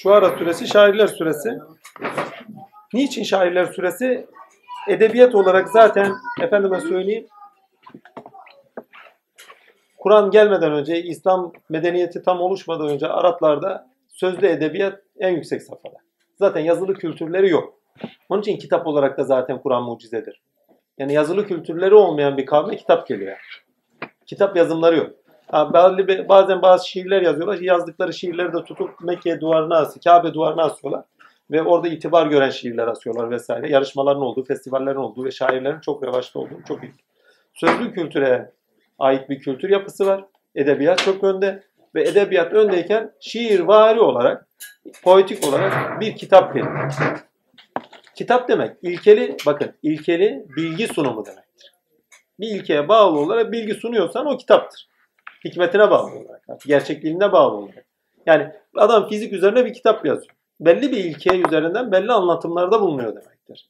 Şuara suresi, şairler suresi. Niçin şairler suresi? Edebiyat olarak zaten efendime söyleyeyim, Kur'an gelmeden önce, İslam medeniyeti tam oluşmadan önce Araplarda sözlü edebiyat en yüksek safhada. Zaten yazılı kültürleri yok. Onun için kitap olarak da zaten Kur'an mucizedir. Yani yazılı kültürleri olmayan bir kavme kitap geliyor. Kitap yazımları yok. Bazen bazı şiirler yazıyorlar. Yazdıkları şiirleri de tutup Mekke duvarına asıyor, Kabe duvarına asıyorlar. Ve orada itibar gören şiirler asıyorlar vesaire. Yarışmaların olduğu, festivallerin olduğu ve şairlerin çok revaçta olduğu çok iyi. Sözlü kültüre ait bir kültür yapısı var. Edebiyat çok önde. Ve edebiyat öndeyken şiirvari olarak, poetik olarak bir kitap geliyor. Kitap demek ilkeli, bakın ilkeli bilgi sunumu demektir. Bir ilkeye bağlı olarak bilgi sunuyorsan o kitaptır. Hikmetine bağlı olarak, gerçekliğine bağlı olarak. Yani adam fizik üzerine bir kitap yazıyor. Belli bir ilke üzerinden belli anlatımlarda bulunuyor demektir.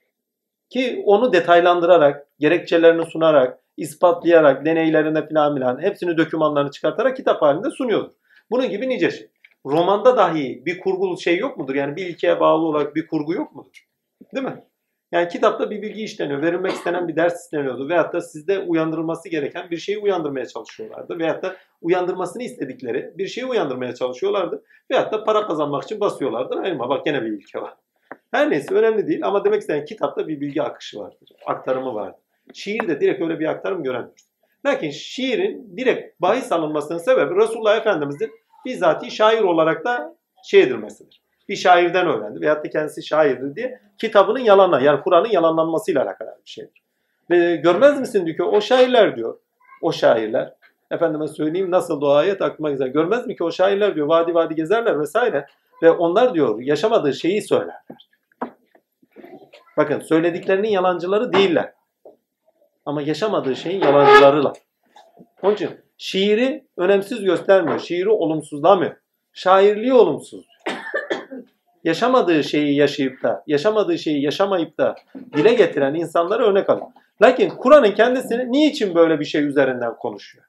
Ki onu detaylandırarak, gerekçelerini sunarak, ispatlayarak, deneylerine filan hepsini dokümanlarını çıkartarak kitap halinde sunuyordur. Bunun gibi nice şey. Romanda dahi bir kurgulu şey yok mudur? Yani bir ilkeye bağlı olarak bir kurgu yok mudur? Değil mi? Yani kitapta bir bilgi işleniyor, verilmek istenen bir ders isteniyordu. Veyahut da sizde uyandırılması gereken bir şeyi uyandırmaya çalışıyorlardı. Veyahut da uyandırmasını istedikleri bir şeyi uyandırmaya çalışıyorlardı. Veyahut da para kazanmak için basıyorlardı. Ama bak gene bir ilke var. Her neyse önemli değil ama demek istenen kitapta bir bilgi akışı vardır, aktarımı vardır. Şiirde direkt öyle bir aktarım göremiyoruz. Lakin şiirin direkt bahis alınmasının sebebi Resulullah Efendimiz'in bizzati şair olarak da edilmesidir. Bir şairden öğrendi veyahut da kendisi şairdir diye kitabının yalanla, yani Kur'an'ın yalanlanmasıyla alakalı bir şeydir. Ve görmez misin diyor ki o şairler diyor, o şairler, efendime söyleyeyim nasıl o ayet aklıma güzel. Görmez mi ki o şairler diyor vadi vadi gezerler vesaire ve onlar diyor yaşamadığı şeyi söylerler. Bakın söylediklerinin yalancıları değiller. Ama yaşamadığı şeyin yalancılarılar. Onun için şiiri önemsiz göstermiyor. Şiiri olumsuzlamıyor. Şairliği olumsuz. Yaşamadığı şeyi yaşayıp da, yaşamadığı şeyi yaşamayıp da dile getiren insanlara örnek alın. Lakin Kur'an'ın kendisini niçin böyle bir şey üzerinden konuşuyor?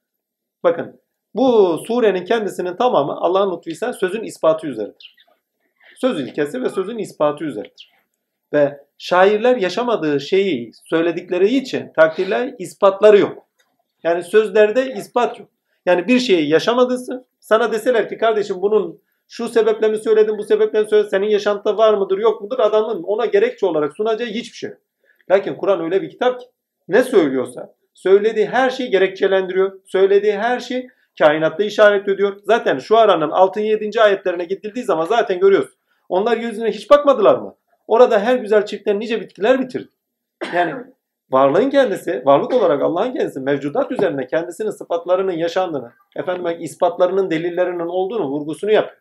Bakın bu surenin kendisinin tamamı Allah'ın lütfuysa sözün ispatı üzeridir. Söz ilkesi ve sözün ispatı üzeridir. Ve şairler yaşamadığı şeyi söyledikleri için takdirler ispatları yok. Yani sözlerde ispat yok. Yani bir şeyi yaşamadıysa sana deseler ki kardeşim bunun şu sebeple mi söyledin, bu sebeple mi söyledin, senin yaşantıda var mıdır, yok mudur? Adamın ona gerekçe olarak sunacağı hiçbir şey yok. Lakin Kur'an öyle bir kitap ki ne söylüyorsa söylediği her şeyi gerekçelendiriyor. Söylediği her şey kainatta işaret ediyor. Zaten şu aranın 6. 7. ayetlerine gidildiği zaman zaten görüyoruz. Onlar yüzüne hiç bakmadılar mı? Orada her güzel çiftler nice bitkiler bitirdi. Yani varlığın kendisi, varlık olarak Allah'ın kendisi mevcudat üzerinde kendisinin sıfatlarının yaşandığını, ispatlarının, delillerinin olduğunu vurgusunu yapıyor.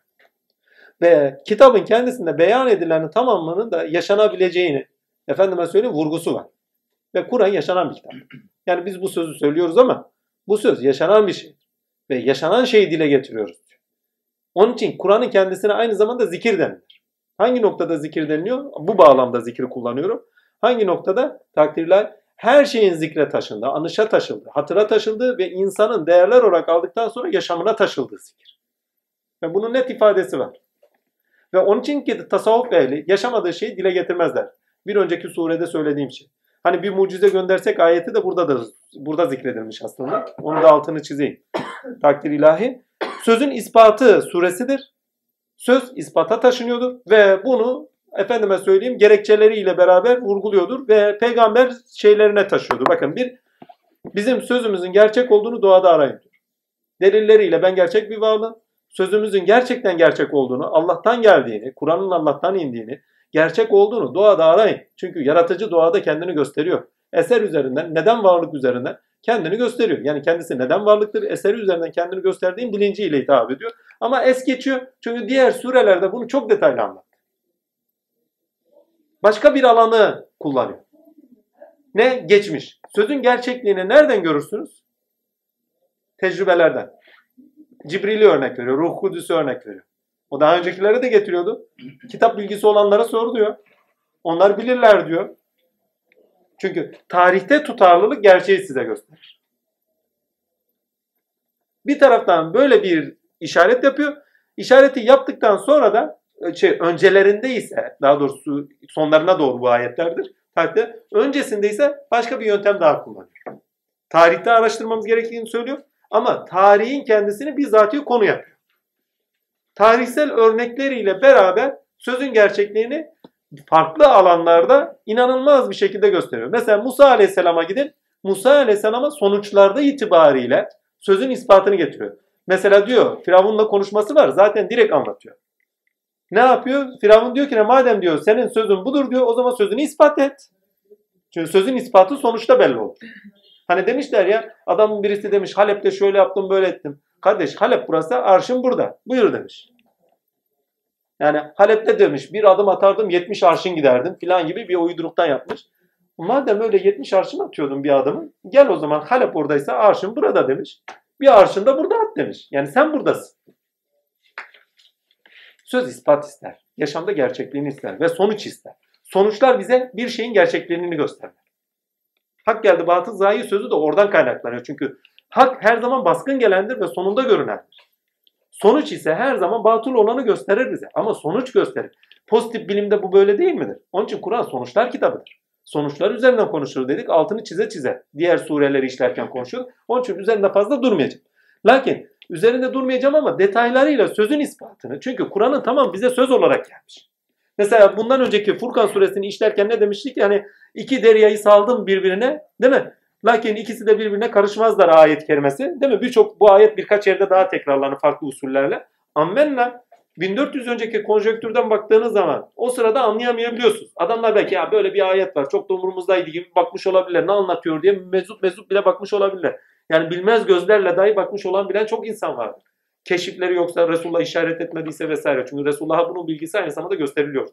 Ve kitabın kendisinde beyan edilenin tamamının da yaşanabileceğini, vurgusu var. Ve Kur'an yaşanan bir kitap. Yani biz bu sözü söylüyoruz ama bu söz yaşanan bir şey. Ve yaşanan şeyi dile getiriyoruz. Onun için Kur'an'ın kendisine aynı zamanda zikir denilir. Hangi noktada zikir deniliyor? Bu bağlamda zikri kullanıyorum. Hangi noktada? Takdirler her şeyin zikre taşındığı, anışa taşıldığı, hatıra taşıldığı ve insanın değerler olarak aldıktan sonra yaşamına taşıldığı zikir. Ve bunun net ifadesi var. Ve onun için ki tasavvuf ehli yaşamadığı şeyi dile getirmezler. Bir önceki surede söylediğim şey. Hani bir mucize göndersek ayeti de burada zikredilmiş aslında. Onun da altını çizeyim. Takdir ilahi. Sözün ispatı suresidir. Söz ispata taşınıyordur ve bunu gerekçeleriyle beraber vurguluyordur ve peygamber şeylerine taşıyordur. Bakın bizim sözümüzün gerçek olduğunu doğada arayın. Delilleriyle ben gerçek bir varlığım. Sözümüzün gerçekten gerçek olduğunu, Allah'tan geldiğini, Kur'an'ın Allah'tan indiğini, gerçek olduğunu doğada arayın. Çünkü yaratıcı doğada kendini gösteriyor. Eser üzerinden, neden varlık üzerinden kendini gösteriyor. Yani kendisi neden varlıktır, eseri üzerinden kendini gösterdiğin bilinciyle hitap ediyor. Ama es geçiyor. Çünkü diğer surelerde bunu çok detaylı anlattı. Başka bir alanı kullanıyor. Ne? Geçmiş. Sözün gerçekliğini nereden görürsünüz? Tecrübelerden. Cibril'i örnek veriyor. Ruh Kudüs'ü örnek veriyor. O daha öncekileri de getiriyordu. Kitap bilgisi olanlara sor diyor. Onlar bilirler diyor. Çünkü tarihte tutarlılık gerçeği size gösterir. Bir taraftan böyle bir işaret yapıyor. İşareti yaptıktan sonra da öncelerinde ise, daha doğrusu sonlarına doğru bu ayetlerdir. Tarihte öncesinde ise başka bir yöntem daha kullanıyor. Tarihte araştırmamız gerektiğini söylüyor ama tarihin kendisini bizzatihi konu yapıyor. Tarihsel örnekleriyle beraber sözün gerçekliğini farklı alanlarda inanılmaz bir şekilde gösteriyor. Mesela Musa Aleyhisselam'a gidin. Musa Aleyhisselam'a sonuçlarda itibariyle sözün ispatını getiriyor. Mesela diyor Firavun'la konuşması var, zaten direkt anlatıyor. Ne yapıyor? Firavun diyor ki madem diyor senin sözün budur diyor, o zaman sözünü ispat et. Çünkü sözün ispatı sonuçta belli olur. Hani demişler ya, adamın birisi demiş Halep'te şöyle yaptım böyle ettim. Kardeş Halep burası, arşın burada. Buyur demiş. Yani Halep'te demiş bir adım atardım 70 arşın giderdim filan gibi bir uyduruktan yapmış. Madem öyle 70 arşın atıyordun bir adımı, gel o zaman Halep oradaysa arşın burada demiş. Bir arşın da burada at demiş. Yani sen buradasın. Söz ispat ister. Yaşamda gerçekliğini ister ve sonuç ister. Sonuçlar bize bir şeyin gerçekliğini gösterir. Hak geldi batıl zayi sözü de oradan kaynaklanıyor. Çünkü hak her zaman baskın gelendir ve sonunda görünendir. Sonuç ise her zaman batıl olanı gösterir bize. Ama sonuç gösterir. Pozitif bilimde bu böyle değil midir? Onun için Kur'an sonuçlar kitabıdır. Sonuçlar üzerinden konuşulur dedik. Altını çize çize. Diğer sureleri işlerken konuşuyoruz. Onun için üzerinde fazla durmayacağım. Lakin üzerinde durmayacağım ama detaylarıyla sözün ispatını. Çünkü Kur'an'ın tamam bize söz olarak gelmiş. Mesela bundan önceki Furkan suresini işlerken ne demiştik? Yani iki deryayı saldım birbirine, değil mi? Lakin ikisi de birbirine karışmazlar ayet kerimesi. Değil mi? Bu ayet birkaç yerde daha tekrarlanır farklı usullerle. Ammenna 1400 önceki konjonktürden baktığınız zaman o sırada anlayamayabiliyorsunuz. Adamlar belki ya böyle bir ayet var çok da umurumuzdaydı gibi bakmış olabilirler. Ne anlatıyor diye mezup bile bakmış olabilirler. Yani bilmez gözlerle dahi bakmış olan bilen çok insan vardır. Keşifleri yoksa, Resulullah işaret etmediyse vesaire. Çünkü Resulullah'a bunun bilgisi aynı zamanda gösteriliyor.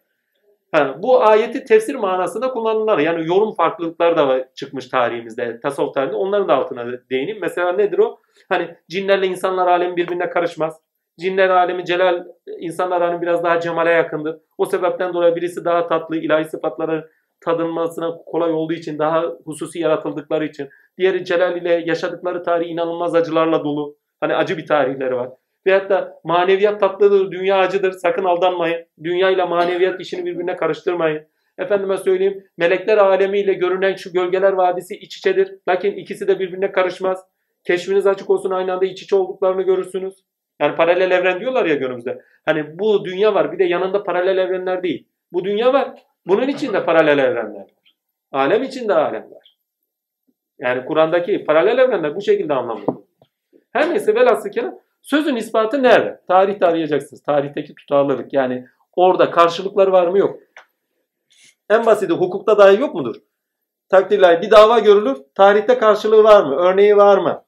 Bu ayeti tefsir manasında kullanırlar. Yani yorum farklılıkları da çıkmış tarihimizde, tasavvuf tarihinde. Onların da altına değineyim. Mesela nedir o? Hani cinlerle insanlar alemi birbirine karışmaz. Cinler alemi celal, insanlar alemi biraz daha cemale yakındır. O sebepten dolayı birisi daha tatlı, ilahi sıfatları tadılmasına kolay olduğu için, daha hususi yaratıldıkları için. Diğeri celal ile yaşadıkları tarih inanılmaz acılarla dolu. Hani acı bir tarihleri var. Veyahut da maneviyat tatlıdır, dünya acıdır. Sakın aldanmayın. Dünya ile maneviyat işini birbirine karıştırmayın. Efendime söyleyeyim, melekler alemiyle görünen şu gölgeler vadisi iç içedir. Lakin ikisi de birbirine karışmaz. Keşfiniz açık olsun, aynı anda iç içe olduklarını görürsünüz. Yani paralel evren diyorlar ya günümüzde. Hani bu dünya var, bir de yanında paralel evrenler değil. Bu dünya var, bunun içinde paralel evrenler var. Alem içinde alem var. Yani Kur'an'daki paralel evrenler bu şekilde anlamlı. Her neyse velhasıl kelam, sözün ispatı nerede? Tarihte arayacaksınız. Tarihteki tutarlılık. Yani orada karşılıkları var mı? Yok. En basiti hukukta dahi yok mudur? Takdirler bir dava görülür. Tarihte karşılığı var mı? Örneği var mı?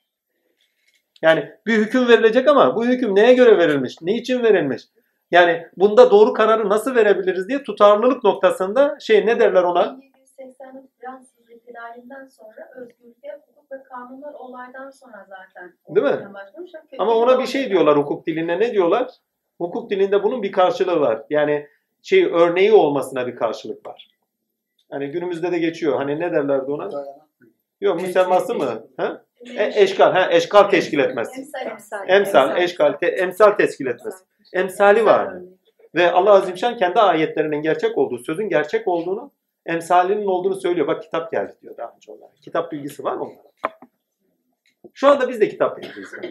Yani bir hüküm verilecek ama bu hüküm neye göre verilmiş? Ne için verilmiş? Yani bunda doğru kararı nasıl verebiliriz diye tutarlılık noktasında ne derler ona? 1780'lik Fransız ihtilalinden sonra özgürlüğe, hukuk ve kanunlar olaydan sonra zaten değil mi? Başlamış. Ama ona bir şey diyorlar hukuk dilinde. Ne diyorlar? Hukuk dilinde bunun bir karşılığı var. Yani örneği olmasına bir karşılık var. Hani günümüzde de geçiyor. Hani ne derlerdi ona? Yok, müsemması mı? Ha? Eşkal teşkil etmez. Emsal teşkil etmez. Emsali var. Ve Allah Azimşan kendi ayetlerinin gerçek olduğu, sözün gerçek olduğunu, emsalinin olduğunu söylüyor. Bak kitap geldi diyor daha önce onlara. Kitap bilgisi var mı onlara? Şu anda biz de kitap bilgimiz var.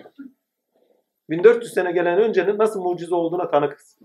1400 sene gelen öncenin nasıl mucize olduğuna tanıkız.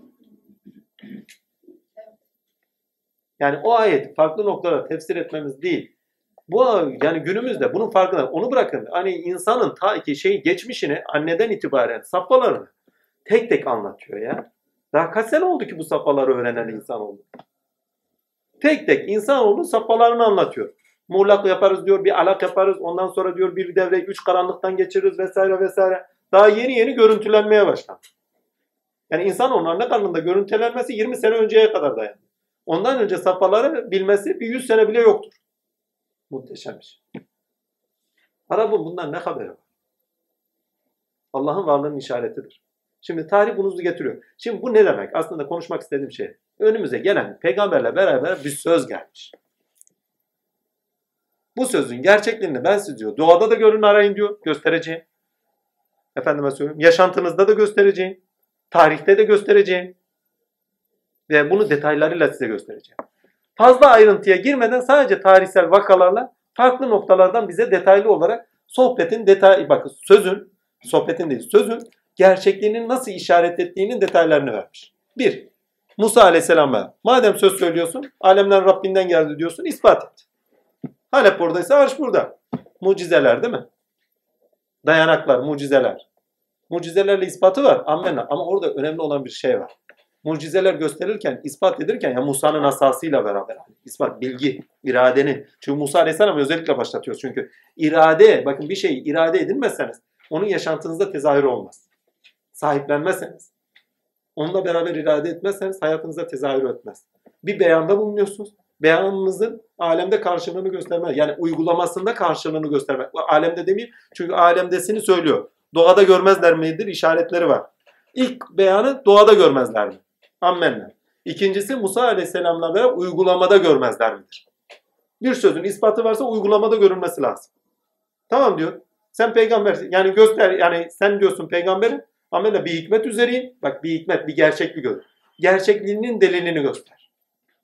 Yani o ayet farklı noktalara tefsir etmemiz değil. Bu yani günümüzde bunun farkında. Onu bırakın. Hani insanın ta ki geçmişini anneden itibaren safhalarını tek tek anlatıyor ya. Daha kaç sene oldu ki bu safhaları öğrenen insan oldu. Tek tek insanoğlu safhalarını anlatıyor. Muğlak yaparız diyor, bir alak yaparız. Ondan sonra diyor bir devre 3 karanlıktan geçiririz vesaire vesaire. Daha yeni görüntülenmeye başladı. Yani insanoğlunun anne karnında görüntülenmesi 20 sene önceye kadar dayandı. Ondan önce safhaları bilmesi bir 100 sene bile yoktur. Muhteşem bir şey. Arap'ın bundan ne haberi var? Allah'ın varlığının işaretidir. Şimdi tarih bunu getiriyor. Şimdi bu ne demek? Aslında konuşmak istediğim şey. Önümüze gelen peygamberle beraber bir söz gelmiş. Bu sözün gerçekliğini ben size doğada da görün arayın diyor. Göstereceğim. Efendime söyleyeyim. Yaşantınızda da göstereceğim. Tarihte de göstereceğim. Ve bunu detaylarıyla size göstereceğim. Fazla ayrıntıya girmeden sadece tarihsel vakalarla farklı noktalardan bize detaylı olarak sözün gerçekliğinin nasıl işaret ettiğinin detaylarını vermiş. 1. Musa Aleyhisselam'a madem söz söylüyorsun, alemden Rabbinden geldi diyorsun, ispat et. Halep buradaysa arş burada. Mucizeler değil mi? Dayanaklar, mucizeler. Mucizelerle ispatı var. Amenna. Ama orada önemli olan bir şey var. Mucizeler gösterirken, ispat edilirken ya Musa'nın asasıyla beraber. İspat, bilgi, iradenin. Çünkü Musa Aleyhisselam'ı özellikle başlatıyoruz. Çünkü irade, bakın bir şeyi irade edinmezseniz onun yaşantınızda tezahürü olmaz. Sahiplenmezseniz, onunla beraber irade etmezseniz hayatınızda tezahür etmez. Bir beyanda bulunuyorsunuz. Beyanınızın alemde karşılığını göstermez. Yani uygulamasında karşılığını göstermez. Alemde demeyeyim çünkü alemdesini söylüyor. Doğada görmezler midir? İşaretleri var. İlk beyanı doğada görmezler mi? Ammenna. İkincisi Musa Aleyhisselam'la beraber uygulamada görmezler midir? Bir sözün ispatı varsa uygulamada görülmesi lazım. Tamam diyor. Sen peygambersin. Yani göster, yani sen diyorsun peygamberin. Ammenna bir hikmet üzereyim. Bak bir hikmet, bir gerçeklik gör. Gerçekliğinin delilini göster.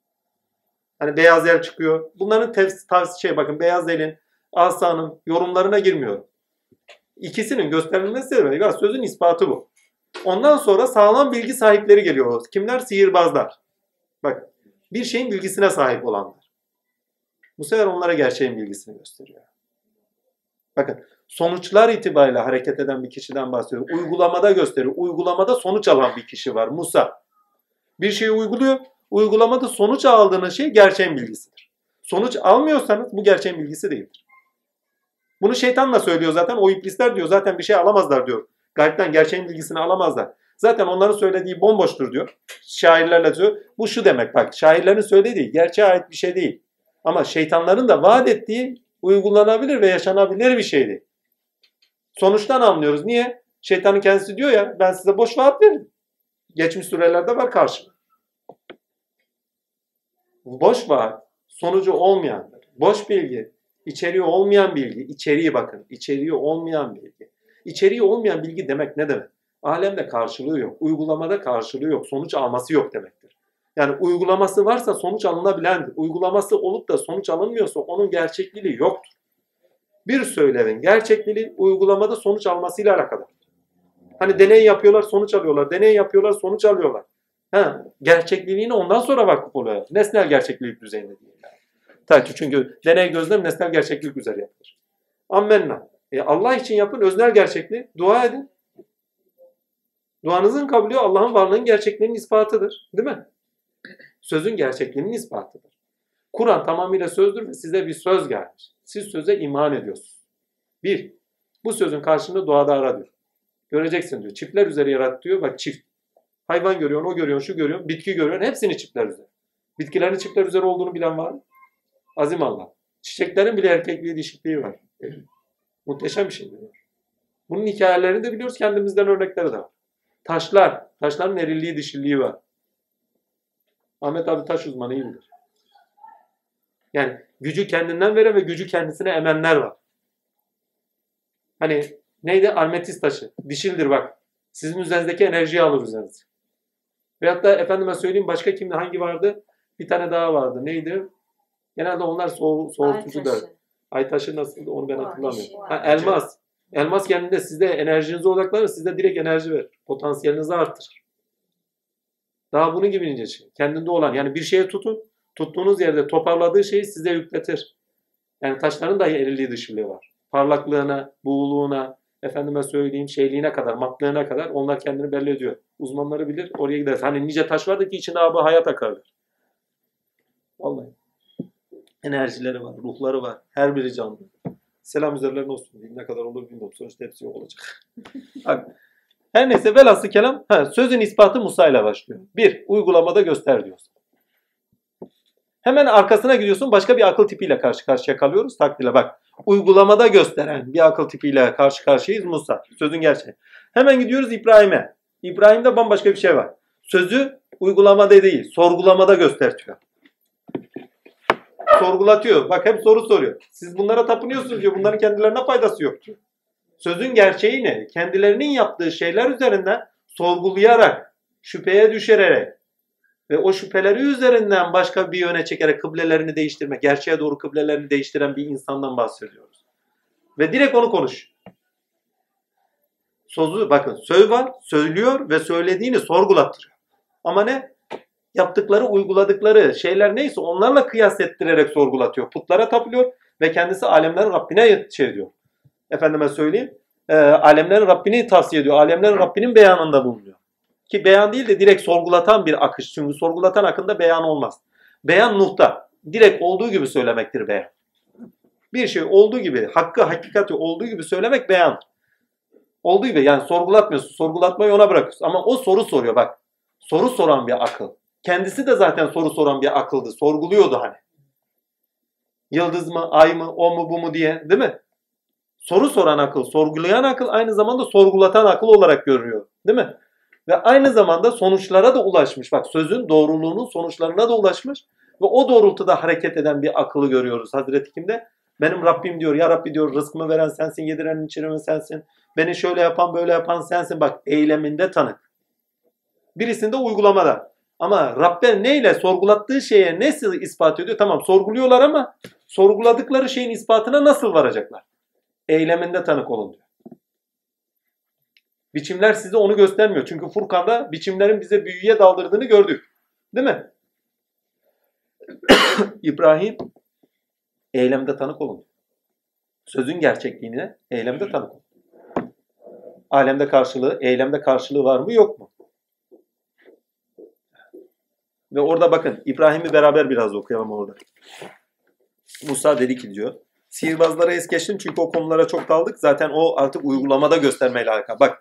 Hani beyaz el çıkıyor. Bunların bakın beyaz elin, asanın yorumlarına girmiyorum. İkisinin gösterilmesi demek. Sözün ispatı bu. Ondan sonra sağlam bilgi sahipleri geliyor. Kimler? Sihirbazlar. Bak bir şeyin bilgisine sahip olanlar. Bu sefer onlara gerçeğin bilgisini gösteriyor. Bakın sonuçlar itibariyle hareket eden bir kişiden bahsediyor. Uygulamada gösteriyor. Uygulamada sonuç alan bir kişi var. Musa. Bir şeyi uyguluyor. Uygulamada sonuç aldığınız şey gerçeğin bilgisidir. Sonuç almıyorsanız bu gerçeğin bilgisi değildir. Bunu şeytan da söylüyor zaten. O iblisler diyor zaten bir şey alamazlar diyor. Gaybden gerçeğin bilgisini alamazlar. Zaten onların söylediği bomboştur diyor. Şairlerle diyor. Bu şu demek bak. Şairlerin söylediği gerçeğe ait bir şey değil. Ama şeytanların da vaat ettiği uygulanabilir ve yaşanabilir bir şeydi. Sonuçtan anlıyoruz. Niye? Şeytanın kendisi diyor ya ben size boş vaat veririm. Geçmiş surelerde var karşılığı. Boş vaat, sonucu olmayan, boş bilgi, içeriği olmayan bilgi, içeriği bakın, içeriği olmayan bilgi. İçeriği olmayan bilgi demek ne demek? Alemde karşılığı yok, uygulamada karşılığı yok, sonuç alması yok demektir. Yani uygulaması varsa sonuç alınabilendir. Uygulaması olup da sonuç alınmıyorsa onun gerçekliği yoktur. Bir söylemin gerçekliği uygulamada sonuç almasıyla alakalı. Hani deney yapıyorlar, sonuç alıyorlar. Deney yapıyorlar, sonuç alıyorlar. Gerçekliğine ondan sonra vakıf oluyor. Nesnel gerçeklik düzeyinde değil. Yani. Çünkü deney gözlem nesnel gerçeklik üzere yapılır. Ammenna. Allah için yapın öznel gerçekliği. Dua edin. Duanızın kabulü Allah'ın varlığının gerçekliğinin ispatıdır. Değil mi? Sözün gerçekliğinin ispatıdır. Kur'an tamamıyla sözdür ve size bir söz gelmiş. Siz söze iman ediyorsunuz. Bir, bu sözün karşılığını doğada ara diyor. Göreceksin diyor. Çiftler üzeri yarat diyor. Bak çift. Hayvan görüyorsun, o görüyorsun, şu görüyorsun, bitki görüyorsun. Hepsini çiftler üzeri. Bitkilerin çiftler üzeri olduğunu bilen var mı? Azim Allah. Çiçeklerin bile erkekliği, dişikliği var. Muhteşem bir şey diyor. Bunun hikayelerini de biliyoruz. Kendimizden örnekleri de var. Taşların erilliği, dişilliği var. Ahmet abi taş uzmanı iyi bilir. Yani gücü kendinden veren ve gücü kendisine emenler var. Hani neydi? Armetist taşı. Dişildir bak. Sizin üzerinizdeki enerjiyi alır üzerinize. Veyahut da efendime söyleyeyim başka kimde hangi vardı? Bir tane daha vardı. Neydi? Genelde onlar soğutucular. Ay taşı nasıldı onu ben hatırlamıyorum. Elmas. Elmas kendinde sizde enerjinizi odaklanır. Sizde direkt enerji verir. Potansiyelinizi artırır. Daha bunun gibi ince şey. Kendinde olan. Yani bir şeye tutun. Tuttuğunuz yerde toparladığı şeyi size yükletir. Yani taşların dahi erilliği dışılığı var. Parlaklığına, buğuluğuna, efendime söyleyeyim şeyliğine kadar, matlığına kadar onlar kendini belli ediyor. Uzmanları bilir, oraya gideriz. Hani nice taş vardı ki içinde abi hayat akarlar. Vallahi. Enerjileri var, ruhları var. Her biri canlı. Selam üzerlerine olsun. Ne kadar olur bilmiyorum. Sonuçta hepsi yok olacak. Her neyse velhasıl kelam sözün ispatı Musa ile başlıyor. Bir, uygulamada göster diyorsun. Hemen arkasına gidiyorsun başka bir akıl tipiyle karşı karşıya kalıyoruz. Takdirle bak. Uygulamada gösteren bir akıl tipiyle karşı karşıyayız Musa. Sözün gerçeği. Hemen gidiyoruz İbrahim'e. İbrahim'de bambaşka bir şey var. Sözü uygulamada değil, sorgulamada göstertiyor. Sorgulatıyor. Bak hep soru soruyor. Siz bunlara tapınıyorsunuz diyor. Bunların kendilerine faydası yok diyor. Sözün gerçeği ne? Kendilerinin yaptığı şeyler üzerinden sorgulayarak, şüpheye düşürerek ve o şüpheleri üzerinden başka bir yöne çekerek kıblelerini değiştirmek, gerçeğe doğru kıblelerini değiştiren bir insandan bahsediyoruz. Ve direkt onu konuş. Sözü, bakın söz var, söylüyor ve söylediğini sorgulattırıyor. Ama ne? Yaptıkları, uyguladıkları şeyler neyse onlarla kıyas ettirerek sorgulatıyor. Putlara tapılıyor ve kendisi alemlerin Rabbine şey diyor. Efendime söyleyeyim, alemlerin Rabbini tavsiye ediyor. Alemlerin Rabbinin beyanında bulunuyor. Ki beyan değil de direkt sorgulatan bir akış. Çünkü sorgulatan akında beyan olmaz. Beyan Nuh'ta. Direkt olduğu gibi söylemektir beyan. Bir şey olduğu gibi, hakkı, hakikati olduğu gibi söylemek beyan. Olduğu gibi yani sorgulatmıyorsun. Sorgulatmayı ona bırakıyorsun. Ama o soru soruyor bak. Soru soran bir akıl. Kendisi de zaten soru soran bir akıldı. Sorguluyordu hani. Yıldız mı, ay mı, o mu, bu mu diye, değil mi? Soru soran akıl, sorgulayan akıl aynı zamanda sorgulatan akıl olarak görüyor. Değil mi? Ve aynı zamanda sonuçlara da ulaşmış. Bak sözün doğruluğunun sonuçlarına da ulaşmış. Ve o doğrultuda hareket eden bir akıllı görüyoruz. Hazreti kimde? Benim Rabbim diyor. Ya Rabbi diyor, rızkımı veren sensin, yedirenin içirenin sensin. Beni şöyle yapan böyle yapan sensin. Bak eyleminde tanık. Birisinde uygulamada. Ama Rabbe neyle sorgulattığı şeye nasıl ispat ediyor? Tamam sorguluyorlar ama sorguladıkları şeyin ispatına nasıl varacaklar? Eyleminde tanık olun diyor. Biçimler size onu göstermiyor. Çünkü Furkan'da biçimlerin bize büyüye daldırdığını gördük. Değil mi? İbrahim eylemde tanık olun. Sözün gerçekliğine eylemde tanık olun. Alemde karşılığı, eylemde karşılığı var mı yok mu? Ve orada bakın İbrahim'i beraber biraz okuyalım orada. Musa dedi ki diyor. Sihirbazlara es geçtim çünkü o konulara çok daldık. Zaten o artık uygulamada göstermeyle alakalı. Bak.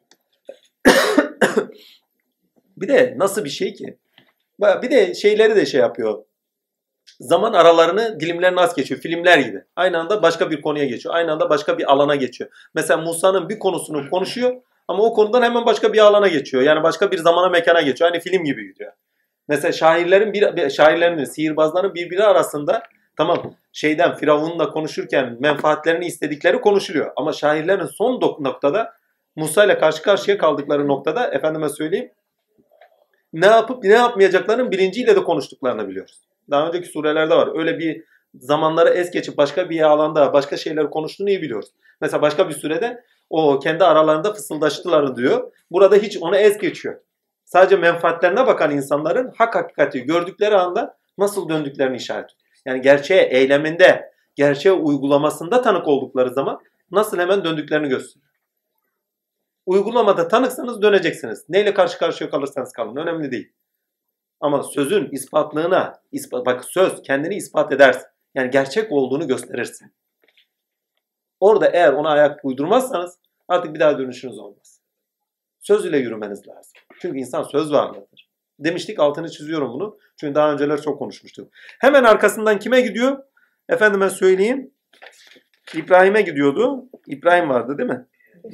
Bir de nasıl bir şey ki? Bir de şeyleri de şey yapıyor. Zaman aralarını, dilimlerini az geçiyor. Filmler gibi. Aynı anda başka bir konuya geçiyor. Aynı anda başka bir alana geçiyor. Mesela Musa'nın bir konusunu konuşuyor ama o konudan hemen başka bir alana geçiyor. Yani başka bir zamana, mekana geçiyor. Aynı film gibi gidiyor. Mesela şairlerin, sihirbazların birbiri arasında tamam Firavun'la konuşurken menfaatlerini istedikleri konuşuluyor. Ama şairlerin son noktada Musa ile karşı karşıya kaldıkları noktada efendime söyleyeyim ne yapıp ne yapmayacaklarının bilinciyle de konuştuklarını biliyoruz. Daha önceki surelerde var. Öyle bir zamanları es geçip başka bir alanda başka şeyleri konuştuğunu iyi biliyoruz. Mesela başka bir surede o kendi aralarında fısıldaştılar diyor. Burada hiç onu es geçiyor. Sadece menfaatlerine bakan insanların hak hakikati gördükleri anda nasıl döndüklerini işaret ediyor. Yani gerçeğe eyleminde, gerçeğe uygulamasında tanık oldukları zaman nasıl hemen döndüklerini gösteriyor. Uygulamada tanıksanız döneceksiniz. Neyle karşı karşıya kalırsanız kalın. Önemli değil. Ama sözün ispatlığına, bak söz kendini ispat ederse, yani gerçek olduğunu gösterirse. Orada eğer ona ayak uydurmazsanız artık bir daha dönüşünüz olmaz. Söz ile yürümeniz lazım. Çünkü insan söz varlığıdır. Demiştik, altını çiziyorum bunu. Çünkü daha önceler çok konuşmuştuk. Hemen arkasından kime gidiyor? Efendime söyleyeyim. İbrahim'e gidiyordu. İbrahim vardı değil mi?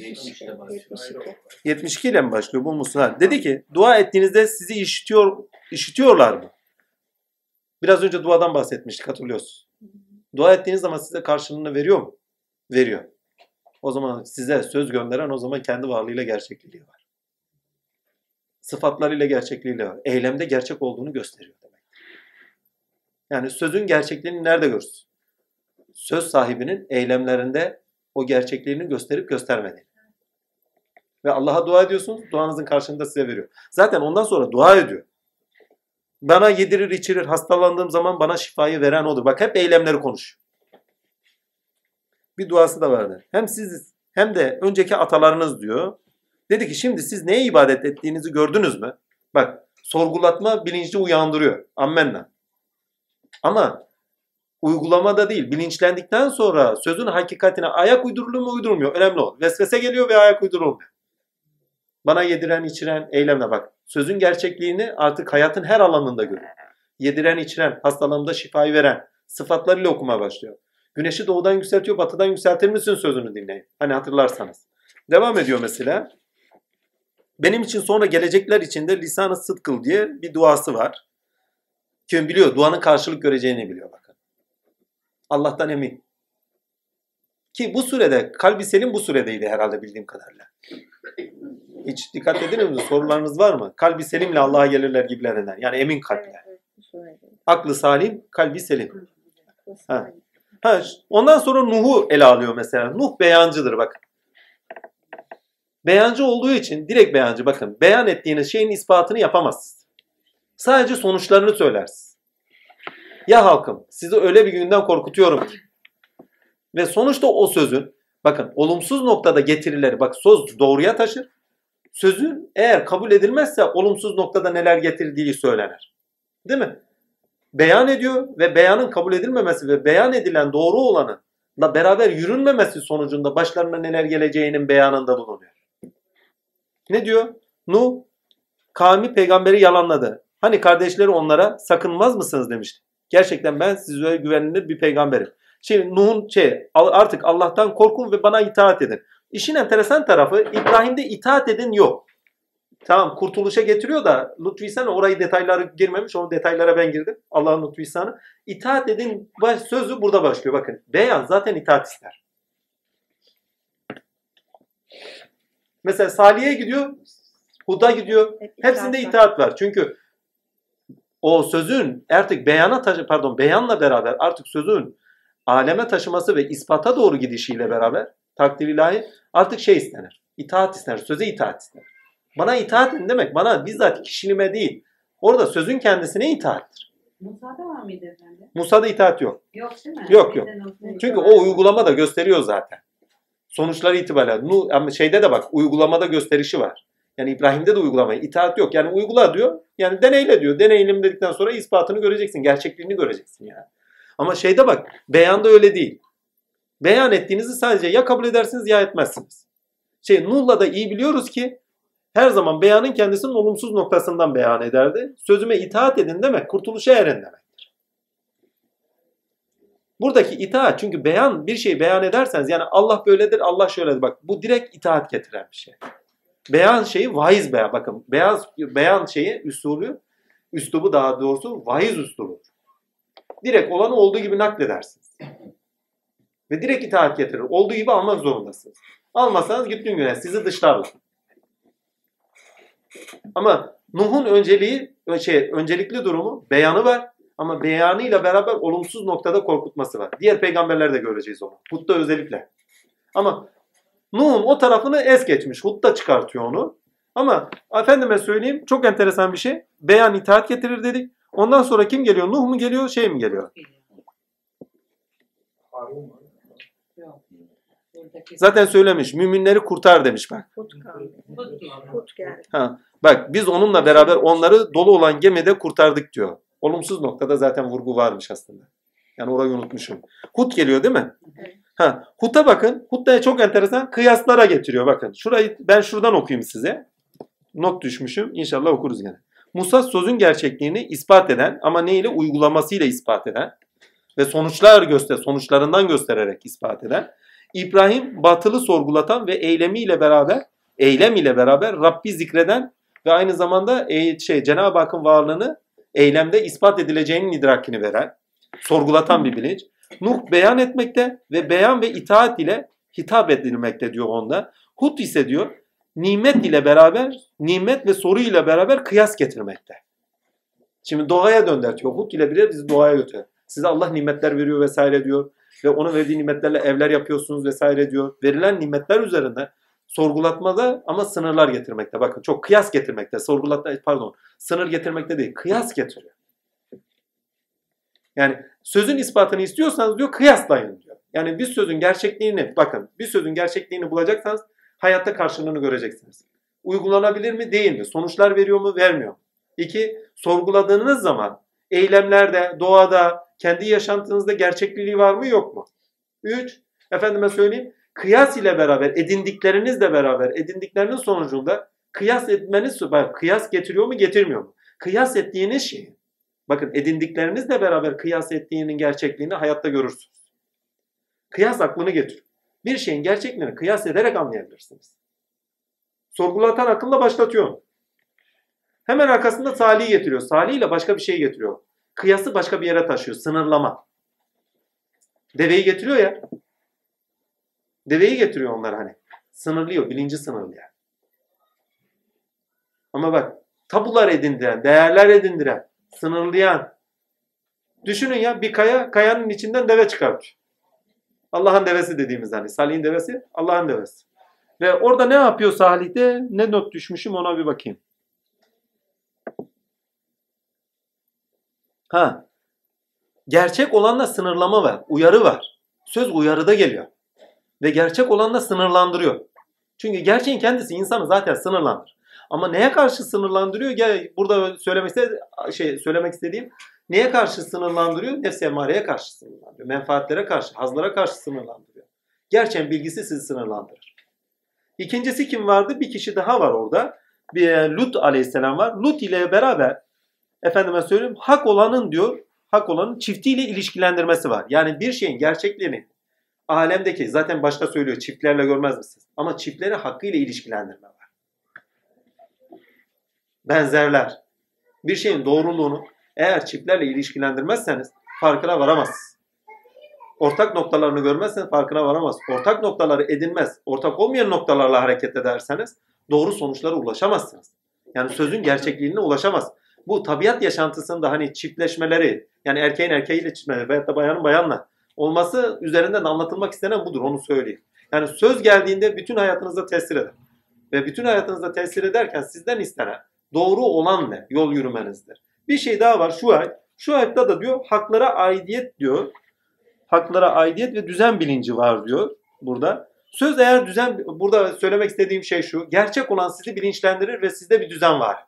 72 ile mi başlıyor? Bulmuşsun. Ha. Dedi ki dua ettiğinizde sizi işitiyorlar mı? Biraz önce duadan bahsetmiştik, hatırlıyorsunuz. Dua ettiğiniz zaman size karşılığını veriyor mu? Veriyor. O zaman size söz gönderen o zaman kendi varlığıyla gerçekliği var. Sıfatlarıyla gerçekliğiyle var. Eylemde gerçek olduğunu gösteriyor demek. Yani sözün gerçekliğini nerede görürsün? Söz sahibinin eylemlerinde o gerçekliğini gösterip göstermediğini. Ve Allah'a dua ediyorsunuz, duanızın karşılığında size veriyor. Zaten ondan sonra dua ediyor. Bana yedirir içirir, hastalandığım zaman bana şifayı veren odur. Bak hep eylemleri konuşuyor. Bir duası da vardı. Hem siz hem de önceki atalarınız diyor. Dedi ki şimdi siz neye ibadet ettiğinizi gördünüz mü? Bak sorgulatma bilinci uyandırıyor. Ammenna. Ama uygulamada değil, bilinçlendikten sonra sözün hakikatine ayak uyduruluyor mu uydurulmuyor. Önemli o. Vesvese geliyor ve ayak uydurulmuyor. Bana yediren içiren eylemle bak. Sözün gerçekliğini artık hayatın her alanında görüyor. Yediren içiren, hastalığımda şifayı veren sıfatlarıyla okumaya başlıyor. Güneşi doğudan yükseltiyor, batıdan yükseltir misin sözünü dinleyin. Hani hatırlarsanız. Devam ediyor mesela. Benim için sonra gelecekler için de lisan-ı sıdkıl diye bir duası var. Kim biliyor, duanın karşılık göreceğini biliyor bakın. Allah'tan emin. Ki bu surede, kalbi selim bu suredeydi herhalde bildiğim kadarıyla. Hiç dikkat ediniz mi? Sorularınız var mı? Kalbi selimle Allah'a gelirler gibilerinden. Yani emin kalple. Evet, bu söyledi. Aklı salim, kalbi selim. Nasıl Ha. Ondan sonra Nuh'u ele alıyor mesela. Nuh beyancıdır bakın. Beyancı olduğu için direkt beyancı bakın. Beyan ettiğiniz şeyin ispatını yapamazsınız. Sadece sonuçlarını söylersiniz. Ya halkım sizi öyle bir günden korkutuyorum ki. Ve sonuçta o sözün bakın olumsuz noktada getirileri bak söz doğruya taşır. Sözün eğer kabul edilmezse olumsuz noktada neler getirdiği söylenir. Değil mi? Beyan ediyor ve beyanın kabul edilmemesi ve beyan edilen doğru olanınla beraber yürünmemesi sonucunda başlarına neler geleceğinin beyanında bulunuyor. Ne diyor? Nuh kavmi peygamberi yalanladı. Hani kardeşleri onlara sakınmaz mısınız demişti. Gerçekten ben size güvenilir bir peygamberim. Şimdi Nuh'un artık Allah'tan korkun ve bana itaat edin. İşin enteresan tarafı İbrahim'de itaat edin yok. Tamam kurtuluşa getiriyor da Lütfü İhsan orayı detayları girmemiş. O detaylara ben girdim. Allah'ın Lütfü İhsan'ı. İtaat edin sözü burada başlıyor. Bakın beyan zaten itaat ister. Mesela Salih'e gidiyor. Hud'a gidiyor. Hepsinde itaat var. Çünkü o sözün artık beyanla beraber artık sözün aleme taşıması ve ispata doğru gidişiyle beraber takdir ilahi artık istenir. İtaat istenir. Söze itaat istenir. Bana itaat edin demek. Bana bizzat kişiliğime değil. Orada sözün kendisine itaattir. Musa'da var mıydı efendim? Musa'da itaat yok. Yok değil mi? Yok. Çünkü o uygulama da gösteriyor zaten. Sonuçları itibariyle. Ama şeyde de bak uygulamada gösterişi var. Yani İbrahim'de de uygulamaya itaat yok. Yani uygula diyor. Yani deneyle diyor. Deneyim dedikten sonra ispatını göreceksin. Gerçekliğini göreceksin yani. Ama şeyde bak beyanda öyle değil. Beyan ettiğinizi sadece ya kabul edersiniz ya etmezsiniz. Nuh'la da iyi biliyoruz ki her zaman beyanın kendisinin olumsuz noktasından beyan ederdi. Sözüme itaat edin demek kurtuluşa erin demektir. Buradaki itaat çünkü bir şeyi beyan ederseniz yani Allah böyledir Allah şöyledir bak bu direkt itaat getiren bir şey. Beyan vaiz beyan bakın beyan üslubu daha doğrusu vaiz üslubu. Direkt olanı olduğu gibi nakledersiniz. Ve direkt itaat getirir. Olduğu gibi almak zorundasınız. Almasanız gittiğin güne sizi dışlarlar. Ama Nuh'un öncelikli durumu beyanı var ama beyanıyla beraber olumsuz noktada korkutması var. Diğer peygamberlerde göreceğiz onu. Hud'da özellikle. Ama Nuh'un o tarafını es geçmiş. Hud da çıkartıyor onu. Ama efendime söyleyeyim çok enteresan bir şey. Beyan itaat getirir dedik. Ondan sonra kim geliyor? Nuh mu geliyor? Mi geliyor? Zaten söylemiş. Müminleri kurtar demiş bak. Hud geldi. Bak biz onunla beraber onları dolu olan gemide kurtardık diyor. Olumsuz noktada zaten vurgu varmış aslında. Yani orayı unutmuşum. Hud geliyor değil mi? Evet. Hud'a bakın. Hud'da çok enteresan kıyaslara getiriyor. Bakın şurayı ben şuradan okuyayım size. Not düşmüşüm. İnşallah okuruz gene. Musa sözün gerçekliğini ispat eden ama neyle? Uygulamasıyla ispat eden ve sonuçlarından göstererek ispat eden. İbrahim batılı sorgulatan ve eylem ile beraber Rabbi zikreden ve aynı zamanda Cenab-ı Hakk'ın varlığını eylemde ispat edileceğinin idrakini veren, sorgulatan bir bilinç. Nuh beyan etmekte ve beyan ve itaat ile hitap edilmekte diyor onda. Hud ise diyor nimet ve soru ile beraber kıyas getirmekte. Şimdi doğaya döndürtüyor. Hud ile bile bizi doğaya götürüyor. Size Allah nimetler veriyor vesaire diyor. Ve onun verdiği nimetlerle evler yapıyorsunuz vesaire diyor. Verilen nimetler üzerinde sorgulatmada ama sınırlar getirmekte. Bakın çok kıyas getirmekte. Sınır getirmekte değil. Kıyas getiriyor. Yani sözün ispatını istiyorsanız diyor kıyaslayın diyor. Yani bir sözün gerçekliğini bulacaksanız hayatta karşılığını göreceksiniz. Uygulanabilir mi değil mi? Sonuçlar veriyor mu vermiyor mu? 2. Sorguladığınız zaman eylemlerde, doğada, kendi yaşantınızda gerçekliği var mı yok mu? 3. Efendime söyleyeyim kıyas ile beraber edindiklerinin sonucunda kıyas getiriyor mu getirmiyor mu? Kıyas ettiğiniz şeyi bakın edindiklerinizle beraber kıyas ettiğinin gerçekliğini hayatta görürsünüz. Kıyas aklını getiriyor. Bir şeyin gerçekliğini kıyas ederek anlayabilirsiniz. Sorgulatan akılla başlatıyor onu. Hemen arkasında Salih'i getiriyor. Salih ile başka bir şey getiriyor. Kıyası başka bir yere taşıyor. Sınırlama. Deveyi getiriyor ya. Deveyi getiriyor onlar hani. Sınırlıyor. Bilinci sınırlıyor. Ama bak, tabular edindiren, değerler edindiren, sınırlayan. Düşünün ya, bir kayanın içinden deve çıkartıyor. Allah'ın devesi dediğimiz, hani Salih'in devesi, Allah'ın devesi. Ve orada ne yapıyor Salih'te? Ne not düşmüşüm, ona bir bakayım. Gerçek olanla sınırlama var, uyarı var. Söz uyarıda geliyor. Ve gerçek olanla sınırlandırıyor. Çünkü gerçeğin kendisi insanı zaten sınırlandırır. Ama neye karşı sınırlandırıyor? Burada söylemek istediğim, neye karşı sınırlandırıyor? Nefs-i emmareye karşı sınırlandırıyor. Menfaatlere karşı, hazlara karşı sınırlandırıyor. Gerçeğin bilgisi sizi sınırlandırır. İkincisi kim vardı? Bir kişi daha var orada. Lut aleyhisselam var. Lut ile beraber, efendime söyleyeyim, hak olanın çiftiyle ilişkilendirmesi var. Yani bir şeyin gerçekliğini alemdeki, zaten başta söylüyor, çiftlerle görmez misiniz? Ama çiftleri hakkıyla ilişkilendirme var. Benzerler. Bir şeyin doğruluğunu eğer çiftlerle ilişkilendirmezseniz farkına varamazsınız. Ortak noktalarını görmezseniz farkına varamaz. Ortak noktaları edinmez. Ortak olmayan noktalarla hareket ederseniz doğru sonuçlara ulaşamazsınız. Yani sözün gerçekliğine ulaşamaz. Bu tabiat yaşantısında hani çiftleşmeleri, yani erkeğin erkeğiyle çiftleşmeleri veyahut da bayanın bayanla olması üzerinden anlatılmak istenen budur, onu söyleyeyim. Yani söz geldiğinde bütün hayatınızda tesir eder. Ve bütün hayatınızda tesir ederken sizden istenen doğru olan ne? Yol yürümenizdir. Bir şey daha var şu ay. Şu ayette da diyor haklara aidiyet diyor. Haklara aidiyet ve düzen bilinci var diyor burada. Söz eğer düzen, burada söylemek istediğim şey şu. Gerçek olan sizi bilinçlendirir ve sizde bir düzen var.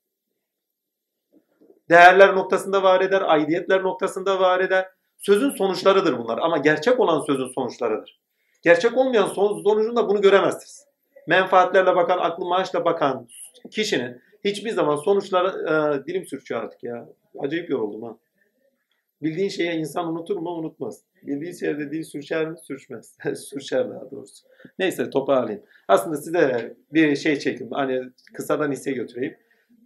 Değerler noktasında var eder, aidiyetler noktasında var eder. Sözün sonuçlarıdır bunlar ama gerçek olan sözün sonuçlarıdır. Gerçek olmayan sonucunda bunu göremezsiniz. Menfaatlerle bakan, aklı maaşla bakan kişinin hiçbir zaman sonuçları, dilim sürçüyor artık ya. Acayip yoruldum ha. Bildiğin şeye insan unutur mu? Unutmaz. Bildiği şeye dil sürçer mi? Sürçmez. Sürçer daha doğrusu. Neyse toparlayayım. Aslında size bir şey çekeyim. Hani kısadan hisse götüreyim.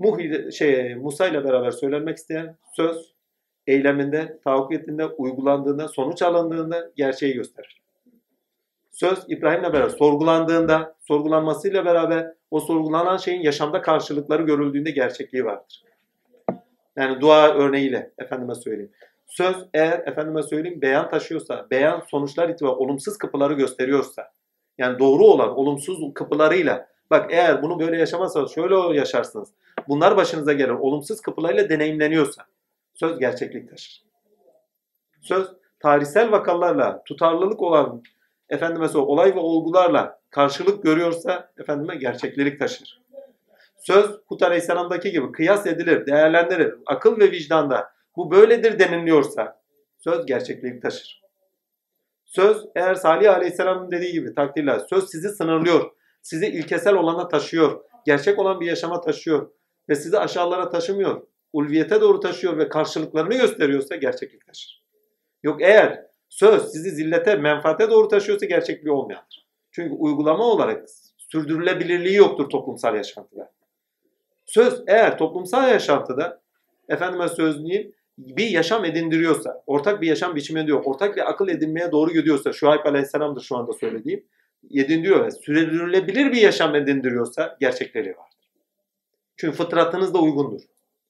Musa ile beraber söylenmek isteyen söz eyleminde, tahakkuketinde, uygulandığında, sonuç alındığında gerçeği gösterir. Söz İbrahim'le beraber sorgulandığında, sorgulanmasıyla beraber o sorgulanan şeyin yaşamda karşılıkları görüldüğünde gerçekliği vardır. Yani dua örneğiyle efendime söyleyeyim. Söz eğer efendime söyleyeyim beyan taşıyorsa, beyan sonuçlar itibariyle olumsuz kapıları gösteriyorsa, yani doğru olan olumsuz kapılarıyla, bak eğer bunu böyle yaşamazsanız şöyle yaşarsınız. Bunlar başınıza gelir. Olumsuz kapılarıyla deneyimleniyorsa söz gerçeklik taşır. Söz tarihsel vakalarla tutarlılık olan efendime söyleyeyim olay ve olgularla karşılık görüyorsa efendime gerçeklik taşır. Söz Hud Aleyhisselam'daki gibi kıyas edilir, değerlendirilir. Akıl ve vicdanda bu böyledir deniliyorsa söz gerçeklik taşır. Söz eğer Salih Aleyhisselam'ın dediği gibi takdirler, söz sizi sınırlıyor, sizi ilkesel olana taşıyor, gerçek olan bir yaşama taşıyor ve sizi aşağılara taşımıyor, ulviyete doğru taşıyor ve karşılıklarını gösteriyorsa gerçeklik taşır. Yok eğer söz sizi zillete, menfaate doğru taşıyorsa gerçekliği olmayandır. Çünkü uygulama olarak sürdürülebilirliği yoktur toplumsal yaşantıda. Söz eğer toplumsal yaşantıda efendime söyleyeyim bir yaşam edindiriyorsa, ortak bir yaşam biçimi diyor, ortak bir akıl edinmeye doğru gidiyorsa, Şuayb Aleyhisselam'dır şu anda söylediğim, edindiriyor ve sürdürülebilir bir yaşam edindiriyorsa gerçekleri vardır. Çünkü fıtratınızda uygundur.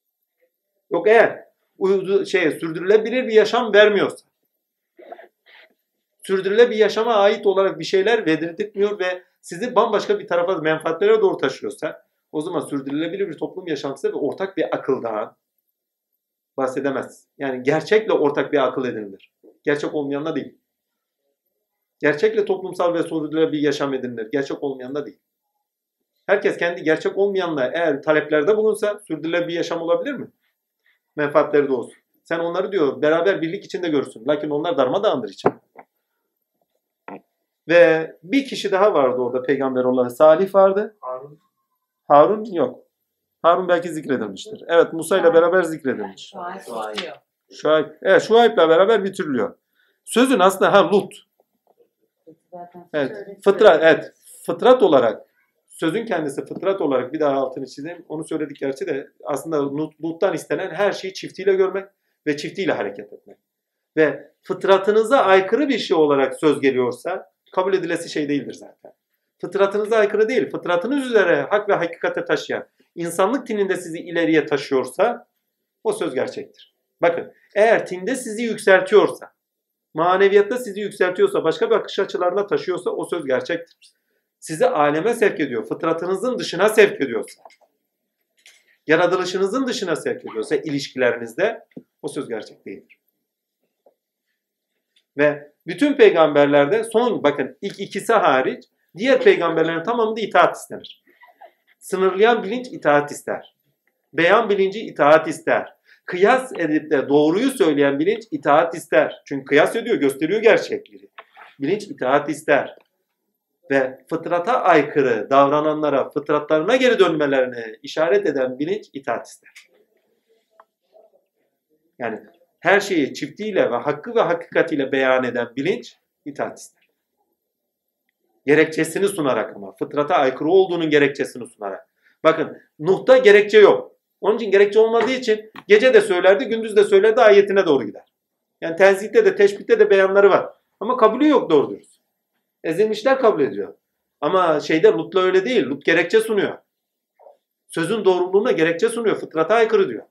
Yok eğer sürdürülebilir bir yaşam vermiyorsa, sürdürülebilir bir yaşama ait olarak bir şeyler verdirtmiyor ve sizi bambaşka bir tarafa, menfaatlere doğru taşıyorsa, o zaman sürdürülebilir bir toplum yaşantısı ve ortak bir akıldan bahsedemez. Yani gerçekle ortak bir akıl edinilir. Gerçek olmayanla değil. Gerçekle toplumsal ve sürdürülebilir bir yaşam edinilir. Gerçek olmayanla değil. Herkes kendi gerçek olmayanla eğer taleplerde bulunsa sürdürülebilir bir yaşam olabilir mi? Menfaatleri de olsun. Sen onları diyor beraber birlik içinde görürsün. Lakin onlar darmadağındır için. Ve bir kişi daha vardı orada peygamber olarak. Salih vardı. Harun yok. Harun belki zikredilmiştir. Evet Musa ile beraber zikredilmiş. Şuayb. Evet Şuayb'le beraber bitiriliyor. Sözün aslında Lut. Evet. Fıtrat olarak sözün kendisi fıtrat olarak bir daha altını çizeyim. Onu söyledik gerçi de aslında Lut'tan istenen her şeyi çiftiyle görmek ve çiftiyle hareket etmek. Ve fıtratınıza aykırı bir şey olarak söz geliyorsa kabul edilesi şey değildir zaten. fıtratınıza aykırı değil, fıtratınız üzere hak ve hakikate taşıyan, insanlık tininde sizi ileriye taşıyorsa o söz gerçektir. Bakın, eğer tinde sizi yükseltiyorsa, maneviyatta sizi yükseltiyorsa, başka bakış açılarına taşıyorsa o söz gerçektir. Sizi aleme sevk ediyor, fıtratınızın dışına sevk ediyorsa, yaratılışınızın dışına sevk ediyorsa ilişkilerinizde o söz gerçek değildir. Ve bütün peygamberlerde bakın ilk ikisi hariç diğer peygamberlerin tamamında itaat istenir. Sınırlayan bilinç itaat ister. Beyan bilinci itaat ister. Kıyas edip de doğruyu söyleyen bilinç itaat ister. Çünkü kıyas ediyor, gösteriyor gerçekliği. Bilinç itaat ister. Ve fıtrata aykırı davrananlara fıtratlarına geri dönmelerini işaret eden bilinç itaat ister. Yani her şeyi çiftiyle ve hakkı ve hakikatiyle beyan eden bilinç itaat ister. Gerekçesini sunarak ama fıtrata aykırı olduğunun gerekçesini sunarak. Bakın Nuh'ta gerekçe yok. Onun için gerekçe olmadığı için gece de söylerdi, gündüz de söylerdi, ayetine doğru gider. Yani tenzihte de teşbihte de beyanları var. Ama kabulü yok doğru dürüst. Ezilmişler kabul ediyor. Ama Lut'la öyle değil. Lut gerekçe sunuyor. Sözün doğruluğuna gerekçe sunuyor. Fıtrata aykırı diyor.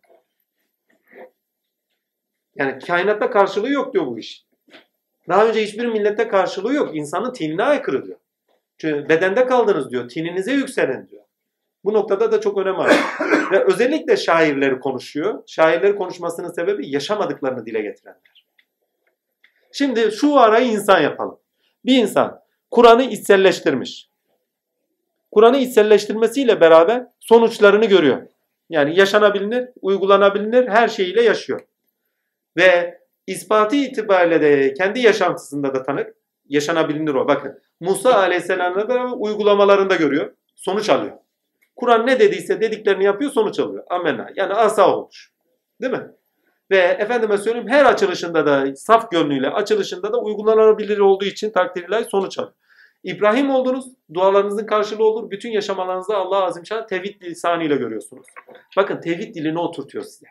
Yani kainatta karşılığı yok diyor bu iş. Daha önce hiçbir millette karşılığı yok. İnsanın tinine aykırı diyor. Çünkü bedende kaldınız diyor. Tininize yükselin diyor. Bu noktada da çok önem var. Ve özellikle şairleri konuşuyor. Şairleri konuşmasının sebebi yaşamadıklarını dile getirenler. Şimdi şu arayı insan yapalım. Bir insan Kur'an'ı içselleştirmiş. Kur'an'ı içselleştirmesiyle beraber sonuçlarını görüyor. Yani yaşanabilir, uygulanabilir her şeyiyle yaşıyor. Ve ispatı itibariyle de kendi yaşantısında da tanık, yaşanabilir o. Bakın Musa Aleyhisselam'la beraber uygulamalarında görüyor, sonuç alıyor. Kur'an ne dediyse dediklerini yapıyor, sonuç alıyor. Amenna. Yani asa olmuş. Değil mi? Ve efendime söyleyeyim her açılışında da saf gönlüyle açılışında da uygulanabilir olduğu için takdirle sonuç alır. İbrahim oldunuz, dualarınızın karşılığı olur. Bütün yaşamalarınızda Allah Azimşan tevhid lisanıyla görüyorsunuz. Bakın tevhid dilini oturtuyor size.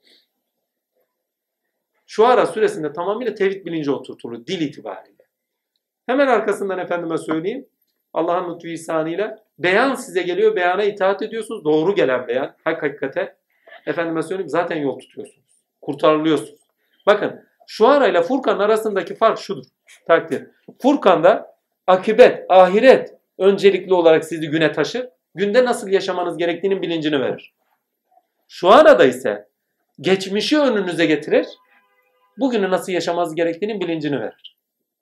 Şuara suresinde tamamıyla tevhid bilinci oturtulur dil itibariyle. Hemen arkasından efendime söyleyeyim. Allah'ın lütfu ihsanıyla beyan size geliyor, beyana itaat ediyorsunuz. Doğru gelen beyan, hakikate efendime söyleyeyim zaten yol tutuyorsunuz. Kurtarılıyorsunuz. Bakın Şuara ile Furkan arasındaki fark şudur. Takdir. Furkan'da akibet, ahiret öncelikli olarak sizi güne taşır. Günde nasıl yaşamanız gerektiğinin bilincini verir. Şuara'da ise geçmişi önünüze getirir. Bugünü nasıl yaşamanız gerektiğinin bilincini verir.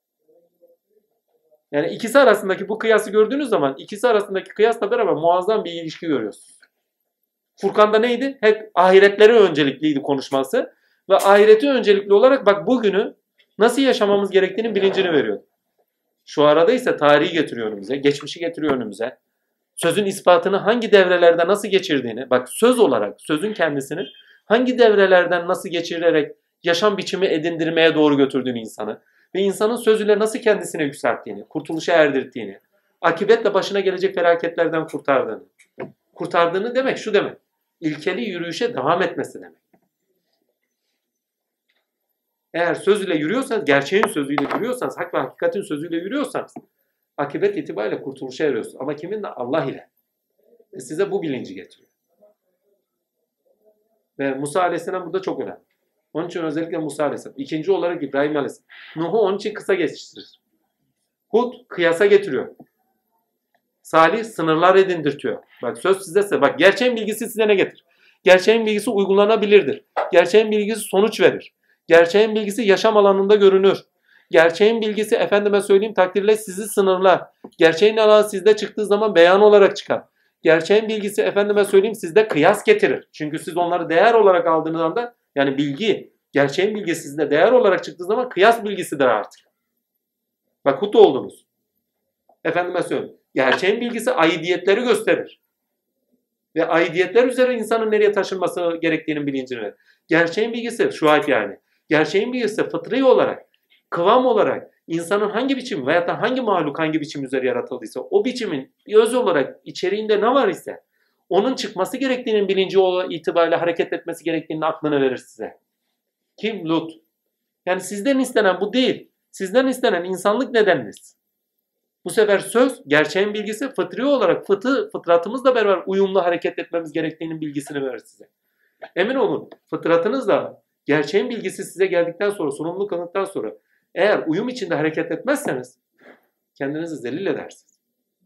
Yani ikisi arasındaki bu kıyası gördüğünüz zaman ikisi arasındaki kıyasla beraber muazzam bir ilişki görüyorsunuz. Furkan'da neydi? Hep ahiretleri öncelikliydi konuşması. Ve ahireti öncelikli olarak bak bugünü nasıl yaşamamız gerektiğinin bilincini veriyor. Şu arada ise tarihi getiriyor önümüze, geçmişi getiriyor önümüze. Sözün ispatını hangi devrelerde nasıl geçirdiğini, bak söz olarak sözün kendisini hangi devrelerden nasıl geçirerek yaşam biçimi edindirmeye doğru götürdüğünü insanı ve insanın sözüyle nasıl kendisine yükselttiğini, kurtuluşa erdirttiğini, akibetle başına gelecek felaketlerden kurtardığını. Kurtardığını demek şu demek, ilkeli yürüyüşe devam etmesi demek. Eğer söz ile yürüyorsanız, gerçeğin sözüyle yürüyorsanız, hak ve hakikatin sözüyle yürüyorsanız, akibet itibariyle kurtuluşa eriyorsunuz. Ama kiminle? Allah ile. Size bu bilinci getiriyor. Ve Musa Aleyhisselam burada çok önemli. Onun için özellikle Musa Aleyhisselam. İkinci olarak İbrahim Aleyhisselam. Nuh'u onun için kısa geçiştirir. Hud kıyasa getiriyor. Salih sınırlar edindirtiyor. Bak söz size, bak gerçeğin bilgisi size ne getirir? Gerçeğin bilgisi uygulanabilirdir. Gerçeğin bilgisi sonuç verir. Gerçeğin bilgisi yaşam alanında görünür. Gerçeğin bilgisi efendime söyleyeyim takdirle sizi sınırlar. Gerçeğin alanı sizde çıktığı zaman beyan olarak çıkar. Gerçeğin bilgisi efendime söyleyeyim sizde kıyas getirir. Çünkü siz onları değer olarak aldığınız anda yani bilgi, gerçeğin bilgisi sizde değer olarak çıktığı zaman kıyas bilgisidir artık. Bak Hud oldunuz. Efendime söyleyeyim. Gerçeğin bilgisi aidiyetleri gösterir. Ve aidiyetler üzere insanın nereye taşınması gerektiğinin bilincini verir. Gerçeğin bilgisi şuayb yani. Gerçeğin bilgisi fıtri olarak, kıvam olarak insanın hangi biçim veya da hangi mahluk hangi biçim üzere yaratıldıysa o biçimin öz olarak içeriğinde ne var ise onun çıkması gerektiğinin bilinci itibariyle hareket etmesi gerektiğinin aklını verir size. Kim? Lut. Yani sizden istenen bu değil. Sizden istenen insanlık nedeniniz. Bu sefer söz, gerçeğin bilgisi fıtri olarak fıtratımızla beraber uyumlu hareket etmemiz gerektiğinin bilgisini verir size. Emin olun, fıtratınızla gerçeğin bilgisi size geldikten sonra, sorumluluk alındıktan sonra eğer uyum içinde hareket etmezseniz kendinizi zelil edersiniz.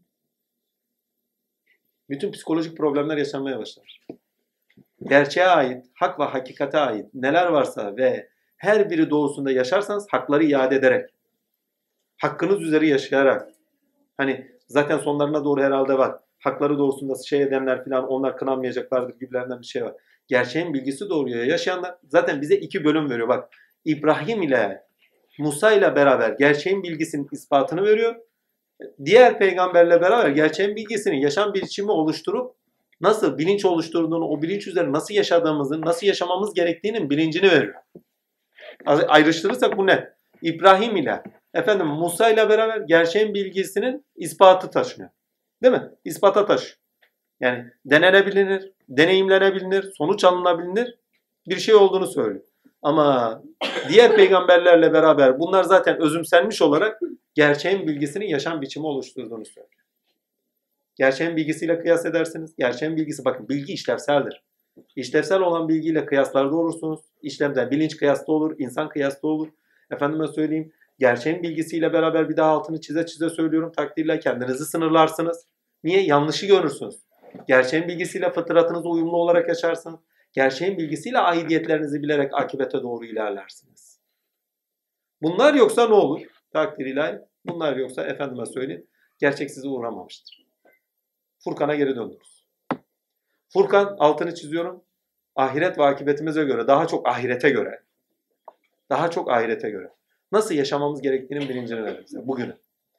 Bütün psikolojik problemler yaşanmaya başlar. Gerçeğe ait, hak ve hakikate ait neler varsa ve her biri doğrusunda yaşarsanız hakları iade ederek, hakkınız üzeri yaşayarak, hani zaten sonlarına doğru herhalde var. Hakları doğrusunda şey edenler falan onlar kınanmayacaklardır gibilerinden bir şey var. Gerçeğin bilgisi doğruya yaşayanlar zaten bize 2 bölüm veriyor. Bak İbrahim ile Musa ile beraber gerçeğin bilgisinin ispatını veriyor. Diğer peygamberle beraber gerçeğin bilgisinin yaşam biçimi oluşturup nasıl bilinç oluşturduğunu, o bilinç üzerine nasıl yaşadığımızın, nasıl yaşamamız gerektiğinin bilincini veriyor. Ayrıştırırsak bu ne? İbrahim ile Musa ile beraber gerçeğin bilgisinin ispatı taşınıyor. Değil mi? İspata taşıyor. Yani denenebilir, deneyimlenebilir, sonuç alınabilir bir şey olduğunu söylüyor. Ama diğer peygamberlerle beraber bunlar zaten özümsenmiş olarak gerçeğin bilgisinin yaşam biçimi oluşturduğunu söylüyor. Gerçeğin bilgisiyle kıyas edersiniz. Gerçeğin bilgisi, bakın bilgi işlevseldir. İşlevsel olan bilgiyle kıyaslarda olursunuz. İşlemde bilinç kıyaslı olur, insan kıyaslı olur. Efendime söyleyeyim, gerçeğin bilgisiyle beraber bir daha altını çize çize söylüyorum. Takdirle kendinizi sınırlarsınız. Niye? Yanlışı görürsünüz. Gerçeğin bilgisiyle fıtratınızla uyumlu olarak yaşarsınız. Gerçeğin bilgisiyle aidiyetlerinizi bilerek akibete doğru ilerlersiniz. Bunlar yoksa ne olur? Takdir ilahi. Bunlar yoksa efendime söyleyeyim, gerçek size uğramamıştır. Furkan'a geri döndürürüz. Furkan, altını çiziyorum, ahiret ve akibetimize göre, daha çok ahirete göre nasıl yaşamamız gerektiğinin bilincini verir bize bugünü.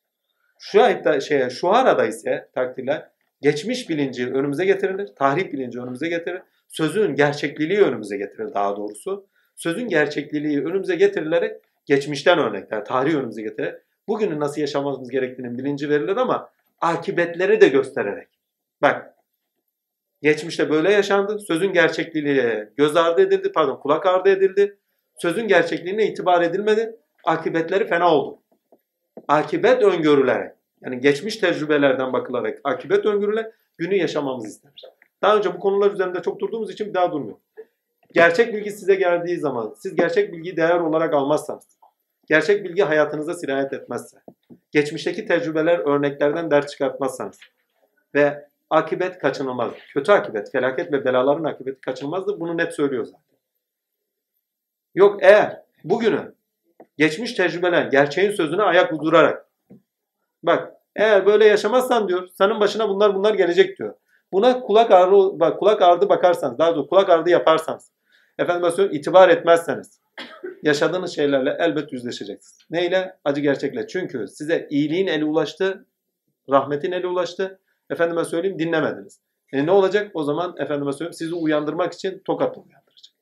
Şu arada ise takdirler geçmiş bilinci önümüze getirilir, tarih bilinci önümüze getirilir, sözün gerçekliliği önümüze getirilir daha doğrusu. Sözün gerçekliliği önümüze getirilerek geçmişten örnekler, tarih önümüze getirilir. Bugünü nasıl yaşamamız gerektiğinin bilinci verilir ama akibetleri de göstererek. Bak, geçmişte böyle yaşandı, sözün gerçekliliği kulak ardı edildi, sözün gerçekliğine itibar edilmedi, akibetleri fena oldu. Akibet öngörülerek, yani geçmiş tecrübelerden bakılarak akibet öngörülerek günü yaşamamızı istenir. Daha önce bu konular üzerinde çok durduğumuz için bir daha durmuyorum. Gerçek bilgi size geldiği zaman, siz gerçek bilgiyi değer olarak almazsanız, gerçek bilgi hayatınıza sirayet etmezse, geçmişteki tecrübeler, örneklerden ders çıkartmazsanız ve akibet kaçınılmaz. Kötü akibet, felaket ve belaların akibeti kaçınılmazdır. Bunu net söylüyor zaten. Yok eğer bugünü geçmiş tecrübeler, gerçeğin sözüne ayak uydurarak, bak eğer böyle yaşamazsan diyor, senin başına bunlar gelecek diyor. Buna kulak ardı bakarsanız, daha doğrusu kulak ardı yaparsanız, itibar etmezseniz, yaşadığınız şeylerle elbet yüzleşeceksiniz. Neyle? Acı gerçekle. Çünkü size iyiliğin eli ulaştı, rahmetin eli ulaştı. Dinlemediniz. Ne olacak? O zaman sizi uyandırmak için tokatla uyandıracak.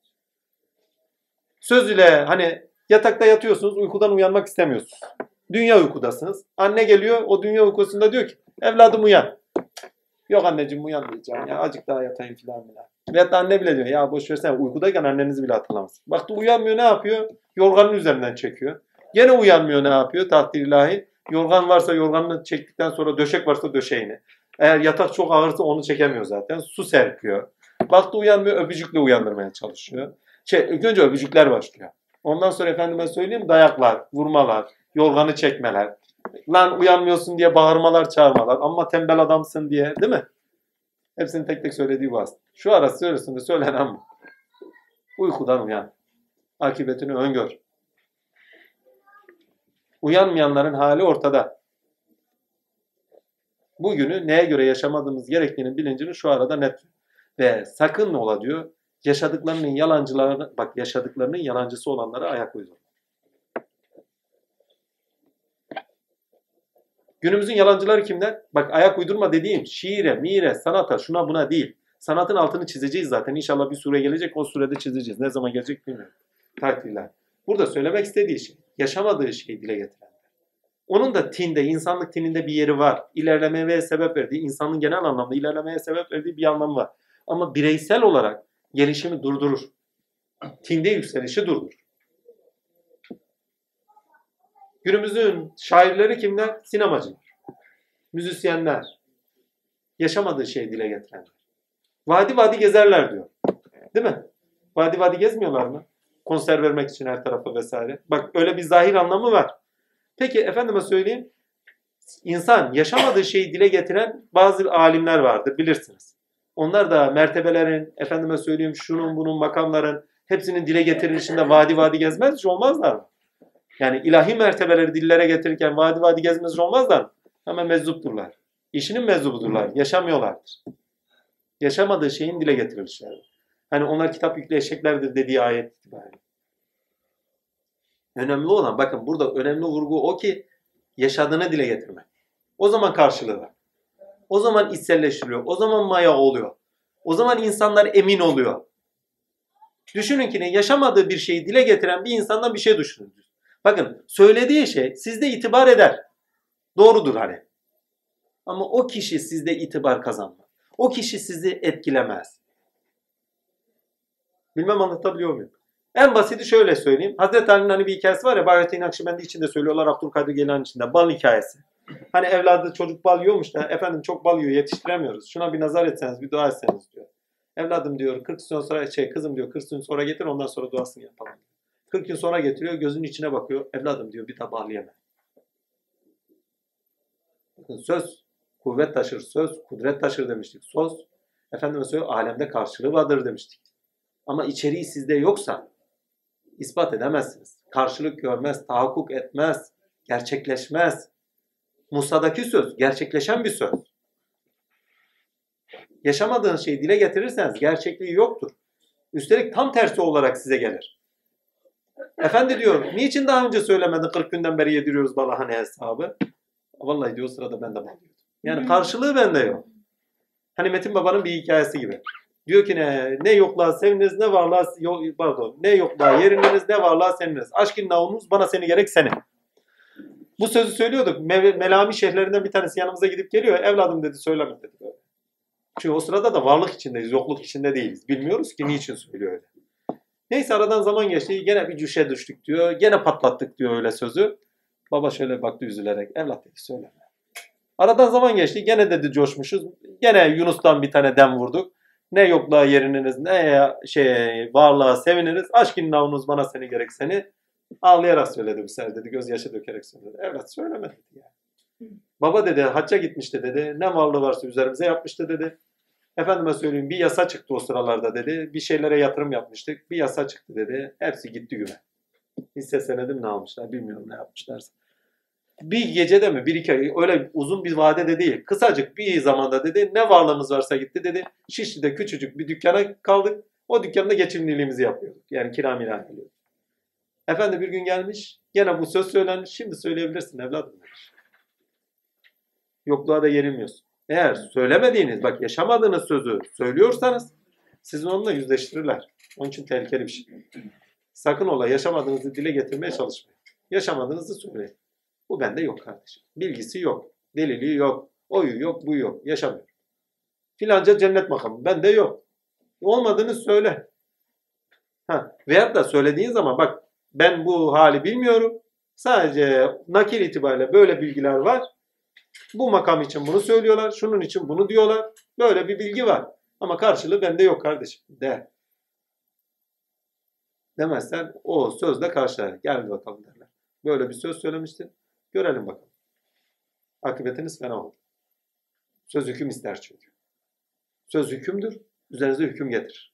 Söz ile hani yatakta yatıyorsunuz, uykudan uyanmak istemiyorsunuz. Dünya uykudasınız. Anne geliyor, o dünya uykusunda diyor ki, evladım uyan. Yok anneciğim uyanmayacağım ya, azıcık daha yatayım filan. Veyahut da anne bile diyor, ya boş versene, uykudayken annenizi bile hatırlamaz. Baktı uyanmıyor, ne yapıyor? Yorganın üzerinden çekiyor. Gene uyanmıyor, ne yapıyor? Takdir ilahi. Yorgan varsa yorganını çektikten sonra döşek varsa döşeğini. Eğer yatak çok ağırsa onu çekemiyor zaten. Su serpiyor. Baktı uyanmıyor, öpücükle uyandırmaya çalışıyor. İlk önce öpücükler başlıyor. Ondan sonra dayaklar, vurmalar, yorganı çekmeler. Lan uyanmıyorsun diye bağırmalar, çağırmalar. Amma tembel adamsın diye, değil mi? Hepsinin tek tek söylediği bu aslında. Şu arasında söylenen bu. Uykudan uyan. Akıbetini öngör. Uyanmayanların hali ortada. Bugünü neye göre yaşamadığımız gerektiğinin bilincini şu arada net. Ve sakın ola diyor, yaşadıklarının yalancısı olanlara ayak uydurun. Günümüzün yalancıları kimler? Bak, ayak uydurma dediğim şiire, mire, sanata, şuna buna değil. Sanatın altını çizeceğiz zaten. İnşallah bir sure gelecek, o surede çizeceğiz. Ne zaman gelecek bilmiyorum. Takdirler. Burada söylemek istediği şey, yaşamadığı şeyi dile getiren. Onun da insanlık tininde bir yeri var. İlerlemeye sebep verdiği, insanın genel anlamda ilerlemeye sebep verdiği bir anlamı var. Ama bireysel olarak gelişimi durdurur. Tinde yükselişi durdurur. Günümüzün şairleri kimler? Sinemacılar. müzisyenler, yaşamadığı şeyi dile getirenler. Vadi vadi gezerler diyor. Değil mi? Vadi vadi gezmiyorlar mı? Konser vermek için her tarafa vesaire. Bak öyle bir zahir anlamı var. Peki efendime söyleyeyim. İnsan yaşamadığı şeyi dile getiren bazı alimler vardır bilirsiniz. Onlar da mertebelerin, efendime söyleyeyim şunun bunun makamların hepsinin dile getirilişinde vadi vadi gezmez hiç olmazlar mı? Yani ilahi mertebeleri dillere getirirken vadi vadi gezmez hiç olmazlar mı? Ama meczupturlar. İşinin mezzubudurlar. Yaşamıyorlardır. Yaşamadığı şeyin dile getirilişleri. Hani onlar kitap yüklü eşeklerdir dediği ayet itibariyle. Önemli olan bakın burada önemli vurgu o ki yaşadığını dile getirmek. O zaman karşılığı var. O zaman içselleştiriliyor. O zaman maya oluyor. O zaman insanlar emin oluyor. Düşünün ki yaşamadığı bir şeyi dile getiren bir insandan bir şey düşünün. Bakın söylediği şey sizde itibar eder. Doğrudur hani. Ama o kişi sizde itibar kazanmaz. O kişi sizi etkilemez. Bilmem anlatabiliyor muyum? En basiti şöyle söyleyeyim. Hazreti Ali'nin hani bir hikayesi var ya, Bahattin Nakşibendi içinde söylüyorlar, Abdülkadir Geylani içinde. Bal hikayesi. Hani evladı çocuk bal yiyormuş da efendim çok bal yiyor yetiştiremiyoruz. Şuna bir nazar etseniz, bir dua etseniz diyor. Evladım diyor 40 gün sonra kızım diyor 40 gün sonra getir ondan sonra duasını yapalım. 40 gün sonra getiriyor gözünün içine bakıyor. Evladım diyor bir daha bal yeme. Bakın söz kuvvet taşır, söz kudret taşır demiştik. Söz efendime söylüyor alemde karşılığı vardır demiştik. Ama içeriği sizde yoksa ispat edemezsiniz. Karşılık görmez, tahakkuk etmez, gerçekleşmez. Musa'daki söz gerçekleşen bir söz. Yaşamadığınız şeyi dile getirirseniz gerçekliği yoktur. Üstelik tam tersi olarak size gelir. Efendi diyor, niçin daha önce söylemedin 40 günden beri yediriyoruz balahane hesabı? Vallahi diyor o sırada ben de balıyordum. Yani karşılığı bende yok. Hani Metin Baba'nın bir hikayesi gibi. Diyor ki ne yokluğa seviniriz ne varlığa ne yokluğa yeriniriz ne varlığa seviniriz. Aşkın navunuz bana seni gerek seni. Bu sözü söylüyorduk. Melami şeyhlerinden bir tanesi yanımıza gidip geliyor. Evladım dedi söyleme dedi. Böyle. Çünkü o sırada da varlık içindeyiz, yokluk içinde değiliz. Bilmiyoruz ki niçin söylüyor öyle. Neyse aradan zaman geçti. Gene bir cüşe düştük diyor. Gene patlattık diyor öyle sözü. Baba şöyle baktı üzülerek. Evlat dedi söyleme. Aradan zaman geçti. Gene dedi coşmuşuz. Gene Yunus'tan bir tane dem vurduk. Ne yokluğa yerininiz ne varlığa seviniriz. Aşkın navunuz bana seni gerek seni. Ağlayarak söyledi bu sefer dedi. Gözyaşı dökerek söyledi. Evlat söyleme dedi yani. Baba dedi hacca gitmişti dedi. Ne varlığı varsa üzerimize yapmıştı dedi. Efendime söyleyeyim bir yasa çıktı o sıralarda dedi. Bir şeylere yatırım yapmıştık. Bir yasa çıktı dedi. Hepsi gitti güme. Hisse senedi mi ne almışlar bilmiyorum ne yapmışlarsa. Bir gecede mi bir iki ay öyle uzun bir vadede değil. Kısacık bir zamanda dedi ne varlığımız varsa gitti dedi. Şişli'de küçücük bir dükkana kaldık. O dükkanda geçimliliğimizi yapıyorduk. Yani kira mira alıyorduk. Efendi bir gün gelmiş. Gene bu söz söylenmiş. Şimdi söyleyebilirsin evladım demiş. Yokluğa da yerilmiyorsun. Eğer söylemediğiniz, bak yaşamadığınız sözü söylüyorsanız sizin onunla yüzleştirirler. Onun için tehlikeli bir şey. Sakın ola yaşamadığınızı dile getirmeye çalışmayın. Yaşamadığınızı söyleyin. Bu bende yok kardeşim. Bilgisi yok. Delili yok. Oyu yok, bu yok. Yaşamıyor. Filanca cennet makamı. Bende yok. Olmadığını söyle. Veyahut da söylediğin zaman bak ben bu hali bilmiyorum. Sadece nakil itibariyle böyle bilgiler var. Bu makam için bunu söylüyorlar. Şunun için bunu diyorlar. Böyle bir bilgi var. Ama karşılığı bende yok kardeşim. De. Demezsen o sözle karşılar. Gel bakalım derler. Böyle bir söz söylemiştin. Görelim bakalım. Akıbetiniz fena olur. Söz hüküm ister çünkü. Söz hükümdür. Üzerinize hüküm getirir.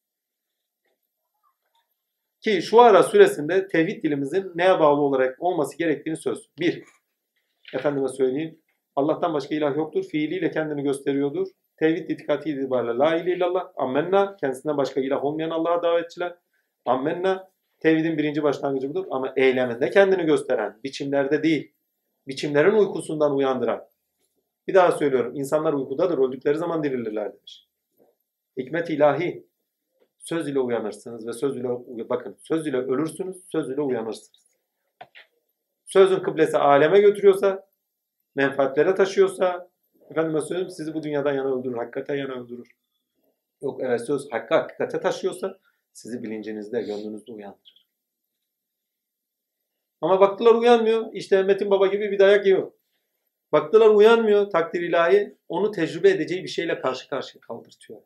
Ki Şuara suresinde tevhid dilimizin neye bağlı olarak olması gerektiğini söz. 1. Efendime söyleyeyim. Allah'tan başka ilah yoktur. Fiiliyle kendini gösteriyordur. Tevhid itikati itibariyle la ilahe illallah. Ammenna. Kendisinden başka ilah olmayan Allah'a davetçiler. Ammenna. Tevhidin birinci başlangıcı budur. Ama eyleminde kendini gösteren. Biçimlerde değil. Biçimlerin uykusundan uyandıran. Bir daha söylüyorum. İnsanlar uykudadır. Öldükleri zaman dirilirler demiş. Hikmet ilahi. Söz ile uyanırsınız ve söz ile bakın söz ile ölürsünüz, söz ile uyanırsınız. Sözün kıblesi aleme götürüyorsa, menfaatlere taşıyorsa, efendime söyleyeyim sizi bu dünyadan yana öldürür, hakikaten yana öldürür. Yok evet söz hakikate taşıyorsa sizi bilincinizde, gönlünüzde uyandırır. Ama baktılar uyanmıyor. İşte Metin Baba gibi bir dayak yiyor. Baktılar uyanmıyor, takdir ilahi onu tecrübe edeceği bir şeyle karşı karşıya kaldırtıyor.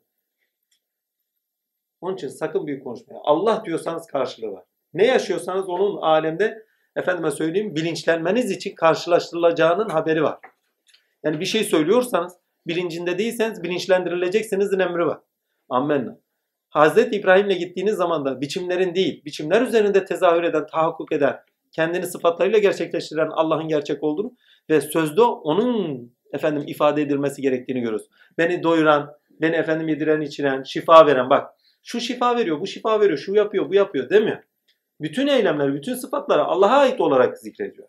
Onun için sakın büyük konuşmayın. Allah diyorsanız karşılığı var. Ne yaşıyorsanız onun alemde efendime söyleyeyim bilinçlenmeniz için karşılaştırılacağının haberi var. Yani bir şey söylüyorsanız bilincinde değilseniz bilinçlendirileceksiniz emri var. Amenna. Hazreti İbrahim'le gittiğiniz zaman da biçimlerin değil, biçimler üzerinde tezahür eden, tahakkuk eden, kendini sıfatlarıyla gerçekleştiren Allah'ın gerçek olduğunu ve sözde onun ifade edilmesi gerektiğini görüyoruz. Beni doyuran, beni yediren, içiren, şifa veren bak. Şu şifa veriyor, bu şifa veriyor, şu yapıyor, bu yapıyor değil mi? Bütün eylemler, bütün sıfatları Allah'a ait olarak zikrediyor.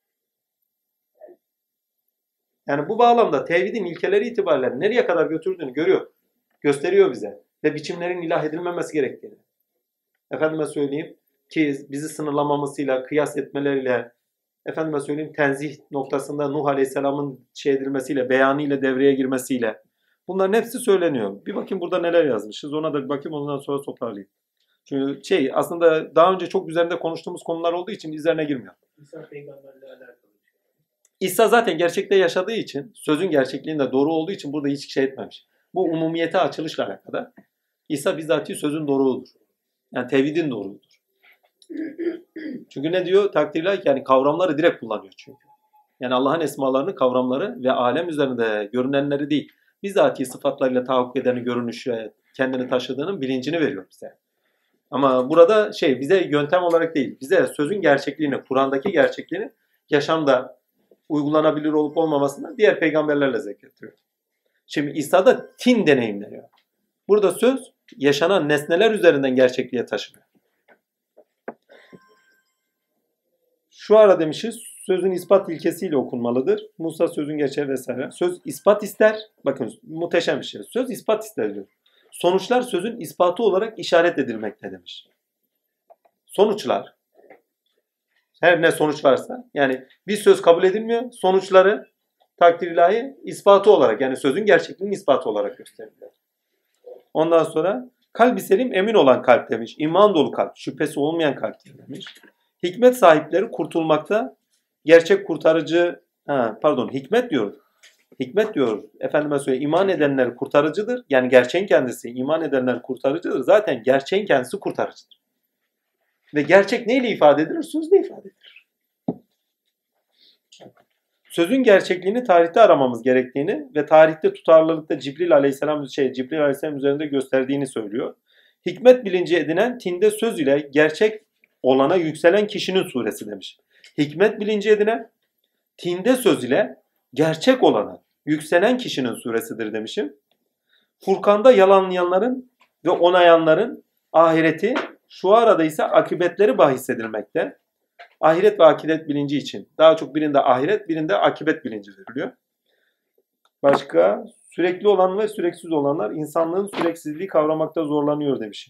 Yani bu bağlamda tevhidin ilkeleri itibariyle nereye kadar götürdüğünü görüyor. Gösteriyor bize. Ve biçimlerin ilah edilmemesi gerektiğini. Efendime söyleyeyim ki bizi sınırlamamasıyla, kıyas etmeleriyle, tenzih noktasında Nuh Aleyhisselam'ın edilmesiyle, beyanıyla devreye girmesiyle bunların hepsi söyleniyor. Bir bakayım burada neler yazmışız. Ona da bir bakayım ondan sonra toparlayayım. Çünkü aslında daha önce çok üzerinde konuştuğumuz konular olduğu için üzerine girmiyor. İsa peygamberle alakalı. İsa zaten gerçekte yaşadığı için, sözün gerçekliğinde doğru olduğu için burada hiç şey etmemiş. Bu umumiyete açılışla alakalı. İsa bizatihi sözün doğruğudur. Yani tevhidin doğruğudur. Çünkü ne diyor? Takdirler yani kavramları direkt kullanıyor çünkü. Yani Allah'ın esmalarını, kavramları ve alem üzerinde görünenleri değil. Bizatihi sıfatlarıyla tahakkuk edeni, görünüşe, kendini taşıdığının bilincini veriyor bize. Ama burada bize yöntem olarak değil, bize sözün gerçekliğini, Kur'an'daki gerçekliğini yaşamda uygulanabilir olup olmamasını diğer peygamberlerle zikrettiriyor. Şimdi İsa'da tin deneyimleniyor. Burada söz yaşanan nesneler üzerinden gerçekliğe taşınıyor. Şu ara demişiz sözün ispat ilkesiyle okunmalıdır. Musa sözün gerçeği vesaire. Söz ispat ister. Bakın muhteşem bir şey. Söz ispat ister diyor. Sonuçlar sözün ispatı olarak işaret edilmekte demiş. Sonuçlar. Her ne sonuç varsa. Yani bir söz kabul edilmiyor. Sonuçları takdir ilahi ispatı olarak yani sözün gerçekliğinin ispatı olarak gösteriliyor. Ondan sonra kalbi selim emin olan kalp demiş. İman dolu kalp. Şüphesi olmayan kalp demiş. Hikmet sahipleri kurtulmakta gerçek kurtarıcı hikmet diyor. Hikmet diyor iman edenler kurtarıcıdır. Yani gerçeğin kendisi iman edenler kurtarıcıdır. Zaten gerçeğin kendisi kurtarıcıdır. Ve gerçek neyle ifade edilir? Sözle ifade edilir. Sözün gerçekliğini tarihte aramamız gerektiğini ve tarihte tutarlılıkta Cibril Aleyhisselam üzerinde gösterdiğini söylüyor. Hikmet bilinci edinen tinde söz ile gerçek olana yükselen kişinin suresi demiş. Hikmet bilinci edinen tinde söz ile gerçek olana yükselen kişinin suresidir demişim. Furkan'da yalanlayanların ve onayanların ahireti, şu arada ise akıbetleri bahis edilmekte. Ahiret ve akibet bilinci için. Daha çok birinde ahiret, birinde akibet bilinci veriliyor. Başka? Sürekli olan ve süreksiz olanlar insanlığın süreksizliği kavramakta zorlanıyor demişim.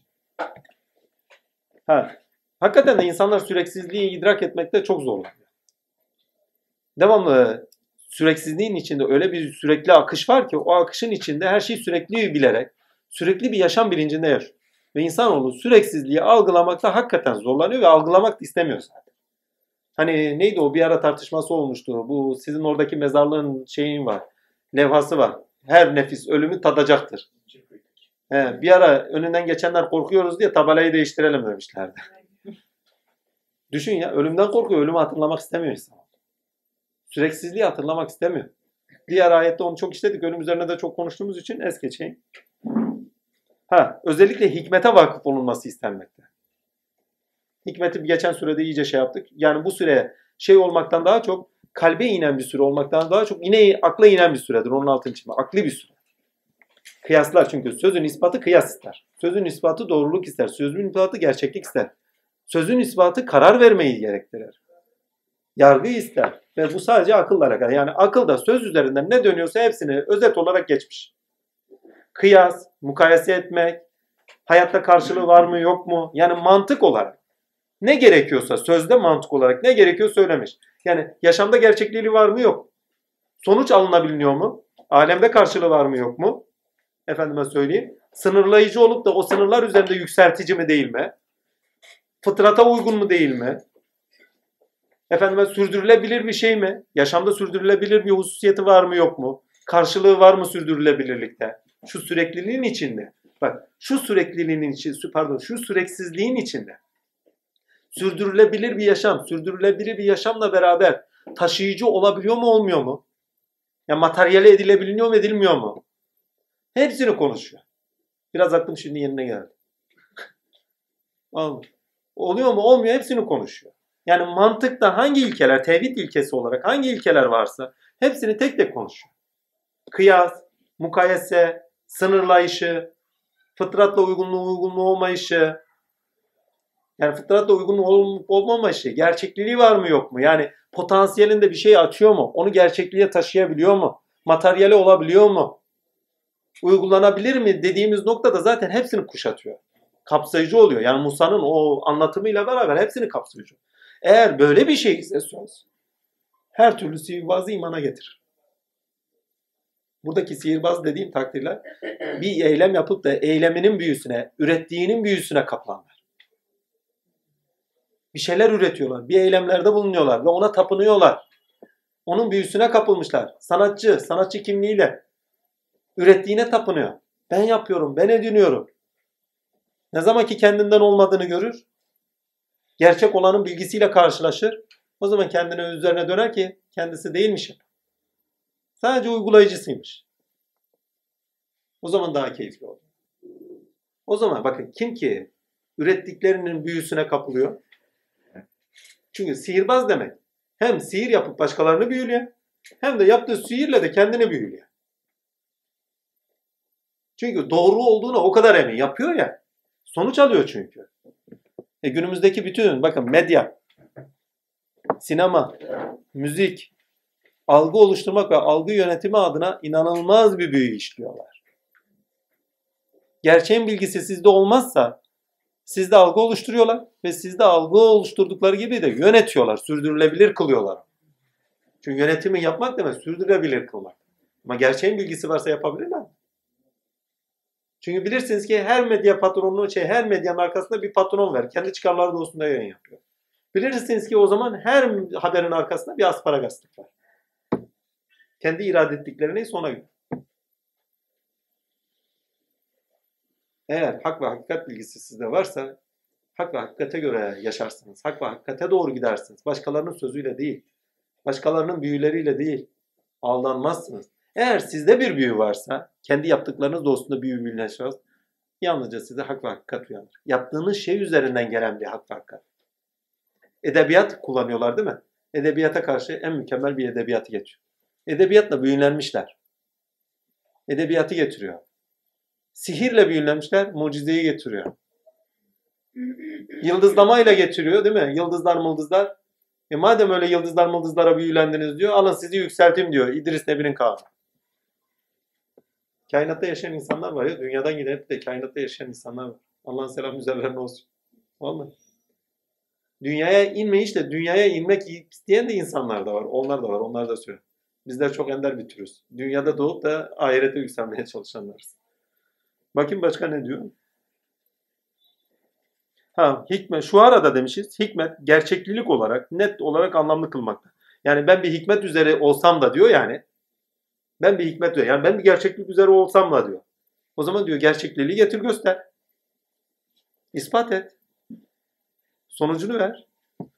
Hakikaten de insanlar süreksizliği idrak etmekte çok zorlanıyor. Devamlı süreksizliğin içinde öyle bir sürekli akış var ki o akışın içinde her şeyi sürekli bilerek, sürekli bir yaşam bilincinde yaşıyor. Ve insanoğlu süreksizliği algılamakta hakikaten zorlanıyor ve algılamak da istemiyor zaten. Hani neydi o bir ara tartışması olmuştu. Bu sizin oradaki mezarlığın var. Levhası var. Her nefis ölümü tadacaktır. Bir ara önünden geçenler korkuyoruz diye tabelayı değiştirelim demişlerdi. Düşün ya ölümden korkuyor. Ölümü hatırlamak istemiyor insan. Süreksizliği hatırlamak istemiyor. Diğer ayette onu çok işledik. Ölüm üzerine de çok konuştuğumuz için es geçeyim. Özellikle hikmete vakıf olunması istenmekte. Hikmeti geçen sürede iyice yaptık. Yani bu süre olmaktan daha çok kalbe inen bir süre olmaktan daha çok yine akla inen bir süredir. Onun altını çizme. Akli bir süre. Kıyaslar çünkü sözün ispatı kıyas ister. Sözün ispatı doğruluk ister. Sözün ispatı gerçeklik ister. Sözün ispatı karar vermeyi gerektirir. Yargı ister. Ve bu sadece akılla alakalı. Yani akılda söz üzerinden ne dönüyorsa hepsini özet olarak geçmiş. Kıyas, mukayese etmek, hayatta karşılığı var mı yok mu? Yani mantık olarak. Ne gerekiyorsa sözde mantık olarak ne gerekiyor söylemiş. Yani yaşamda gerçekliği var mı yok. Sonuç alınabiliyor mu? Alemde karşılığı var mı yok mu? Efendime söyleyeyim. Sınırlayıcı olup da o sınırlar üzerinde yükseltici mi değil mi? Fıtrata uygun mu değil mi? Efendime sürdürülebilir bir şey mi? Yaşamda sürdürülebilir bir hususiyeti var mı yok mu? Karşılığı var mı sürdürülebilirlikte? Şu sürekliliğin içinde. Bak şu sürekliliğin içinde, pardon şu süreksizliğin içinde. Sürdürülebilir bir yaşam, sürdürülebilir bir yaşamla beraber taşıyıcı olabiliyor mu olmuyor mu? Ya materyale edilebiliyor mu edilmiyor mu? Hepsini konuşuyor. Biraz aklım şimdi yerine geldi. Oluyor mu olmuyor hepsini konuşuyor. Yani mantıkta hangi ilkeler, tevhid ilkesi olarak hangi ilkeler varsa hepsini tek tek konuşuyor. Kıyas, mukayese, sınırlayışı, fıtratla uygunluğu olmayışı, yani fıtratla uygun olup olmamayışı, gerçekliliği var mı yok mu? Yani potansiyelinde bir şey açıyor mu? Onu gerçekliğe taşıyabiliyor mu? Materyali olabiliyor mu? Uygulanabilir mi dediğimiz noktada zaten hepsini kuşatıyor. Kapsayıcı oluyor. Yani Musa'nın o anlatımıyla beraber hepsini kapsayıcı. Eğer böyle bir şey ise söz, her türlü sihirbazı imana getirir. Buradaki sihirbaz dediğim takdirler bir eylem yapıp da eyleminin büyüsüne, ürettiğinin büyüsüne kaplanlar. Bir şeyler üretiyorlar, bir eylemlerde bulunuyorlar ve ona tapınıyorlar. Onun büyüsüne kapılmışlar. Sanatçı kimliğiyle ürettiğine tapınıyor. Ben yapıyorum, ben ediniyorum. Ne zaman ki kendinden olmadığını görür, gerçek olanın bilgisiyle karşılaşır, o zaman kendine üzerine döner ki kendisi değilmiş. Sadece uygulayıcısıymış. O zaman daha keyifli olur. O zaman bakın kim ki ürettiklerinin büyüsüne kapılıyor. Çünkü sihirbaz demek hem sihir yapıp başkalarını büyülüyor hem de yaptığı sihirle de kendini büyülüyor. Çünkü doğru olduğuna o kadar emin yapıyor ya. Sonuç alıyor çünkü. Günümüzdeki bütün bakın medya, sinema, müzik, algı oluşturmak ve algı yönetimi adına inanılmaz bir büyü işliyorlar. Gerçeğin bilgisi sizde olmazsa sizde algı oluşturuyorlar ve sizde algı oluşturdukları gibi de yönetiyorlar, sürdürülebilir kılıyorlar. Çünkü yönetimi yapmak demek sürdürülebilir kılmak. Ama gerçeğin bilgisi varsa yapabilirler. Çünkü bilirsiniz ki her medya patronunun her medyanın arkasında bir patron var. Kendi çıkarları doğrultusunda yayın yapıyor. Bilirsiniz ki o zaman her haberin arkasında bir asparagaslık var. Kendi irade ettikleri neyse ona göre. Eğer hak ve hakikat bilgisi sizde varsa hak ve hakikate göre yaşarsınız. Hak ve hakikate doğru gidersiniz. Başkalarının sözüyle değil. Başkalarının büyüleriyle değil. Aldanmazsınız. Eğer sizde bir büyü varsa kendi yaptıklarınız doğrultusunda büyü birleşmez. Yalnızca size hak ve hakikat uyanır. Yaptığınız şey üzerinden gelen bir hak ve hakikat. Edebiyat kullanıyorlar değil mi? Edebiyata karşı en mükemmel bir edebiyatı getiriyor. Edebiyatla büyülenmişler. Edebiyatı getiriyor. Sihirle büyülenmişler, mucizeyi getiriyor. Yıldızlamayla getiriyor değil mi? Yıldızlar. Madem öyle yıldızlara büyülendiniz diyor, alın sizi yükselteyim diyor İdris Nebi'nin kavmi. Kainatta yaşayan insanlar var ya, dünyadan gidip de kainatta yaşayan insanlar var. Allah'ın selamı üzerlerine olsun. Vallahi. Dünyaya inmeyiş de dünyaya inmek isteyen de insanlar da var. Onlar da var, onlar da söylüyor. Bizler çok ender bir türüz. Dünyada doğup da ahirete yükselmeye çalışanlarız. Bakın başka ne diyor? Hikmet. Şu arada demişiz. Hikmet gerçeklilik olarak, net olarak anlamlı kılmakta. Yani ben bir hikmet üzere olsam da diyor yani. Ben bir hikmet diyor. Yani ben bir gerçeklik üzere olsam da diyor. O zaman diyor gerçekliği getir göster. İspat et. Sonucunu ver.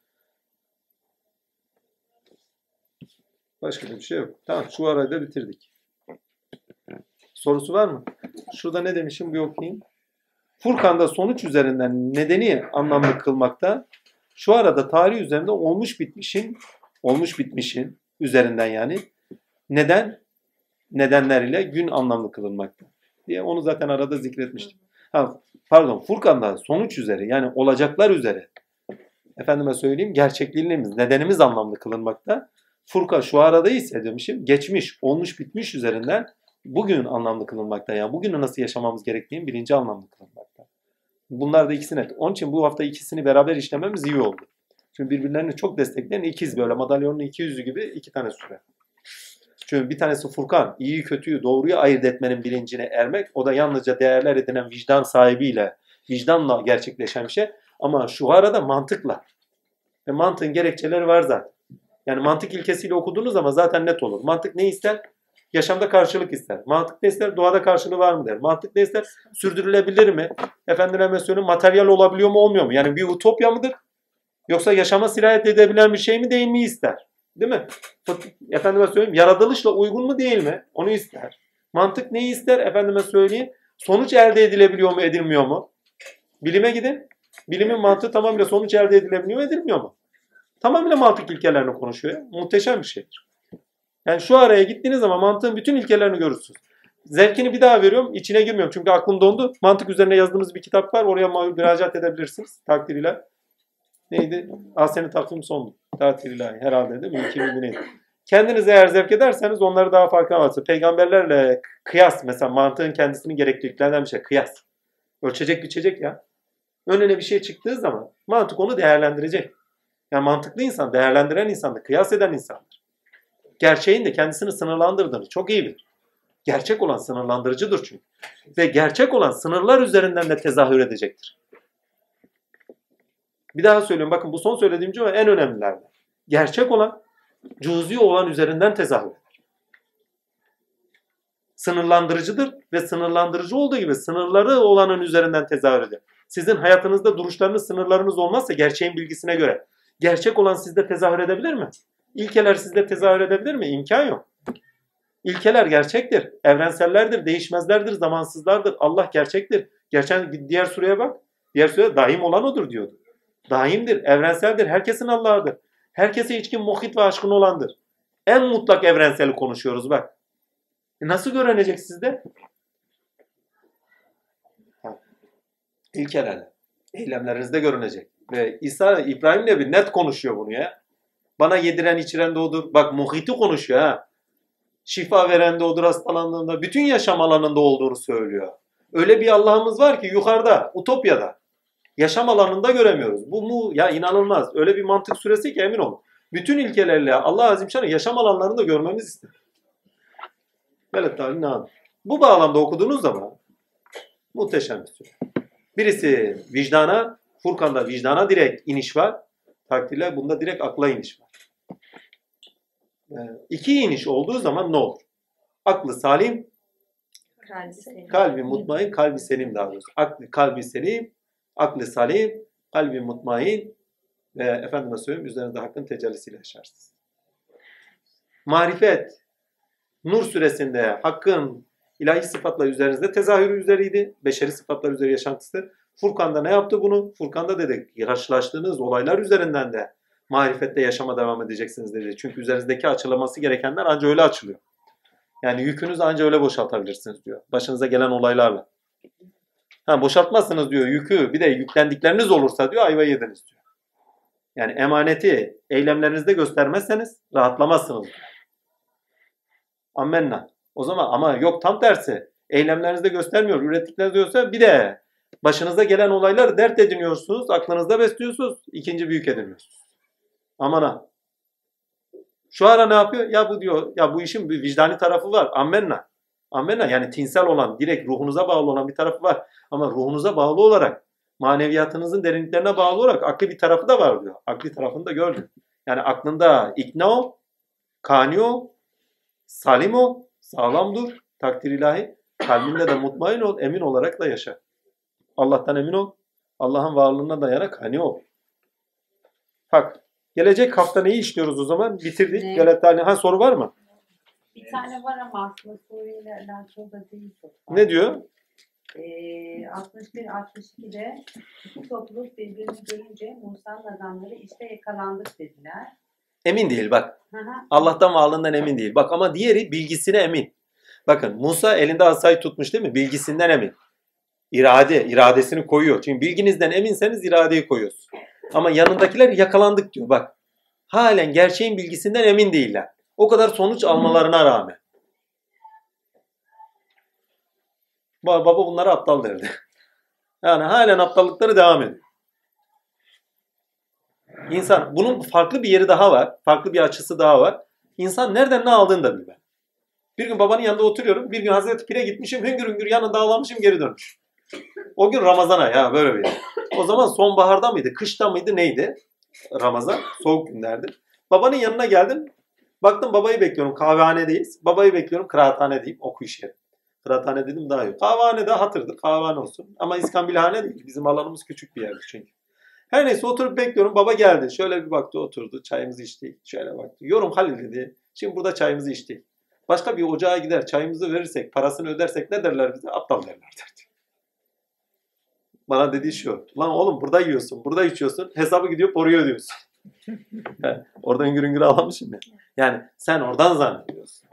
Başka bir şey yok. Tamam şu arayı da bitirdik. Sorusu var mı? Şurada ne demişim bir okuyayım. Furkan'da sonuç üzerinden nedeni anlamlı kılmakta. Şu arada tarih üzerinde olmuş bitmişin üzerinden yani nedenler ile gün anlamlı kılınmakta diye onu zaten arada zikretmiştim. Furkan'da sonuç üzere yani olacaklar üzere efendime söyleyeyim gerçekliğimiz, nedenimiz anlamlı kılınmakta. Furkan şu arada ise demişim geçmiş, olmuş bitmiş üzerinden bugün anlamlı kılınmakta. Yani bugünü nasıl yaşamamız gerektiğini birinci anlamlı kılınmakta. Bunlar da ikisi net. Onun için bu hafta ikisini beraber işlememiz iyi oldu. Çünkü birbirlerini çok destekleyen ikiz böyle madalyonun iki yüzü gibi iki tane süre. Çünkü bir tanesi Furkan, iyiyi kötüyü doğruyu ayırt etmenin bilincine ermek. O da yalnızca değerler edinen vicdan sahibiyle, vicdanla gerçekleşen bir şey. Ama şu arada mantıkla. Mantığın gerekçeleri var zaten. Yani mantık ilkesiyle okuduğunuz zaman zaten net olur. Mantık ne ister? Yaşamda karşılık ister. Mantık ne ister? Doğada karşılığı var mı der. Mantık ne ister? Sürdürülebilir mi? Efendime söyleyeyim, materyal olabiliyor mu olmuyor mu? Yani bir utopya mıdır? Yoksa yaşama sirayet edebilen bir şey mi değil mi ister? Değil mi? Efendime söyleyeyim, yaratılışla uygun mu değil mi? Onu ister. Mantık neyi ister? Efendime söyleyeyim, sonuç elde edilebiliyor mu edilmiyor mu? Bilime gidin. Bilimin mantığı tamamıyla sonuç elde edilebiliyor mu edilmiyor mu? Tamamıyla mantık ilkelerini konuşuyor. Ya. Muhteşem bir şeydir. Yani şu araya gittiğiniz zaman mantığın bütün ilkelerini görürsünüz. Zevkini bir daha veriyorum. İçine girmiyorum çünkü aklım dondu. Mantık üzerine yazdığımız bir kitap var. Oraya müracaat edebilirsiniz takdiriyle. Neydi? Senin takvim son takdiriyle herhalde değil mi? 2000 neydi? Kendiniz eğer zevk ederseniz onları daha farklı anlatırsınız. Peygamberlerle kıyas mesela mantığın kendisinin gerekliliklerinden bir şey. Kıyas. Ölçecek biçecek ya. Önüne bir şey çıktığı zaman mantık onu değerlendirecek. Yani mantıklı insan, değerlendiren insandır, kıyas eden insandır. Gerçeğin de kendisini sınırlandırdığını çok iyi bilir. Gerçek olan sınırlandırıcıdır çünkü. Ve gerçek olan sınırlar üzerinden de tezahür edecektir. Bir daha söylüyorum, bakın bu son söylediğim cümle en önemlilerden. Gerçek olan, cüz'i olan üzerinden tezahür eder. Sınırlandırıcıdır ve sınırlandırıcı olduğu gibi sınırları olanın üzerinden tezahür eder. Sizin hayatınızda duruşlarınız, sınırlarınız olmazsa gerçeğin bilgisine göre gerçek olan sizde tezahür edebilir mi? İlkeler sizde tezahür edebilir mi? İmkan yok. İlkeler gerçektir, evrensellerdir, değişmezlerdir, zamansızlardır. Allah gerçektir. Geçen diğer sureye bak. Diğer surede daim olan odur diyordu. Daimdir, evrenseldir, herkesin Allah'ıdır. Herkese içkin, muhit ve aşkın olandır. En mutlak evrenseli konuşuyoruz bak. Nasıl görünecek sizde? İlkelerle. Eylemlerinizde görünecek. Ve İbrahim Nebi net konuşuyor bunu ya. Bana yediren içiren de odur. Bak muhiti konuşuyor ha. Şifa veren de odur hastalandığında. Bütün yaşam alanında olduğunu söylüyor. Öyle bir Allah'ımız var ki yukarıda, Utopya'da. Yaşam alanında göremiyoruz. Bu mu? Ya inanılmaz. Öyle bir mantık süresi ki emin olun. Bütün ilkelerle Allah Azimşan'ın yaşam alanlarında görmemiz ister. Bu bağlamda okuduğunuz zaman muhteşem bir süre. Birisi vicdana, Furkan'da vicdana direkt iniş var. Takdirle bunda direkt akla iniş var. İki iniş olduğu zaman ne olur? Aklı salim, kalbi mutmain, kalbi selim daha doğrusu. Kalbi selim, aklı salim, kalbi mutmain ve efendime söyleyeyim üzerinizde hakkın tecellisiyle yaşarsınız. Marifet, Nur suresinde hakkın ilahi sıfatla üzerinizde tezahürü üzeriydi. Beşeri sıfatlar üzeri yaşantısı. Furkan'da ne yaptı bunu? Furkan'da dedik karşılaştığınız olaylar üzerinden de marifette yaşama devam edeceksiniz dedi. Çünkü üzerinizdeki açılaması gerekenler ancak öyle açılıyor. Yani yükünüzü ancak öyle boşaltabilirsiniz diyor. Başınıza gelen olaylarla. Boşaltmazsınız diyor yükü. Bir de yüklendikleriniz olursa diyor ayva yediniz diyor. Yani emaneti eylemlerinizde göstermezseniz rahatlamazsınız diyor. Ammenna. O zaman ama yok tam tersi. Eylemlerinizde göstermiyor. Ürettiklerinizde göstermiyor. Bir de başınıza gelen olayları dert ediniyorsunuz. Aklınızda besliyorsunuz. İkinci büyük ediniyorsunuz. Aman ha. Şu ara ne yapıyor? Ya bu diyor. Ya bu işin bir vicdani tarafı var. Ammenna. Ammenna yani tinsel olan, direkt ruhunuza bağlı olan bir tarafı var. Ama ruhunuza bağlı olarak, maneviyatınızın derinliklerine bağlı olarak akli bir tarafı da var diyor. Akli tarafını da gördüm. Yani aklında ikna ol, kani ol, salim ol, sağlam dur, takdir ilahi. Kalbinde de mutmain ol, emin olarak da yaşa. Allah'tan emin ol, Allah'ın varlığına dayanarak hani ol. Bak, gelecek hafta neyi işliyoruz o zaman? Bitirdik. Soru var mı? Bir tane var ama aslında soruyla alakalı da değil. Ne diyor? 61-62'de iki topluluk birbirini görünce Musa'nın adamları işte yakalandık dediler. Emin değil bak. Hı hı. Allah'tan varlığından emin değil. Bak ama diğeri bilgisine emin. Bakın Musa elinde asayı tutmuş değil mi? Bilgisinden emin. İradesini koyuyor. Çünkü bilginizden eminseniz iradeyi koyuyorsunuz. Ama yanındakiler yakalandık diyor bak. Halen gerçeğin bilgisinden emin değiller. O kadar sonuç almalarına rağmen. Baba bunlara aptal derdi. Yani halen aptallıkları devam ediyor. İnsan, bunun farklı bir yeri daha var. Farklı bir açısı daha var. İnsan nereden ne aldığını da bilmez. Bir gün babanın yanında oturuyorum. Bir gün Hazreti Pir'e gitmişim. Hüngür hüngür yanında ağlamışım geri dönmüş. O gün Ramazan ayı böyle bir yer. O zaman sonbaharda mıydı? Kışta mıydı? Neydi? Ramazan. Soğuk günlerdi. Babanın yanına geldim. Baktım babayı bekliyorum. Kahvehanedeyiz. Babayı bekliyorum. Kıraathanedeyim. Okuyuş yeri. Kıraathane dedim daha iyi. Kahvehane de hatırdır. Kahvehane olsun. Ama İskambilhane değil. Bizim alanımız küçük bir yerdi çünkü. Her neyse oturup bekliyorum. Baba geldi. Şöyle bir baktı oturdu. Çayımızı içtik. Şöyle baktı. Yorum Halil dedi. Şimdi burada çayımızı içtik. Başka bir ocağa gider çayımızı verirsek, parasını ödersek ne derler bize? Aptal derler derdi. Bana dediği şu. Lan oğlum burada yiyorsun, burada içiyorsun. Hesabı gidiyor oraya ödüyorsun. Oradan gürün gürü alamışım ya. Yani sen oradan zannediyorsun.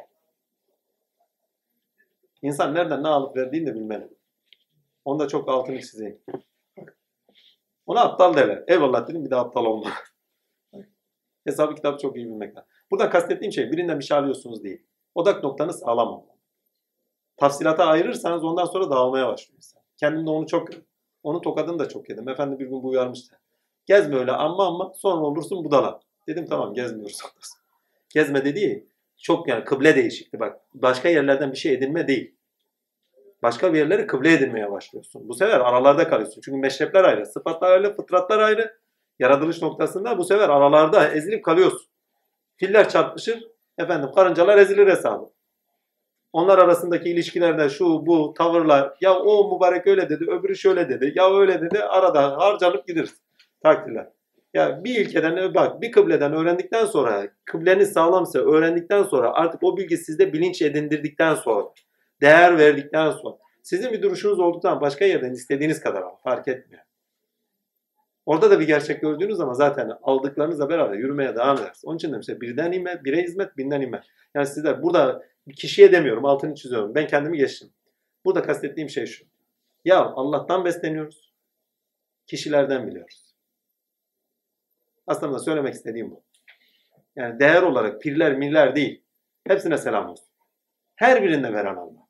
İnsan nereden ne alıp verdiğini de bilmeli. Onu da çok altını çizeyim. Ona aptal derler. Eyvallah dedim bir daha aptal olma. Hesabı kitabı çok iyi bilmek lazım. Burada kastettiğim şey birinden bir şey alıyorsunuz değil. Odak noktanız sağlam olmalı. Tafsilata ayırırsanız ondan sonra dağılmaya başlıyor insan. Kendim de onu çok yedim. Onun tokadını da çok yedim. Efendi bir gün bu uyarmıştı. Gezme öyle amma sonra olursun budala. Dedim tamam gezmiyoruz. Gezme dediği çok yani kıble değişikti. Bak başka yerlerden bir şey edinme değil. Başka bir yerleri kıble edinmeye başlıyorsun. Bu sefer aralarda kalıyorsun. Çünkü meşrepler ayrı, sıfatlar ayrı, fıtratlar ayrı. Yaratılış noktasında bu sefer aralarda ezilip kalıyorsun. Filler çarpışır, efendim karıncalar ezilir hesabı. Onlar arasındaki ilişkilerde şu bu tavırlar ya o mübarek öyle dedi öbürü şöyle dedi ya öyle dedi arada harcanıp gideriz takdirler. Ya bir ilkeden bak bir kıbleden öğrendikten sonra kıbleniz sağlamsa öğrendikten sonra artık o bilgi sizde bilinç edindirdikten sonra değer verdikten sonra sizin bir duruşunuz olduktan başka yerden istediğiniz kadar alın fark etmiyor. Orada da bir gerçek gördüğünüz zaman zaten aldıklarınızla beraber yürümeye devam edersiniz. Onun için demişler birden himmet, bire hizmet, binden himmet. Yani sizler burada kişiye demiyorum, altını çiziyorum. Ben kendimi geçtim. Burada kastettiğim şey şu. Ya Allah'tan besleniyoruz. Kişilerden biliyoruz. Aslında söylemek istediğim bu. Yani değer olarak pirler, miller değil. Hepsine selam olsun. Her birinde veren Allah.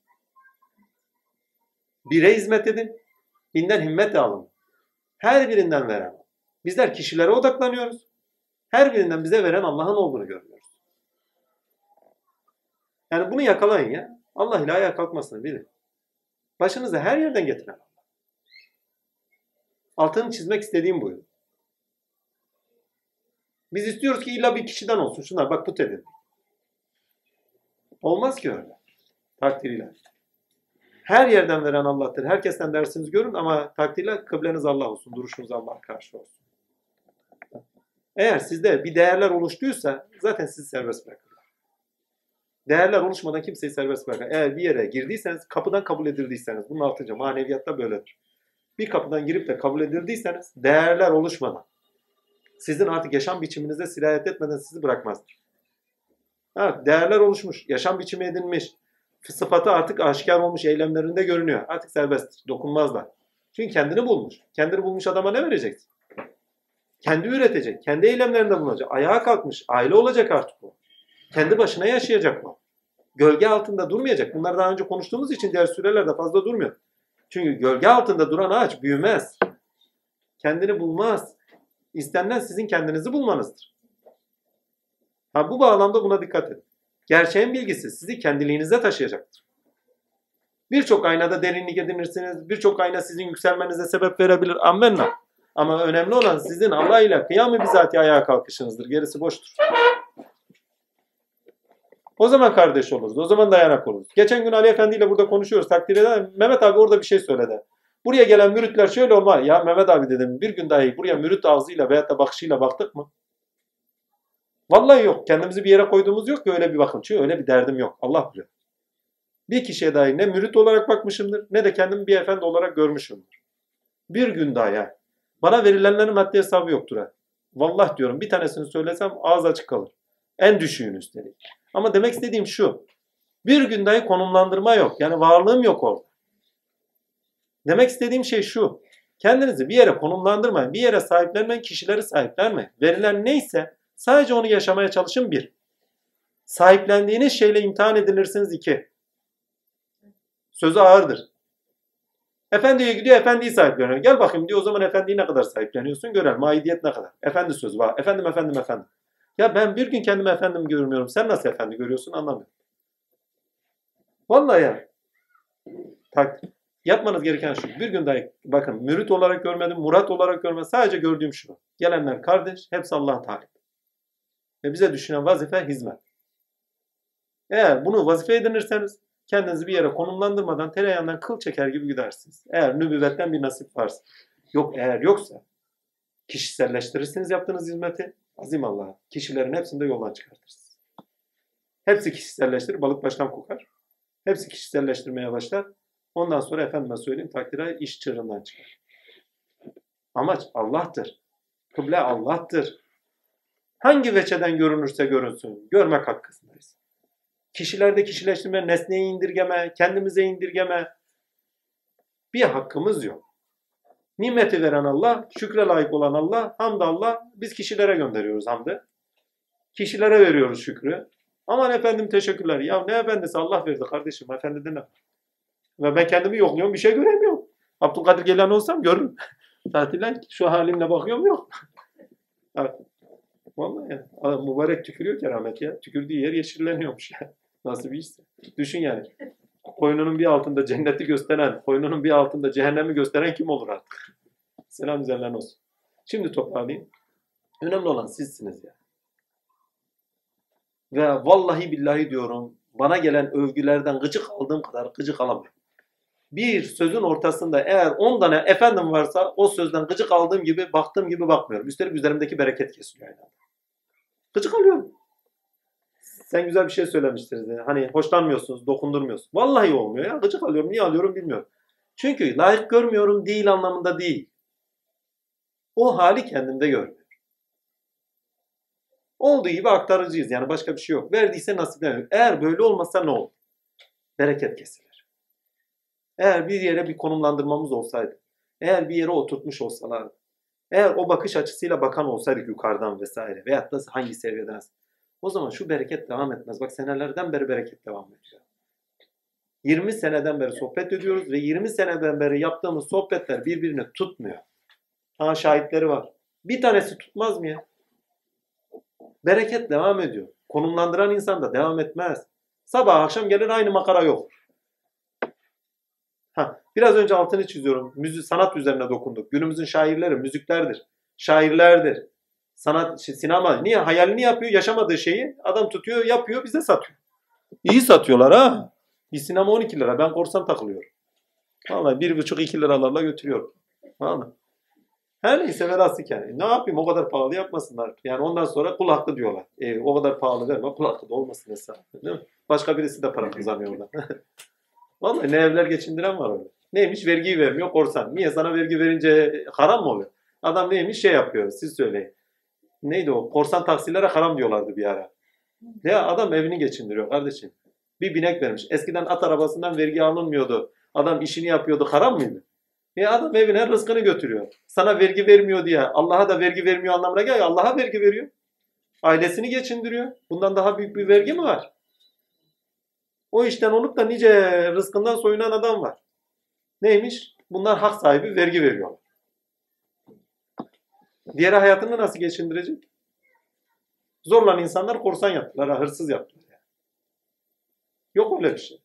Bire hizmet edin. Binden himmet alın. Her birinden veren. Bizler kişilere odaklanıyoruz. Her birinden bize veren Allah'ın olduğunu görüyoruz. Yani bunu yakalayın ya. Allah ile ayağa kalkmasını bilin. Başınıza her yerden getiren Allah. Altını çizmek istediğim buydu. Biz istiyoruz ki illa bir kişiden olsun. Şunlar bak put edin. Olmaz ki öyle. Takdiriyle. Her yerden veren Allah'tır. Herkesten dersiniz görün ama takdirle kıbleniz Allah olsun. Duruşunuz Allah'a karşı olsun. Eğer sizde bir değerler oluştuysa zaten sizi serbest bırakırlar. Değerler oluşmadan kimseyi serbest bırakır. Eğer bir yere girdiyseniz, kapıdan kabul edildiyseniz, bunun altınca maneviyatta böyledir. Bir kapıdan girip de kabul edildiyseniz, değerler oluşmadan, sizin artık yaşam biçiminize sirayet etmeden sizi bırakmazdır. Evet, değerler oluşmuş, yaşam biçimi edinmiş, sıfatı artık aşikar olmuş eylemlerinde görünüyor. Artık serbesttir, dokunmazlar. Çünkü kendini bulmuş. Kendini bulmuş adama ne vereceksin? Kendi üretecek, kendi eylemlerinde bulunacak. Ayağa kalkmış, aile olacak artık o. Kendi başına yaşayacak o. Gölge altında durmayacak. Bunlar daha önce konuştuğumuz için diğer sürelerde fazla durmuyor. Çünkü gölge altında duran ağaç büyümez. Kendini bulmaz. İstenilen sizin kendinizi bulmanızdır. Ha, bu bağlamda buna dikkat edin. Gerçeğin bilgisi sizi kendiliğinize taşıyacaktır. Birçok aynada derinlik edinirsiniz. Birçok ayna sizin yükselmenize sebep verebilir. Ammenna. Ama önemli olan sizin Allah ile kıyam-ı bizatihi ayağa kalkışınızdır. Gerisi boştur. O zaman kardeş oluruz. O zaman dayanak oluruz. Geçen gün Ali Efendi ile burada konuşuyoruz. Takdir eder. Mehmet abi orada bir şey söyledi. Buraya gelen müritler şöyle olmaz. Ya Mehmet abi dedim bir gün dahi buraya mürit ağzıyla veyahut da bakışıyla baktık mı? Vallahi yok. Kendimizi bir yere koyduğumuz yok ki öyle bir bakın. Çünkü öyle bir derdim yok. Allah biliyor. Bir kişiye dahi ne mürit olarak bakmışımdır ne de kendimi bir efendi olarak görmüşümdür. Bir gün daha ya. Bana verilenlerin maddi hesabı yoktur ha. Vallahi diyorum bir tanesini söylesem ağız açık kalır. En düşüğünü üstelik. Ama demek istediğim şu. Bir gün dahi konumlandırma yok. Yani varlığım yok orada. Demek istediğim şey şu. Kendinizi bir yere konumlandırmayın. Bir yere sahiplenmeyin. Kişileri sahiplenmeyin. Verilen neyse sadece onu yaşamaya çalışın bir. Sahiplendiğiniz şeyle imtihan edilirsiniz iki. Sözü ağırdır. Efendiye gidiyor, efendiyi sahipleniyor. Gel bakayım diyor, o zaman efendiyi ne kadar sahipleniyorsun görelim. Aidiyet ne kadar? Efendi sözü var. Efendim, efendim, efendim. Ya ben bir gün kendimi efendim görmüyorum. Sen nasıl efendi görüyorsun anlamıyorum. Vallahi ya. Yapmanız gereken şu. Bir gün dahi bakın mürit olarak görmedim, murat olarak görmedim. Sadece gördüğüm şu. Gelenler kardeş, hepsi Allah'a talip. Ve bize düşünen vazife hizmet. Eğer bunu vazife edinirseniz kendinizi bir yere konumlandırmadan tereyağından kıl çeker gibi gidersiniz. Eğer nübüvvetten bir nasip varsa. Yok, eğer yoksa kişiselleştirirsiniz yaptığınız hizmeti. Azim Allah'a. Kişilerin hepsini de yoldan çıkartırsınız. Hepsi kişiselleştirir, balık baştan kokar. Hepsi kişiselleştirmeye başlar. Ondan sonra efendime söyleyeyim takdire iş çığırından çıkar. Amaç Allah'tır. Kıble Allah'tır. Hangi veçeden görünürse görünsün, görmek hakkındayız. Kişilerde kişileştirme, nesneyi indirgeme, kendimize indirgeme bir hakkımız yok. Nimeti veren Allah, şükre layık olan Allah, hamd Allah, biz kişilere gönderiyoruz hamdı. Kişilere veriyoruz şükrü. Aman efendim teşekkürler. Ya ne efendisi Allah verdi kardeşim, efendiden ne? Ve ben kendimi yokluyorum, bir şey göremiyorum. Abdülkadir Geylani olsam görürüm. Tatilden şu halimle bakıyorum yok. Evet. Vallahi ya. Adam mübarek tükürüyor keramet ya. Tükürdüğü yer yeşilleniyormuş ya. Nasıl bir işse. Düşün yani. Koynunun bir altında cenneti gösteren, koynunun bir altında cehennemi gösteren kim olur artık? Selam üzerlerine olsun. Şimdi toparlayayım. Önemli olan sizsiniz ya. Ve vallahi billahi diyorum, bana gelen övgülerden gıcık aldığım kadar gıcık alamıyorum. Bir sözün ortasında eğer 10 tane efendim varsa o sözden gıcık aldığım gibi, baktığım gibi bakmıyorum. Üstelik üzerimdeki bereket kesiliyor aynı anda. Gıcık alıyorum. Sen güzel bir şey söylemiştiniz. Hani hoşlanmıyorsunuz, dokundurmuyorsunuz. Vallahi olmuyor ya. Gıcık alıyorum. Niye alıyorum bilmiyorum. Çünkü layık görmüyorum değil anlamında değil. O hali kendimde görmüyorum. Olduğu gibi aktarıcıyız. Yani başka bir şey yok. Verdiyse nasiplenir. Eğer böyle olmasa ne olur? Bereket kesilir. Eğer bir yere bir konumlandırmamız olsaydı, eğer bir yere oturtmuş olsalardı, eğer o bakış açısıyla bakan olsaydık yukarıdan vesaire veyahut da hangi seviyeden, o zaman şu bereket devam etmez. Bak senelerden beri bereket devam ediyor. 20 seneden beri sohbet ediyoruz ve 20 seneden beri yaptığımız sohbetler birbirini tutmuyor. Ha şahitleri var. Bir tanesi tutmaz mı ya? Bereket devam ediyor. Konumlandıran insan da devam etmez. Sabah akşam gelir aynı makara yok. Biraz önce altını çiziyorum. Sanat üzerine dokunduk. Günümüzün şairleri müziklerdir. Şairlerdir. Sanat, sinema. Niye? Hayalini yapıyor. Yaşamadığı şeyi adam tutuyor, yapıyor, bize satıyor. İyi satıyorlar ha. Bir sinema 12 lira. Ben korsan takılıyorum. Vallahi 1,5-2 liralarla götürüyorum. Vallahi. Her neyse velhasıl yani. Ne yapayım? O kadar pahalı yapmasınlar. Yani ondan sonra kul hakkı diyorlar. O kadar pahalı verme. Kul hakkı da olmasın hesabı. Değil mi? Başka birisi de para kazanıyor oradan. Vallahi ne evler geçindiren var öyle. Neymiş? Vergiyi vermiyor korsan. Niye? Sana vergi verince haram mı oluyor? Adam neymiş? Şey yapıyor. Siz söyleyin. Neydi o? Korsan taksilere haram diyorlardı bir ara. Ya adam evini geçindiriyor kardeşim. Bir binek vermiş. Eskiden at arabasından vergi alınmıyordu. Adam işini yapıyordu. Haram mıydı? Adam evine rızkını götürüyor. Sana vergi vermiyor diye Allah'a da vergi vermiyor anlamına geliyor. Allah'a vergi veriyor. Ailesini geçindiriyor. Bundan daha büyük bir vergi mi var? O işten olup da nice rızkından soyunan adam var. Neymiş? Bunlar hak sahibi vergi veriyor. Diğeri hayatını nasıl geçindirecek? Zorlan insanlar korsan yaptılar, hırsız yaptılar. Yok öyle bir şey.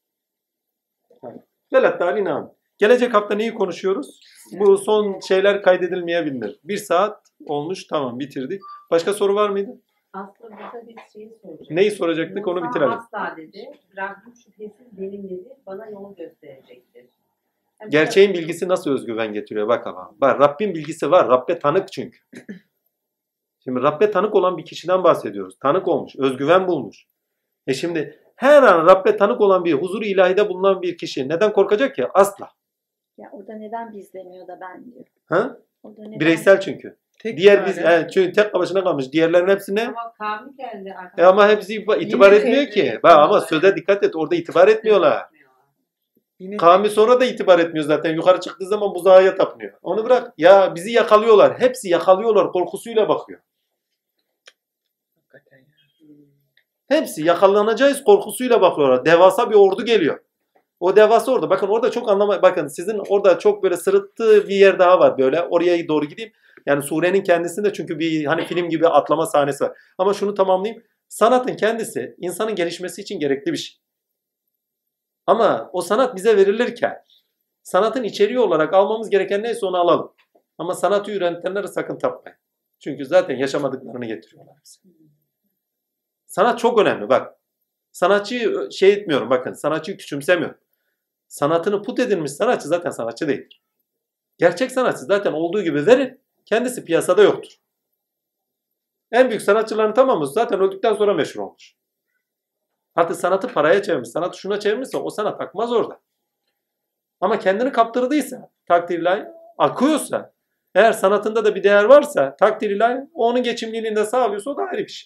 Velatta alinam. Gelecek hafta neyi konuşuyoruz? Bu son şeyler kaydedilmeyebilir. 1 saat olmuş, tamam bitirdik. Başka soru var mıydı? Aslında burada bir şeyi soracak. Neyi soracaktık onu bitirelim. Asla dedi. Rabbim şüphesiz benim dedi. Bana yol gösterecektir. Yani Gerçeğin bilgisi nasıl özgüven getiriyor? Bak ama. Bak, Rabbin bilgisi var. Rabbe tanık çünkü. Şimdi Rabbe tanık olan bir kişiden bahsediyoruz. Tanık olmuş. Özgüven bulmuş. Şimdi her an Rabbe tanık olan bir huzur-u ilahide bulunan bir kişi neden korkacak ki? Asla. Ya orada neden biz demiyor da ben diyor. Ha? Orada neden Bireysel çünkü. Diğer biz çünkü tek başına kalmış. Diğerlerin hepsine ama kavmi geldi arkadaşlar. ama hepsi itibar Yine etmiyor tebrik ki. Bak ama söze dikkat et. Orada itibar etmiyorlar. Yine Kavmi sonra da itibar etmiyor zaten. Yukarı çıktığı zaman buzağa tapınıyor. Onu bırak. Ya bizi yakalıyorlar. Hepsi yakalıyorlar. Korkusuyla bakıyor. hakikaten ya. Hepsi yakalanacağız korkusuyla bakıyorlar. Devasa bir ordu geliyor. O devasa ordu. Bakın orada çok bakın sizin orada çok böyle sırıttığı bir yer daha var böyle. Oraya doğru gideyim. Yani surenin kendisinde çünkü bir hani film gibi atlama sahnesi var. Ama şunu tamamlayayım. Sanatın kendisi insanın gelişmesi için gerekli bir şey. Ama o sanat bize verilirken Sanatın içeriği olarak almamız gereken neyse onu alalım. Ama sanatı üretenlere sakın tapmayın. Çünkü zaten yaşamadıklarını getiriyorlar bize. Sanat çok önemli bak. Sanatçıyı şey etmiyorum bakın. Sanatçıyı küçümsemiyorum. Sanatını put edilmiş sanatçı zaten sanatçı değildir. Gerçek sanatçı zaten olduğu gibi verir. Kendisi piyasada yoktur. En büyük sanatçıların tamamı zaten öldükten sonra meşhur olmuş. Artık sanatı paraya çevirmiş, sanatı şuna çevirmişse o sana takmaz orada. Ama kendini kaptırdıysa, takdir ilahi, akıyorsa, eğer sanatında da bir değer varsa, takdir ilahi, o onun geçimliliğini de sağlıyorsa o da ayrı bir şey.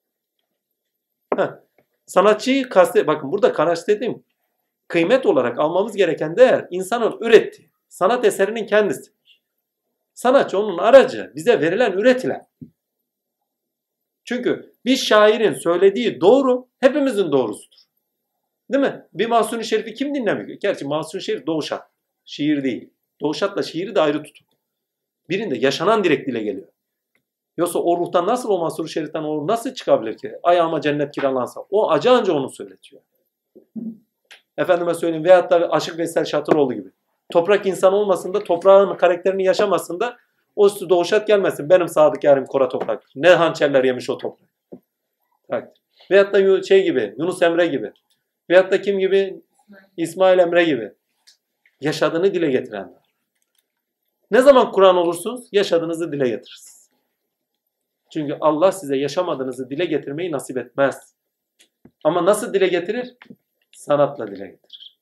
Sanatçıyı bakın burada kastettiğim kıymet olarak almamız gereken değer insanın ürettiği, sanat eserinin kendisi. Sanatçı onun aracı, bize verilen, üretilen. Çünkü bir şairin söylediği doğru, hepimizin doğrusudur. Değil mi? Bir Mahsuni Şerif'i kim dinlemiyor? Gerçi Mahsuni Şerif doğuşat, şiir değil. Doğuşatla şiiri de ayrı tutun. Birinde yaşanan direkt dile geliyor. Yoksa o ruhtan nasıl o Mahsuni Şerif'ten o nasıl çıkabilir ki? Ayağıma cennet kiralansa. O acı anca onu söyletiyor. Efendime söyleyeyim veyahut da Aşık Veysel Şatıroğlu gibi. Toprak insan olmasın da toprağın karakterini yaşamasın da o üstü doğuşat gelmesin. Benim sadık yarim kora toprak. Ne hançerler yemiş o toprak. Veyahut da şey gibi Yunus Emre gibi. Veyahut da kim gibi? İsmail Emre gibi. Yaşadığını dile getirenler. Ne zaman Kur'an olursunuz? Yaşadığınızı dile getirirsiniz. Çünkü Allah size yaşamadığınızı dile getirmeyi nasip etmez. Ama nasıl dile getirir? Sanatla dile getirir.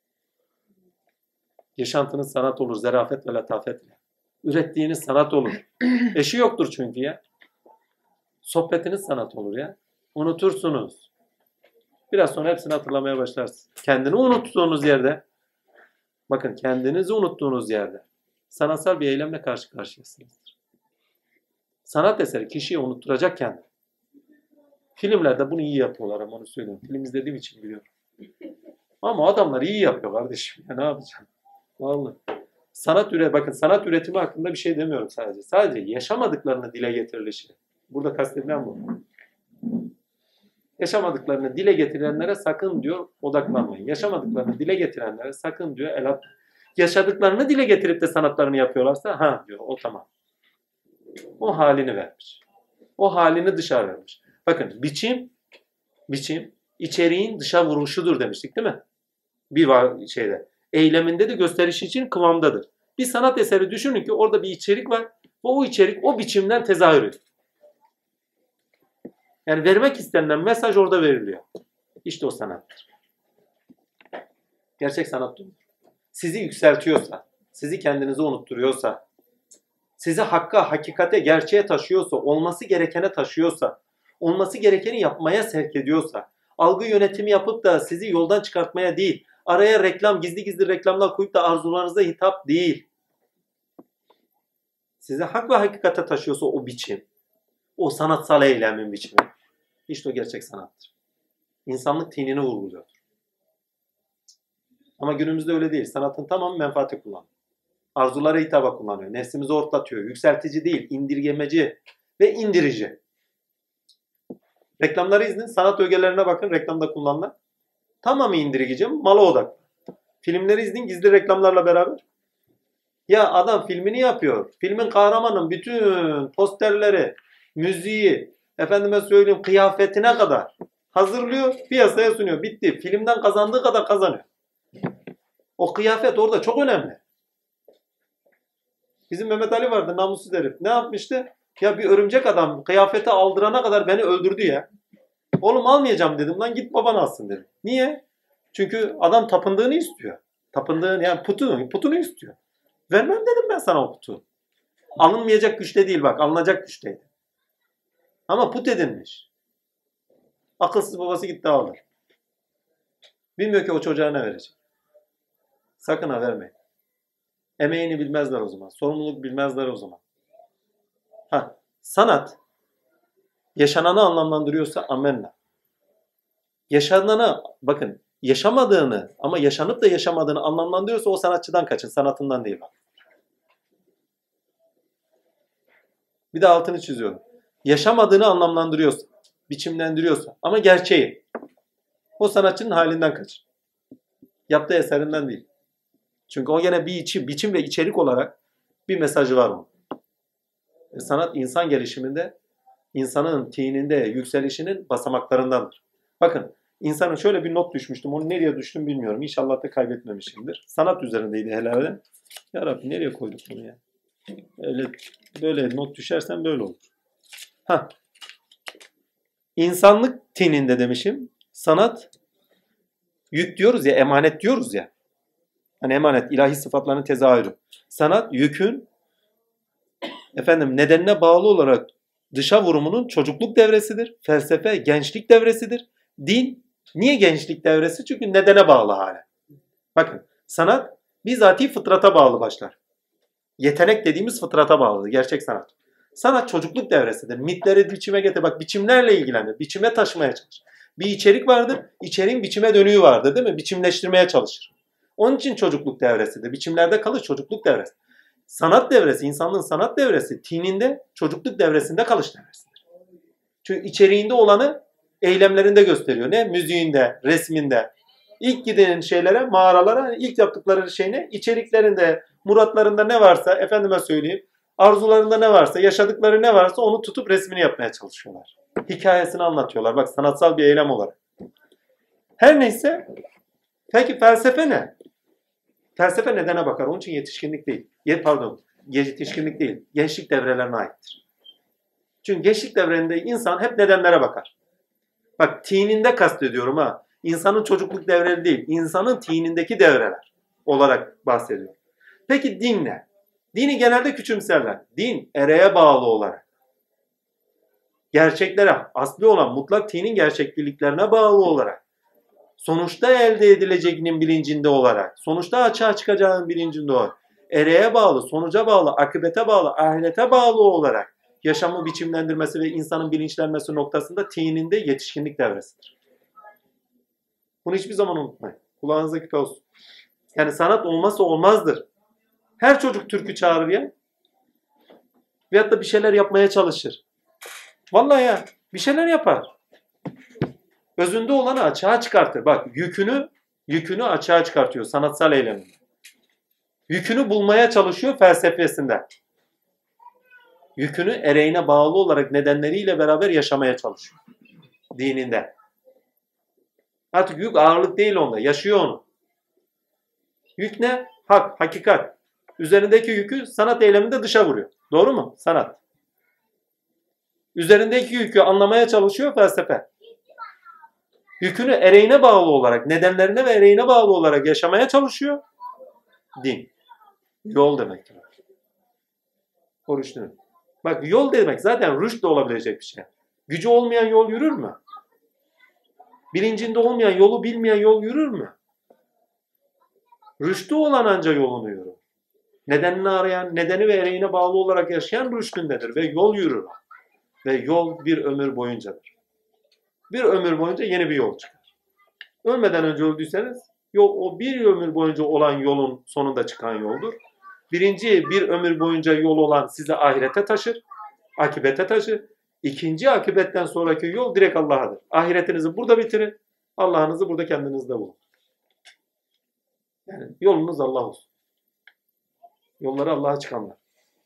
Yaşantınız sanat olur, zerafet ve letafetle. Ürettiğiniz sanat olur. Eşi yoktur çünkü ya. Sohbetiniz sanat olur ya. Unutursunuz. Biraz sonra hepsini hatırlamaya başlarsınız. Kendini unuttuğunuz yerde, bakın kendinizi unuttuğunuz yerde sanatsal bir eylemle karşı karşıyasınızdır. Sanat eseri kişiyi unutturacak kendini. Filmlerde bunu iyi yapıyorlar ama onu söylüyorum. Film izlediğim için biliyorum. Ama adamlar iyi yapıyor kardeşim. Ya ne yapacağım? Vallahi. Bakın sanat üretimi hakkında bir şey demiyorum sadece. Sadece yaşamadıklarını dile getirilişi. Burada kastedilen bu. Yaşamadıklarını dile getirenlere sakın diyor odaklanmayın. Yaşamadıklarını dile getirenlere sakın diyor el atmayın. Yaşadıklarını dile getirip de sanatlarını yapıyorlarsa ha diyor o tamam. O halini vermiş. O halini dışa vermiş. Bakın biçim içeriğin dışa vuruşudur demiştik değil mi? Bir şeyde. Eyleminde de gösterişi için kıvamdadır. Bir sanat eseri düşünün ki orada bir içerik var. O içerik o biçimden tezahür ediyor. Yani vermek istenilen mesaj orada veriliyor. İşte o sanattır. Gerçek sanat budur. Sizi yükseltiyorsa, sizi kendinize unutturuyorsa, sizi hakka, hakikate, gerçeğe taşıyorsa, olması gerekene taşıyorsa, olması gerekeni yapmaya sevk ediyorsa, algı yönetimi yapıp da sizi yoldan çıkartmaya değil, araya reklam, gizli gizli reklamlar koyup da arzularınıza hitap değil. Sizi hak ve hakikate taşıyorsa o biçim, o sanatsal eylemin biçimi, işte o gerçek sanattır. İnsanlık tinini vurguluyordur. Ama günümüzde öyle değil. Sanatın tamamı menfaati kullanıyor. Arzulara hitaba kullanıyor. Nefsimizi ortlatıyor. Yükseltici değil, indirgemeci ve indirici. Reklamları izleyin. Sanat ögelerine bakın. Reklamda kullanılan. Tamamı indirici, mala odaklı. Filmleri izleyin gizli reklamlarla beraber. Ya adam filmini yapıyor. Filmin kahramanın bütün posterleri, müziği, efendime söyleyeyim kıyafetine kadar hazırlıyor, piyasaya sunuyor. Bitti. Filmden kazandığı kadar kazanıyor. O kıyafet orada çok önemli. Bizim Mehmet Ali vardı namussuz herif. Ne yapmıştı? Ya bir örümcek adam kıyafeti aldırana kadar beni öldürdü ya. Oğlum almayacağım dedim. Lan git baban alsın dedim. Niye? Çünkü adam tapındığını istiyor. Tapındığını yani putunu istiyor. Vermem dedim ben sana o putu. Alınmayacak güçte değil bak. Alınacak güçteydi. Ama put edilmiş. Akılsız babası gitti alır. Bilmiyor ki o çocuğa ne verecek. Sakın ha vermeyin. Emeğini bilmezler o zaman. Sorumluluk bilmezler o zaman. Sanat yaşananı anlamlandırıyorsa amenna. Yaşananı bakın yaşamadığını ama yaşanıp da yaşamadığını anlamlandırıyorsa o sanatçıdan kaçın. Sanatından değil bak. Bir de altını çiziyorum. Yaşamadığını anlamlandırıyorsa, biçimlendiriyorsa ama gerçeği o sanatçının halinden kaçın. Yaptığı eserinden değil. Çünkü o gene bir biçim ve içerik olarak bir mesajı var onun. Sanat insan gelişiminde, insanın tininde yükselişinin basamaklarındandır. Bakın, insanın şöyle bir not düşmüştüm. Onu nereye düştüm bilmiyorum. İnşallah da kaybetmemişimdir. Sanat üzerindeydi herhalde. Ya Rabbi nereye koyduk bunu ya? Öyle böyle not düşersen böyle olur. Ha. İnsanlık tininde demişim. Sanat yük diyoruz ya, emanet diyoruz ya. Hani emanet, ilahi sıfatların tezahürü. Sanat yükün nedenine bağlı olarak dışa vurumunun çocukluk devresidir. Felsefe gençlik devresidir. Din niye gençlik devresi? Çünkü nedene bağlı hale. Bakın, sanat bizatihi fıtrata bağlı başlar. Yetenek dediğimiz fıtrata bağlı. Gerçek sanat. Sanat çocukluk devresidir. Mitleri biçime getir. Bak, biçimlerle ilgilenir. Biçime taşımaya çalışır. Bir içerik vardır. İçeriğin biçime dönüğü vardır, değil mi? Biçimleştirmeye çalışır. Onun için çocukluk devresidir. Biçimlerde kalır, çocukluk devresi. Sanat devresi, insanlığın sanat devresi, tininde çocukluk devresinde kalış devresidir. Çünkü içeriğinde olanı eylemlerinde gösteriyor. Ne? Müziğinde, resminde. İlk giden şeylere, mağaralara, ilk yaptıkları şey ne? İçeriklerinde, muratlarında ne varsa, efendime söyleyeyim, arzularında ne varsa, yaşadıkları ne varsa onu tutup resmini yapmaya çalışıyorlar. Hikayesini anlatıyorlar. Bak, sanatsal bir eylem olarak. Her neyse, peki felsefe ne? Felsefe nedene bakar. Onun için yetişkinlik değil. Yetişkinlik değil. Gençlik devrelerine aittir. Çünkü gençlik devrelerinde insan hep nedenlere bakar. Bak, tininde kastediyorum ha. İnsanın çocukluk devreleri değil. İnsanın tinindeki devreler olarak bahsediyor. Peki din ne? Dini genelde küçümserler. Din ereğe bağlı olarak. Gerçeklere, asli olan mutlak tinin gerçekliklerine bağlı olarak. Sonuçta elde edilecekinin bilincinde olarak. Sonuçta açığa çıkacağının bilincinde olarak. Ereğe bağlı, sonuca bağlı, akıbete bağlı, ahirete bağlı olarak yaşamı biçimlendirmesi ve insanın bilinçlenmesi noktasında tininde yetişkinlik devresidir. Bunu hiçbir zaman unutmayın. Kulağınıza küpe olsun. Yani sanat olmazsa olmazdır. Her çocuk türkü çağırır ya. Veyahut da bir şeyler yapmaya çalışır. Vallahi ya, bir şeyler yapar. Özünde olanı açığa çıkartır. Bak, yükünü açığa çıkartıyor sanatsal eyleminde. Yükünü bulmaya çalışıyor felsefesinde. Yükünü ereğine bağlı olarak nedenleriyle beraber yaşamaya çalışıyor. Dininde. Artık yük ağırlık değil onda. Yaşıyor onu. Yük ne? Hak, hakikat. Üzerindeki yükü sanat eyleminde dışa vuruyor. Doğru mu? Sanat. Üzerindeki yükü anlamaya çalışıyor felsefe. Yükünü ereğine bağlı olarak, nedenlerine ve ereğine bağlı olarak yaşamaya çalışıyor. Din. Yol demektir. O rüştünün. Bak, yol demek zaten rüşt de olabilecek bir şey. Gücü olmayan yol yürür mü? Bilincinde olmayan, yolu bilmeyen yol yürür mü? Rüştü olan anca yolunu yürür. Nedenini arayan, nedeni ve ereğine bağlı olarak yaşayan rüştündedir ve yol yürür. Ve yol bir ömür boyuncadır. Bir ömür boyunca yeni bir yol çıkar. Ölmeden önce öldüyseniz, o bir ömür boyunca olan yolun sonunda çıkan yoldur. Birinci bir ömür boyunca yol olan sizi ahirete taşır, akibete taşır. İkinci akibetten sonraki yol direkt Allah'adır. Ahiretinizi burada bitirin, Allah'ınızı burada kendinizde bulun. Yani yolunuz Allah olsun. Yolları Allah'a çıkanlar.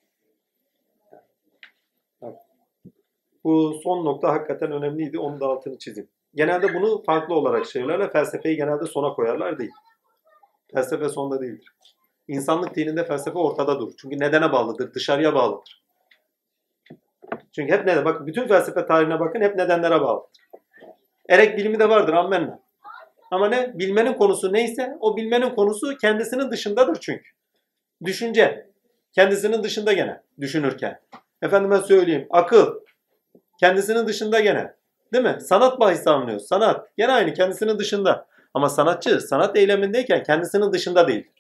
Bu son nokta hakikaten önemliydi. Onun da altını çizeyim. Genelde bunu farklı olarak şeylerle felsefeyi genelde sona koyarlar değil. Felsefe sonda değildir. İnsanlık dininde felsefe ortada durur. Çünkü nedene bağlıdır, dışarıya bağlıdır. Çünkü hep neden? Bakın, bütün felsefe tarihine bakın, hep nedenlere bağlıdır. Erek bilimi de vardır, ammenna. Ama ne? Bilmenin konusu neyse, o bilmenin konusu kendisinin dışındadır çünkü. Düşünce kendisinin dışında gene düşünürken. Efendime söyleyeyim, akıl kendisinin dışında gene. Değil mi? Sanat bahisi anlıyor. Sanat gene aynı, kendisinin dışında. Ama sanatçı sanat eylemindeyken kendisinin dışında değildir.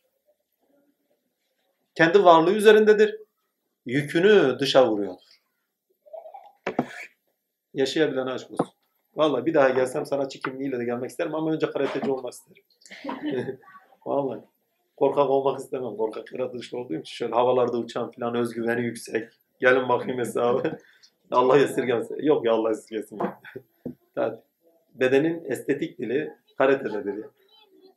Kendi varlığı üzerindedir. Yükünü dışa vuruyordur. Yaşayabilen aşk olsun. Vallahi bir daha gelsem sanatçı kimliğiyle de gelmek isterim ama önce karateci olmak isterim. Vallahi. Korkak olmak istemem. Korkaklara dışlı olduğum için şöyle havalarda uçan falan, özgüveni yüksek. Gelin bakayım hesabı. Allah esirgemesin. Yok ya, Allah esirgesin. Bedenin estetik dili karatede dili.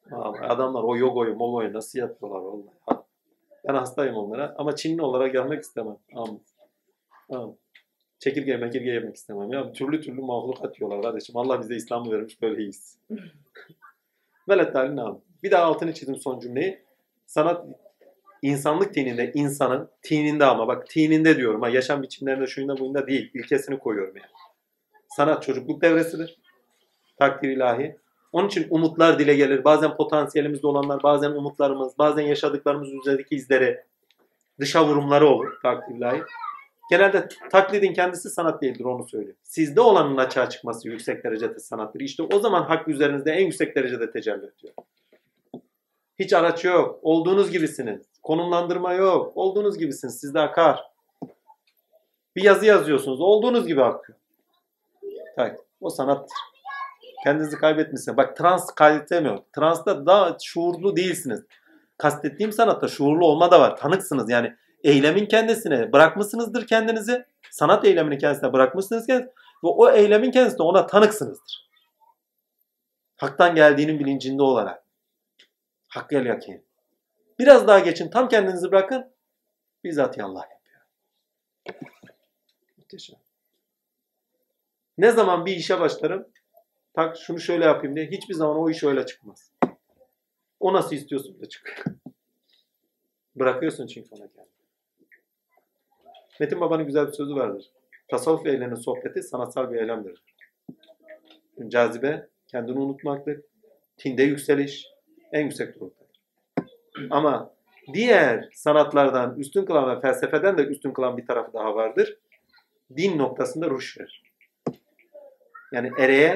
Vallahi adamlar o yogoyu mogoyu nasıl yapıyorlar vallahi. Ben hastayım onlara ama Çinli olarak gelmek istemem. Tamam. Tamam. Çekirge mekirge yemek istemem. Ya türlü türlü mahluk yiyorlar kardeşim. Allah bize İslam'ı vermiş böyleyiz. Velet talin abi. Bir daha altını çizdim son cümleyi. Sanat insanlık tininde, insanın tininde ama bak tininde diyorum. Ha, yaşam biçimlerinde şuyunda buyunda değil. İlkesini koyuyorum yani. Sanat çocukluk devresidir. Takdir ilahi. Onun için umutlar dile gelir. Bazen potansiyelimizde olanlar, bazen umutlarımız, bazen yaşadıklarımız üzerindeki izleri, dışa vurumları olur. Takdir ilahi. Genelde taklidin kendisi sanat değildir, onu söyleyeyim. Sizde olanın açığa çıkması yüksek derecede sanattır. İşte o zaman hak üzerinizde en yüksek derecede tecelli ediyor. Hiç araç yok. Olduğunuz gibisiniz. Konumlandırma yok. Olduğunuz gibisiniz. Sizde akar. Bir yazı yazıyorsunuz. Olduğunuz gibi akıyor. Evet, o sanattır. Kendinizi kaybetmişsiniz. Bak trans kaydetmiyor. Transta daha şuurlu değilsiniz. Kastettiğim sanatta şuurlu olma da var. Tanıksınız yani. Eylemin kendisine bırakmışsınızdır kendinizi. Sanat eyleminin kendisine bırakmışsınız kendinizi. Ve o eylemin kendisine ona tanıksınızdır. Hak'tan geldiğinin bilincinde olarak. Hakkıyla yakin. Biraz daha geçin. Tam kendinizi bırakın. Bizzat Allah yapıyor. Muhteşem. Ne zaman bir işe başlarım, tak şunu şöyle yapayım diye hiçbir zaman o iş öyle çıkmaz. O nasıl istiyorsun da çıkıyor. Bırakıyorsun çünkü ona kendini. Metin Baba'nın güzel bir sözü vardır. Tasavvuf ehline sohbeti sanatsal bir eylemdir. Cazibe kendini unutmaktır. Tinde yükseliş en yüksek durumdadır. Ama diğer sanatlardan üstün kılan ve felsefeden de üstün kılan bir tarafı daha vardır. Din noktasında ruş verir. Yani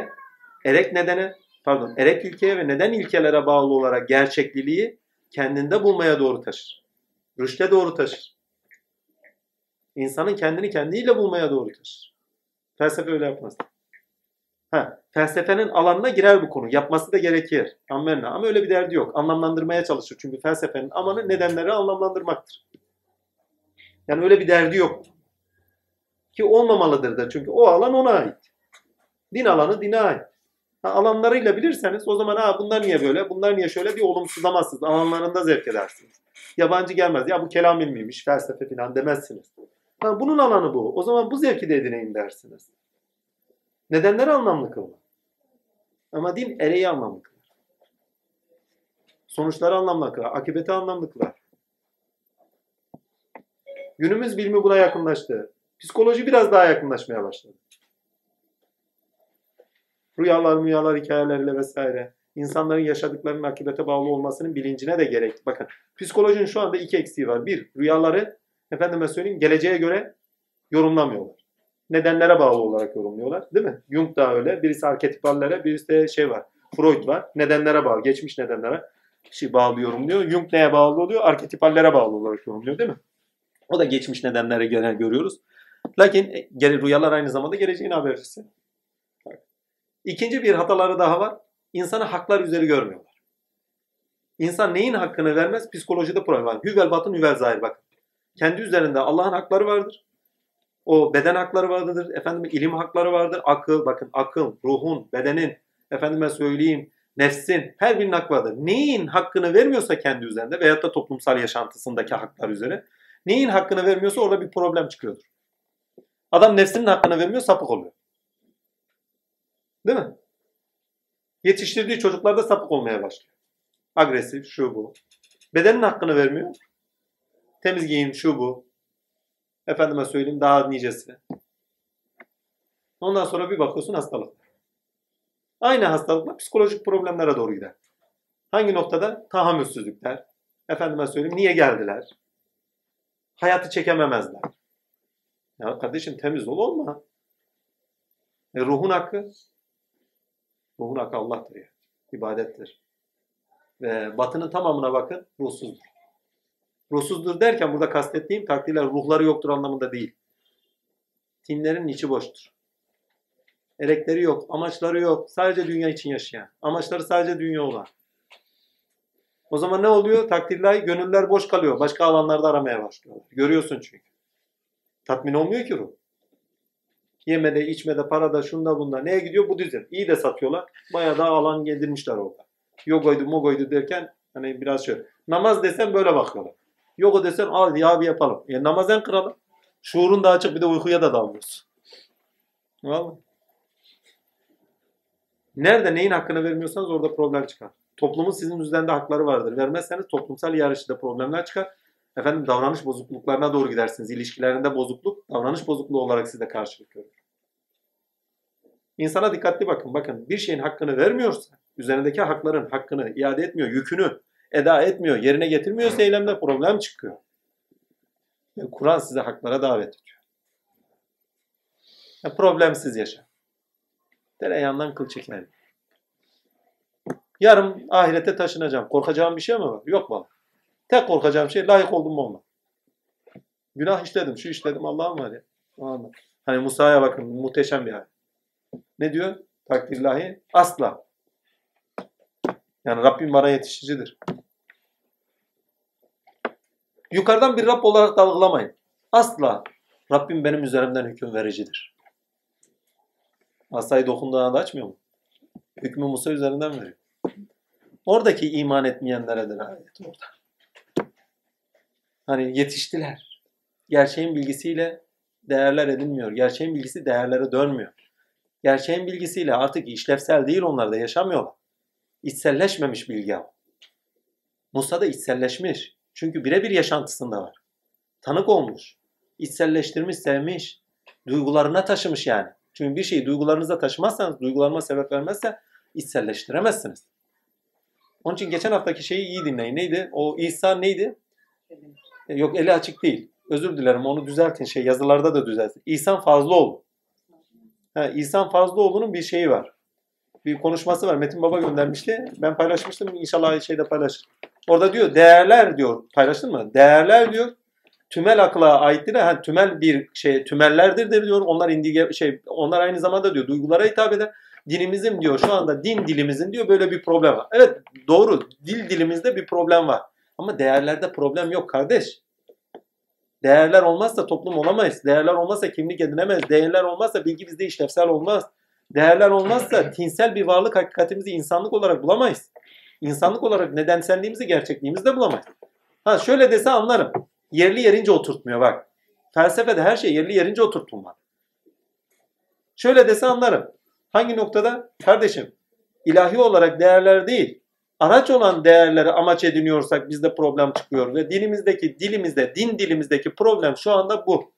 erek ilkeye ve neden ilkelere bağlı olarak gerçekliliği kendinde bulmaya doğru taşır. Rüşte doğru taşır. İnsanın kendini kendiyle bulmaya doğru taşır. Felsefe öyle yapmaz. Felsefenin alanına girer bu konu. Yapması da gerekir. Amenna. Ama öyle bir derdi yok. Anlamlandırmaya çalışır. Çünkü felsefenin amanı nedenleri anlamlandırmaktır. Yani öyle bir derdi yok. Ki olmamalıdır da. Çünkü o alan ona ait. Din alanı dine ait. Alanlarıyla bilirseniz o zaman bunlar niye böyle, bunlar niye şöyle diye olumsuzlamazsınız. Alanlarında zevk edersiniz. Yabancı gelmez. Ya bu kelam ilmiymiş, felsefe falan demezsiniz. Bunun alanı bu. O zaman bu zevki de edineyim dersiniz. Nedenleri anlamlı kılmak. Ama din ereği anlamlı kılar. Sonuçları anlamlı kılar. Akıbeti anlamlı kılar. Günümüz bilimi buna yakınlaştı. Psikoloji biraz daha yakınlaşmaya başladı. Rüyalar, hikayelerle vesaire. İnsanların yaşadıklarının akıbete bağlı olmasının bilincine de gerek. Bakın, psikolojinin şu anda iki eksiği var. Bir, rüyaları, efendime söyleyeyim, geleceğe göre yorumlamıyorlar. Nedenlere bağlı olarak yorumluyorlar. Değil mi? Jung da öyle. Birisi arketipallere, birisi de Freud var. Nedenlere bağlı, geçmiş nedenlere bağlı yorumluyor. Jung neye bağlı oluyor? Arketipallere bağlı olarak yorumluyor, değil mi? O da geçmiş nedenlere göre görüyoruz. Lakin rüyalar aynı zamanda geleceğin habercisi. İkinci bir hataları daha var. İnsanı haklar üzeri görmüyorlar. İnsan neyin hakkını vermez? Psikolojide problem var. Hüvel batın hüvel zahir. Bakın. Kendi üzerinde Allah'ın hakları vardır. O beden hakları vardır. İlim hakları vardır. Akıl, ruhun, bedenin, nefsin, her birinin hakkı vardır. Neyin hakkını vermiyorsa kendi üzerinde veyahut da toplumsal yaşantısındaki haklar üzere, neyin hakkını vermiyorsa orada bir problem çıkıyordur. Adam nefsinin hakkını vermiyor, sapık oluyor. Değil mi? Yetiştirdiği çocuklarda sapık olmaya başlıyor. Agresif, şu bu. Bedenin hakkını vermiyor. Temiz giyim, şu bu. Daha nicesi. Ondan sonra bir bakıyorsun hastalık. Aynı hastalıkla psikolojik problemlere doğru gider. Hangi noktada? Tahammülsüzlükler. Niye geldiler? Hayatı çekememezler. Ya kardeşim temiz ol olma. Ruhun hakkı? Ruhun hakkı Allah'tır ya. İbadettir. Ve batının tamamına bakın, ruhsuzdur. Ruhsuzdur derken burada kastettiğim takdirler ruhları yoktur anlamında değil. Tinlerin içi boştur. Erekleri yok, amaçları yok. Sadece dünya için yaşayan. Amaçları sadece dünya olan. O zaman ne oluyor? Takdirler, gönüller boş kalıyor. Başka alanlarda aramaya başlıyorlar. Görüyorsun çünkü. Tatmin olmuyor ki ruh. Yemede, içmede, parada, şunda bunda. Neye gidiyor? Budizm. İyi de satıyorlar. Bayağı da alan yedirmişler orada. Yogoydu mogoydu derken hani biraz şöyle. Namaz desen böyle bakıyorlar. Yoga desen hadi abi yapalım. Namaz en kralı. Şuurun daha açık bir de uykuya da dalmıyorsun. Vallahi. Nerede neyin hakkını vermiyorsanız orada problem çıkar. Toplumun sizin üzerinde hakları vardır. Vermezseniz toplumsal yarışta problemler çıkar. Efendim davranış bozukluklarına doğru gidersiniz. İlişkilerinde bozukluk, davranış bozukluğu olarak size karşılık görür. İnsana dikkatli bakın. Bakın bir şeyin hakkını vermiyorsa, üzerindeki hakların hakkını iade etmiyor, yükünü eda etmiyor, yerine getirmiyorsa eylemde problem çıkıyor. Ve Kur'an size haklara davet ediyor. Problemsiz yaşa. Tereyağından kıl çeker. Yarın ahirete taşınacağım. Korkacağım bir şey mi var? Yok mu? Tek korkacağım şey layık oldum mu olma. Günah işledim, şu işledim Allah'ım var ya. Anladım. Hani Musa'ya bakın muhteşem bir ayet. Ne diyor? Takdirlahi asla. Yani Rabbim bana yetişicidir. Yukarıdan bir Rab olarak da algılamayın. Asla. Rabbim benim üzerimden hüküm vericidir. Asayı dokunduğuna da açmıyor mu? Hükmü Musa üzerinden veriyor. Oradaki iman etmeyenlere de ayet orada. Hani yetiştiler. Gerçeğin bilgisiyle değerler edinmiyor. Gerçeğin bilgisi değerlere dönmüyor. Gerçeğin bilgisiyle artık işlevsel değil onlarda yaşamıyorlar. İçselleşmemiş bilgi o. Musa da içselleşmiş. Çünkü birebir yaşantısında var. Tanık olmuş. İçselleştirmiş, sevmiş. Duygularına taşımış yani. Çünkü bir şeyi duygularınıza taşımazsanız, duygularına sebep vermezse içselleştiremezsiniz. Onun için geçen haftaki şeyi iyi dinleyin. Neydi? O İsa neydi? Yok eli açık değil. Özür dilerim onu düzeltin. Yazılarda da düzeltin. İhsan Fazlıoğlu. İhsan Fazlıoğlu'nun bir şeyi var. Bir konuşması var. Metin Baba göndermişti. Ben paylaşmıştım. İnşallah şeyde paylaşır. Orada diyor değerler diyor. Paylaştın mı? Değerler diyor. Tümel akla aittir. Yani tümel bir tümellerdir diyor. Onlar onlar aynı zamanda diyor duygulara hitap eder. Dinimizin diyor şu anda din dilimizin diyor böyle bir problem var. Evet doğru. Dilimizde bir problem var. Ama değerlerde problem yok kardeş. Değerler olmazsa toplum olamayız. Değerler olmazsa kimlik edinemeyiz. Değerler olmazsa bilgi bizde işlevsel olmaz. Değerler olmazsa tinsel bir varlık hakikatimizi insanlık olarak bulamayız. İnsanlık olarak nedenselliğimizi, gerçekliğimizi de bulamayız. Şöyle dese anlarım. Yerli yerince oturtmuyor bak. Felsefede her şey yerli yerince oturtulmalı. Şöyle dese anlarım. Hangi noktada? Kardeşim, ilahi olarak değerler değil, araç olan değerleri amaç ediniyorsak bizde problem çıkıyor. Ve din dilimizdeki problem şu anda bu.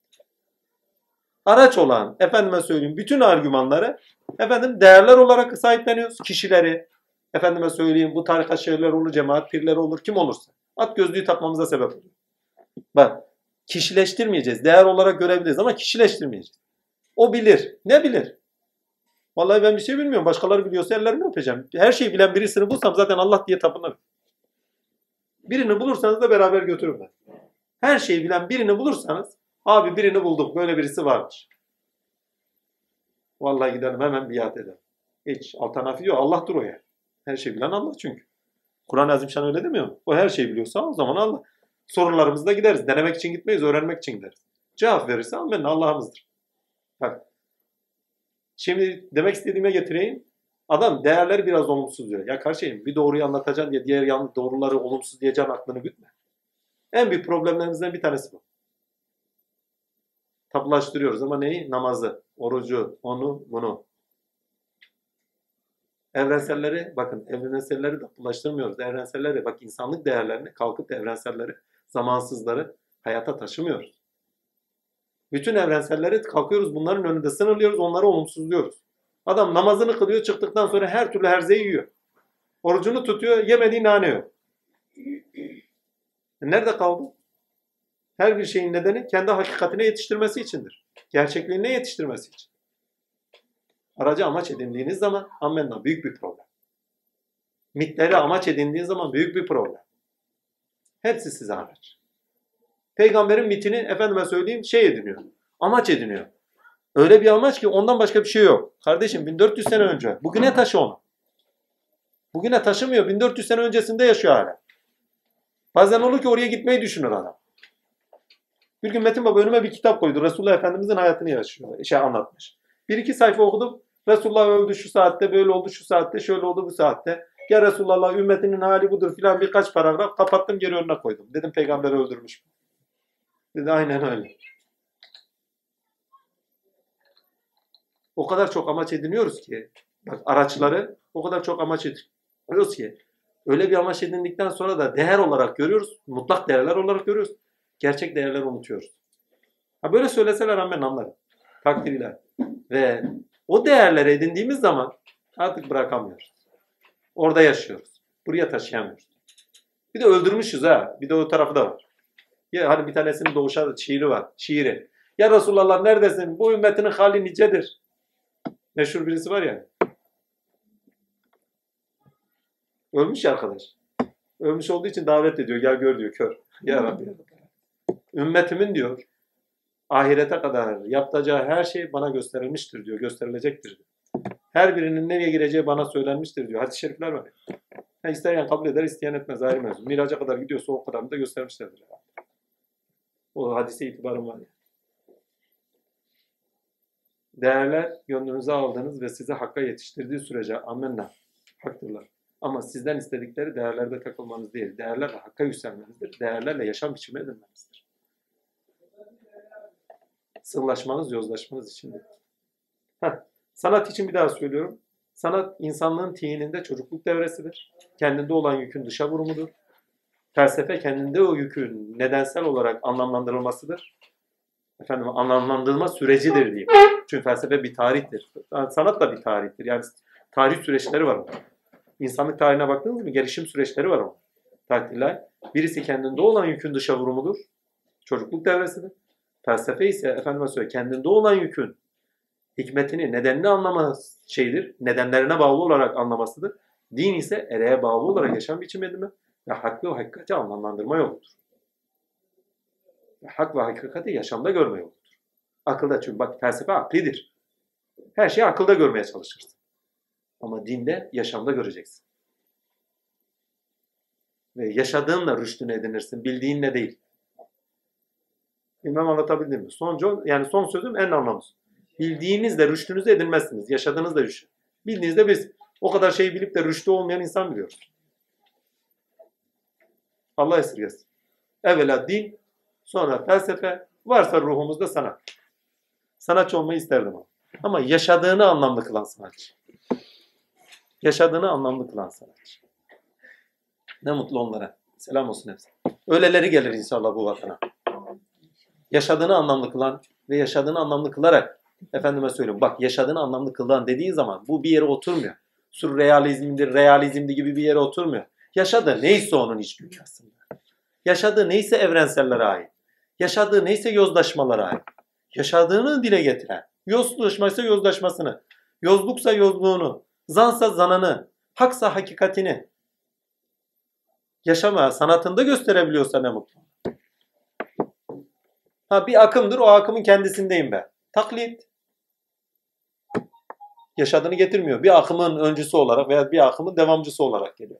Araç olan, efendime söyleyeyim, bütün argümanları değerler olarak sahipleniyoruz. Kişileri, efendime söyleyeyim, bu tarikat şeyhler olur, cemaat pirleri olur, kim olursa. At gözlüğü takmamıza sebep oluyor. Bak, kişileştirmeyeceğiz. Değer olarak görebiliriz ama kişileştirmeyeceğiz. O bilir. Ne bilir? Vallahi ben bir şey bilmiyorum. Başkaları biliyorsa ellerimi öpeceğim. Her şeyi bilen birisini bulsam zaten Allah diye tapınırım. Birini bulursanız da beraber götürün ben. Her şeyi bilen birini bulursanız, abi birini bulduk, böyle birisi varmış. Vallahi gidelim hemen biat edelim. Hiç alternatif yok. Allah'tır o yani. Her şeyi bilen Allah çünkü. Kur'an-ı Azimşan öyle demiyor mu? O her şeyi biliyorsa o zaman Allah. Sorularımızda gideriz. Denemek için gitmeyiz, öğrenmek için gideriz. Cevap verirse amenna Allah'ımızdır. Bak. Şimdi demek istediğime getireyim. Adam değerleri biraz olumsuz diyor. Ya kardeşim bir doğruyu anlatacaksın diye diğer yanlış doğruları olumsuz diyeceksin aklını gütme. En büyük problemlerimizden bir tanesi bu. Tabulaştırıyoruz ama neyi? Namazı, orucu, onu, bunu. Evrenselleri, bakın evrenselleri tabulaştırmıyoruz. Evrenselleri, bak insanlık değerlerini kalkıp da evrenselleri, zamansızları hayata taşımıyoruz. Bütün evrenselleri kalkıyoruz bunların önünde sınırlıyoruz, onları olumsuzluyoruz. Adam namazını kılıyor, çıktıktan sonra her türlü herzeyi yiyor. Orucunu tutuyor, yemediği nane yok. Nerede kaldı? Her bir şeyin nedeni kendi hakikatine yetiştirmesi içindir. Gerçekliğine yetiştirmesi için. Aracı amaç edindiğiniz zaman ammenna büyük bir problem. Mitleri amaç edindiğiniz zaman büyük bir problem. Hepsi size araç. Peygamberin mitini efendime söyleyeyim ediniyor. Amaç ediniyor. Öyle bir amaç ki ondan başka bir şey yok. Kardeşim 1400 sene önce. Bugüne taşı onu. Bugüne taşımıyor. 1400 sene öncesinde yaşıyor hala. Bazen olur ki oraya gitmeyi düşünür adam. Bir gün Metin Baba önüme bir kitap koydu. Resulullah Efendimizin hayatını yaşıyor. Anlatmış. Bir iki sayfa okudum. Resulullah öldü şu saatte, böyle oldu şu saatte, şöyle oldu bu saatte. Ya Resulallah ümmetinin hali budur filan birkaç paragraf kapattım geri önüne koydum. Dedim peygamberi öldürmüş. Dedi aynen öyle. O kadar çok amaç ediniyoruz ki bak araçları o kadar çok amaç ediniyoruz ki öyle bir amaç edindikten sonra da değer olarak görüyoruz. Mutlak değerler olarak görüyoruz. Gerçek değerleri unutuyoruz. Ha böyle söyleseler ben anlarım. Takdiriyle. Ve o değerleri edindiğimiz zaman artık bırakamıyoruz. Orada yaşıyoruz. Buraya taşıyamıyoruz. Bir de öldürmüşüz ha. Bir de o tarafı da var. Ya hani bir tanesinin doğuşa şiiri var. Şiiri. Ya Resulallah neredesin? Bu ümmetinin hali nicedir. Meşhur birisi var ya. Ölmüş ya arkadaş. Ölmüş olduğu için davet ediyor. Gel gör diyor kör. Ya Rabbi. Ümmetimin diyor ahirete kadar yapacağı her şey bana gösterilmiştir diyor. Gösterilecektir diyor. Her birinin nereye gireceği bana söylenmiştir diyor. Hadis-i şerifler var ya. Ha, isteyen kabul eder, isteyen etmez. Ayrı mevzu. Miraca kadar gidiyorsa o kadarını da göstermişlerdir. O hadise itibarım var ya. Değerler gönlünüze aldığınız ve sizi hakka yetiştirdiği sürece amenna. Haktırlar. Ama sizden istedikleri değerlerde takılmanız değil. Değerlerle hakka yükselmenizdir. Değerlerle yaşam biçimi edinmenizdir. Sığlaşmanız, yozlaşmanız için değil. Sanat için bir daha söylüyorum. Sanat insanlığın tininde çocukluk devresidir. Kendinde olan yükün dışa vurumudur. Felsefe kendinde o yükün nedensel olarak anlamlandırılmasıdır. Anlamlandırılma sürecidir diyeyim. Çünkü felsefe bir tarihtir. Sanat da bir tarihtir. Yani tarih süreçleri var. İnsanlık tarihine baktığınız gibi gelişim süreçleri var o. Takdirler. Birisi kendinde olan yükün dışa vurumudur. Çocukluk devresidir. Felsefe ise kendinde olan yükün hikmetini, nedenini anlama şeyidir. Nedenlerine bağlı olarak anlamasıdır. Din ise ereğe bağlı olarak yaşam biçimi edinme ve hak ve hakikati anlamlandırma yoludur. Hak ve hakikati yaşamda görme yoludur. Akılda çünkü bak felsefe aklidir. Her şeyi akılda görmeye çalışırsın. Ama dinde yaşamda göreceksin. Ve yaşadığınla rüştünü edinirsin. Bildiğinle değil. Bilmem anlatabildim mi? Son sözüm en anlamlısı. Bildiğinizle rüştünüzü edinmezsiniz. Yaşadığınızla rüştü. Bildiğinizde biz o kadar şeyi bilip de rüştü olmayan insan biliyoruz. Allah esirgesin. Evvela din, sonra felsefe, varsa ruhumuzda sanat. Sanatçı olmayı isterdim ama yaşadığını anlamlı kılan sanatçı. Yaşadığını anlamlı kılan sanatçı. Ne mutlu onlara. Selam olsun hepsi. Öyleleri gelir inşallah bu vatana. Yaşadığını anlamlı kılan ve yaşadığını anlamlı kılarak efendime söyleyeyim. Bak yaşadığını anlamlı kılan dediği zaman bu bir yere oturmuyor. Sürrealizmdir, realizmdi gibi bir yere oturmuyor. Yaşadığı neyse onun iç dünyasında. Yaşadığı neyse evrensellere ait. Yaşadığı neyse yozlaşmalara ait. Yaşadığını dile getiren. Yozlaşmaysa yozlaşmasını. Yozluksa yozluğunu. Zansa zanını. Haksa hakikatini. Yaşama sanatında gösterebiliyorsa ne mutlu. Bir akımdır, o akımın kendisindeyim ben. Taklit. Yaşadığını getirmiyor. Bir akımın öncüsü olarak veya bir akımın devamcısı olarak geliyor.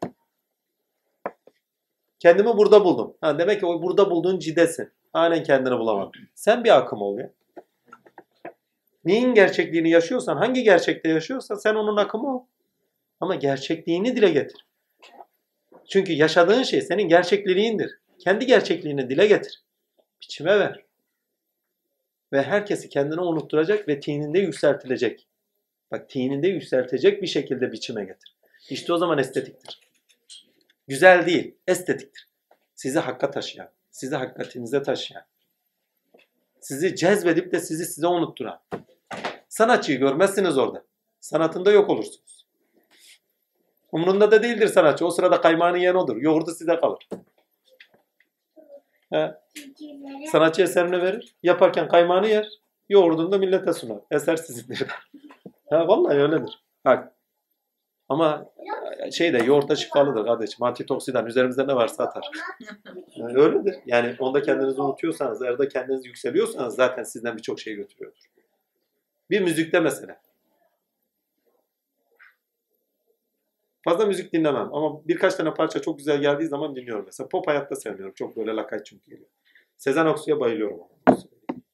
Kendimi burada buldum. Demek ki o burada bulduğun cidesin. Halen kendini bulamadın. Sen bir akım ol ya. Neyin gerçekliğini yaşıyorsan, hangi gerçekte yaşıyorsan sen onun akımı ol. Ama gerçekliğini dile getir. Çünkü yaşadığın şey senin gerçekliğindir. Kendi gerçekliğini dile getir. Biçime ver. Ve herkesi kendine unutturacak ve tininde yükseltilecek. Bak tininde yükseltecek bir şekilde biçime getir. İşte o zaman estetiktir. Güzel değil, estetiktir. Sizi hakka taşıyan, sizi hakikatinize taşıyan, sizi cezbedip de sizi size unutturan. Sanatçıyı görmezsiniz orada. Sanatında yok olursunuz. Umrunda da değildir sanatçı. O sırada kaymağını yiyen odur. Yoğurdu size kalır. Sanatçı eserini verir. Yaparken kaymağını yer. Yoğurdunu da millete sunar. Eser sizindir. Vallahi öyledir. Bak. Ama yoğurtta şifalıdır kardeşim. Antitoksidan üzerimizde ne varsa atar. Öyledir. Yani onda kendinizi unutuyorsanız, arada kendiniz yükseliyorsanız zaten sizden birçok şey götürüyordur. Bir müzikte mesela. Fazla müzik dinlemem ama birkaç tane parça çok güzel geldiği zaman dinliyorum mesela. Pop hayatta sevmiyorum. Çok böyle lakay çünkü geliyor. Sezen Aksu'ya bayılıyorum.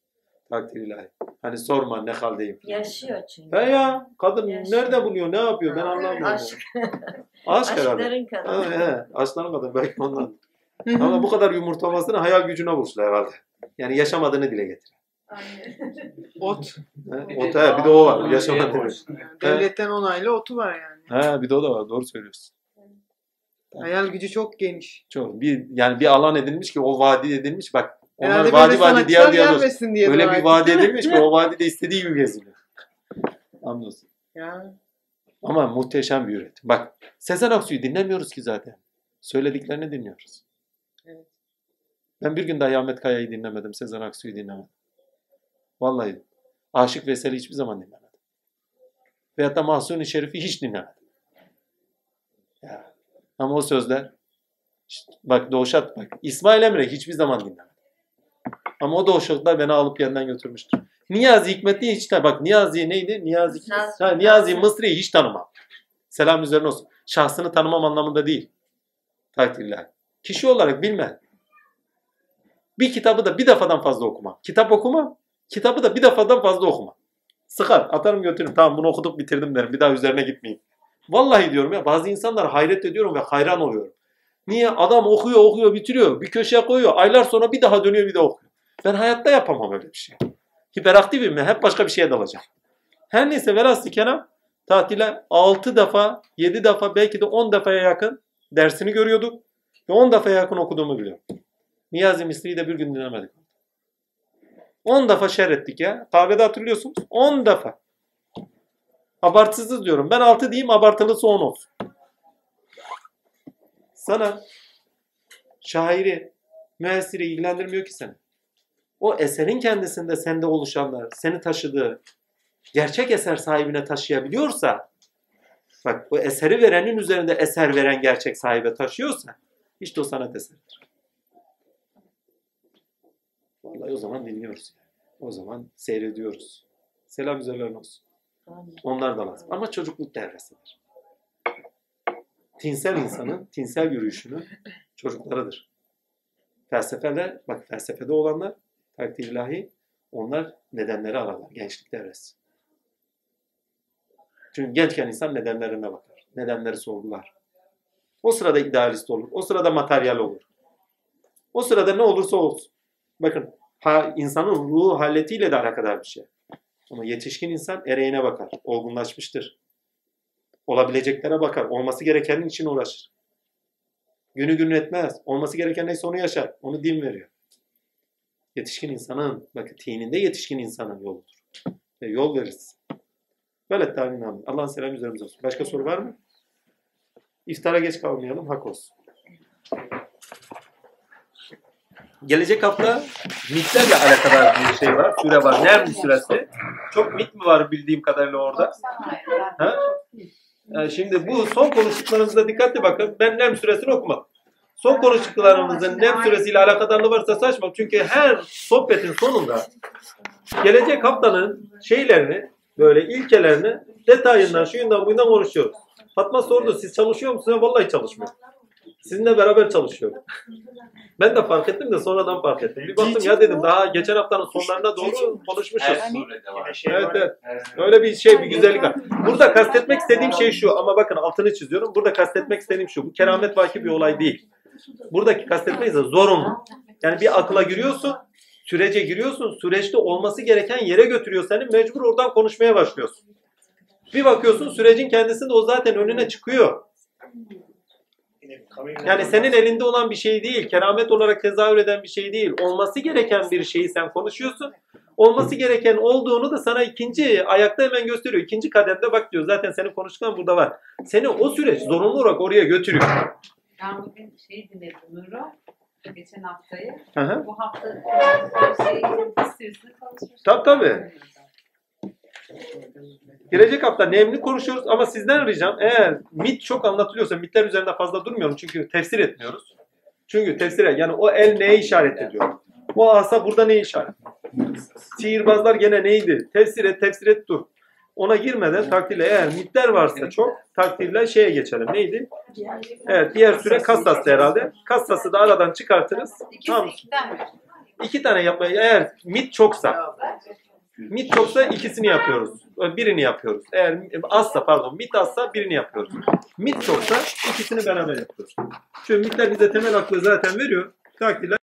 Takdir ilahi. Hani sorma ne haldeyim. Yaşıyor çünkü. He ya kadın Yaşıyor. nerede buluyor, ne yapıyor ben anlamıyorum. Aşk. Aşk herhalde. Aşkların kadını. He, aşkların kadın belki ondan. Ama bu kadar yumurtlamasını hayal gücüne vursun herhalde. Yani yaşamadığını dile getir. Aynen. Ot. Bir de o var. Yaşamadığını. Devletten onaylı otu var yani. He, bir de o da var. Doğru söylüyorsun. Hayal gücü çok geniş. Çok bir alan edilmiş ki o vadi edilmiş. Bak onlar Herhalde vadi böyle diğer sanatçılar diğer gelmesin diye öyle dua bir vadi edilmiş ki o vadide istediği gibi geziliyor. Anlıyorsun. Ya. Ama muhteşem bir üretim. Bak Sezen Aksu'yu dinlemiyoruz ki zaten. Söylediklerini dinliyoruz. Evet. Ben bir gün dahi Ahmet Kaya'yı dinlemedim. Sezen Aksu'yu dinlemedim. Vallahi Aşık Veysel'i hiçbir zaman dinlemedim. Veyahut da Mahsuni Şerif'i hiç dinlemedim. Ya. Ama o sözler işte bak Doğuşat bak. İsmail Emre hiçbir zaman dinlemedim. Ama o Doğuşatlar beni alıp yanından götürmüştür. Niyazi Hikmetli'yi hiç bak Niyazi neydi? Niyazi Mısri'yi hiç tanımam. Selam üzerine olsun. Şahsını tanımam anlamında değil. Takdirler. Kişi olarak bilmem. Bir kitabı da bir defadan fazla okumam. Kitap okumam. Kitabı da bir defadan fazla okumam. Sıkar. Atarım götürürüm. Tamam bunu okuduk bitirdim derim. Bir daha üzerine gitmeyeyim. Vallahi diyorum ya bazı insanlar hayret ediyorum ve hayran oluyorum. Niye? Adam okuyor bitiriyor. Bir köşeye koyuyor. Aylar sonra bir daha dönüyor bir daha okuyor. Ben hayatta yapamam öyle bir şey. Hiperaktifim ya. Hep başka bir şeye dalacağım. Her neyse velhasıl kelam tatile 6 defa 7 defa belki de 10 defaya yakın dersini görüyorduk. Ve 10 defaya yakın okuduğumu biliyorum. Niyazi Mısri'yi de bir gün dinlemedik. 10 defa şerh ettik ya. Kahvede hatırlıyorsunuz. 10 defa. Abartısız diyorum. Ben 6 diyeyim abartılısı 10 olsun. Sana şairi, müessiri ilgilendirmiyor ki seni. O eserin kendisinde sende oluşanlar, seni taşıdığı gerçek eser sahibine taşıyabiliyorsa bak o eseri verenin üzerinde eser veren gerçek sahibe taşıyorsa işte o sanat eseridir. Vallahi o zaman dinliyoruz. O zaman seyrediyoruz. Selam üzerlerine olsun. Onlar da lazım. Ama çocukluk devresidir. Tinsel insanın, tinsel yürüyüşünün çocuklarıdır. Felsefede, bak felsefede olanlar, takdir ilahi, onlar nedenleri ararlar. Gençlik devresi. Çünkü gençken insan nedenlerine bakar. Nedenleri sorgular. O sırada idealist olur. O sırada materyal olur. O sırada ne olursa olsun. Bakın insanın ruhu halletiyle de alakadar bir şey. Ama yetişkin insan ereğine bakar. Olgunlaşmıştır. Olabileceklere bakar. Olması gerekenin için uğraşır. Günü gün etmez. Olması gereken neyse onu yaşar. Onu din veriyor. Yetişkin insanın, bakın tininde yetişkin insanın yoludur. Ve yol veririz. Velet tamin amin. Allah'ın selamı üzerimize olsun. Başka soru var mı? İftara geç kalmayalım. Hak olsun. Gelecek hafta mitlerle alakalı bir şey var. Süre var. Nerede süresi? Çok mit mi var bildiğim kadarıyla orada? Ha? Şimdi bu son konuştuklarınıza dikkatli bakın. Ben nem süresini okumadım. Son konuştuklarımızın nem süresiyle alakadarlığı varsa saçma. Çünkü her sohbetin sonunda gelecek haftanın şeylerini, böyle ilkelerini detayından, şuyundan buyundan konuşuyoruz. Fatma sordu, siz çalışıyor musunuz? Vallahi çalışmıyorum. Sizinle beraber çalışıyorum. Ben de fark ettim de sonradan fark ettim. Bir baktım ya dedim daha geçen haftanın sonlarına doğru konuşmuşuz. Evet. Öyle bir şey, bir güzellik var. Burada kastetmek istediğim şey şu ama bakın altını çiziyorum. Burada kastetmek istediğim şu. Bu keramet vaki bir olay değil. Buradaki kastetmek ise zorunlu. Yani bir akla giriyorsun, sürece giriyorsun, süreçte olması gereken yere götürüyor seni. Mecbur oradan konuşmaya başlıyorsun. Bir bakıyorsun sürecin kendisinde o zaten önüne çıkıyor. Yani senin elinde olan bir şey değil, keramet olarak tezahür eden bir şey değil. Olması gereken bir şeyi sen konuşuyorsun. Olması gereken olduğunu da sana ikinci ayakta hemen gösteriyor. İkinci kademde bak diyor zaten senin konuştuğun burada var. Seni o süreç zorunlu olarak oraya götürüyor. Ben bugün dinledim Nur'u. Geçen haftayı. Hı. Bu hafta süresini konuşmuştuk. Tabii. Gelecek hafta nemli konuşuyoruz ama sizden ricam eğer mit çok anlatılıyorsa mitler üzerinde fazla durmuyorum çünkü tefsir etmiyoruz. Çünkü tefsire yani o el neye işaret ediyor? O asa burada ne işaret? Sihirbazlar gene neydi? Tefsir et dur. Ona girmeden takdirle eğer mitler varsa çok takdirle şeye geçelim. Neydi? Evet diğer süre Kassas'tı herhalde. Kassas'ı da aradan çıkartırız. Tamam. 2 tane yapmayı, eğer mit çoksa ikisini yapıyoruz. Birini yapıyoruz. Eğer azsa, pardon, mit azsa birini yapıyoruz. Mit çoksa ikisini beraber yapıyoruz. Çünkü mitler bize temel aklı zaten veriyor. Takdirler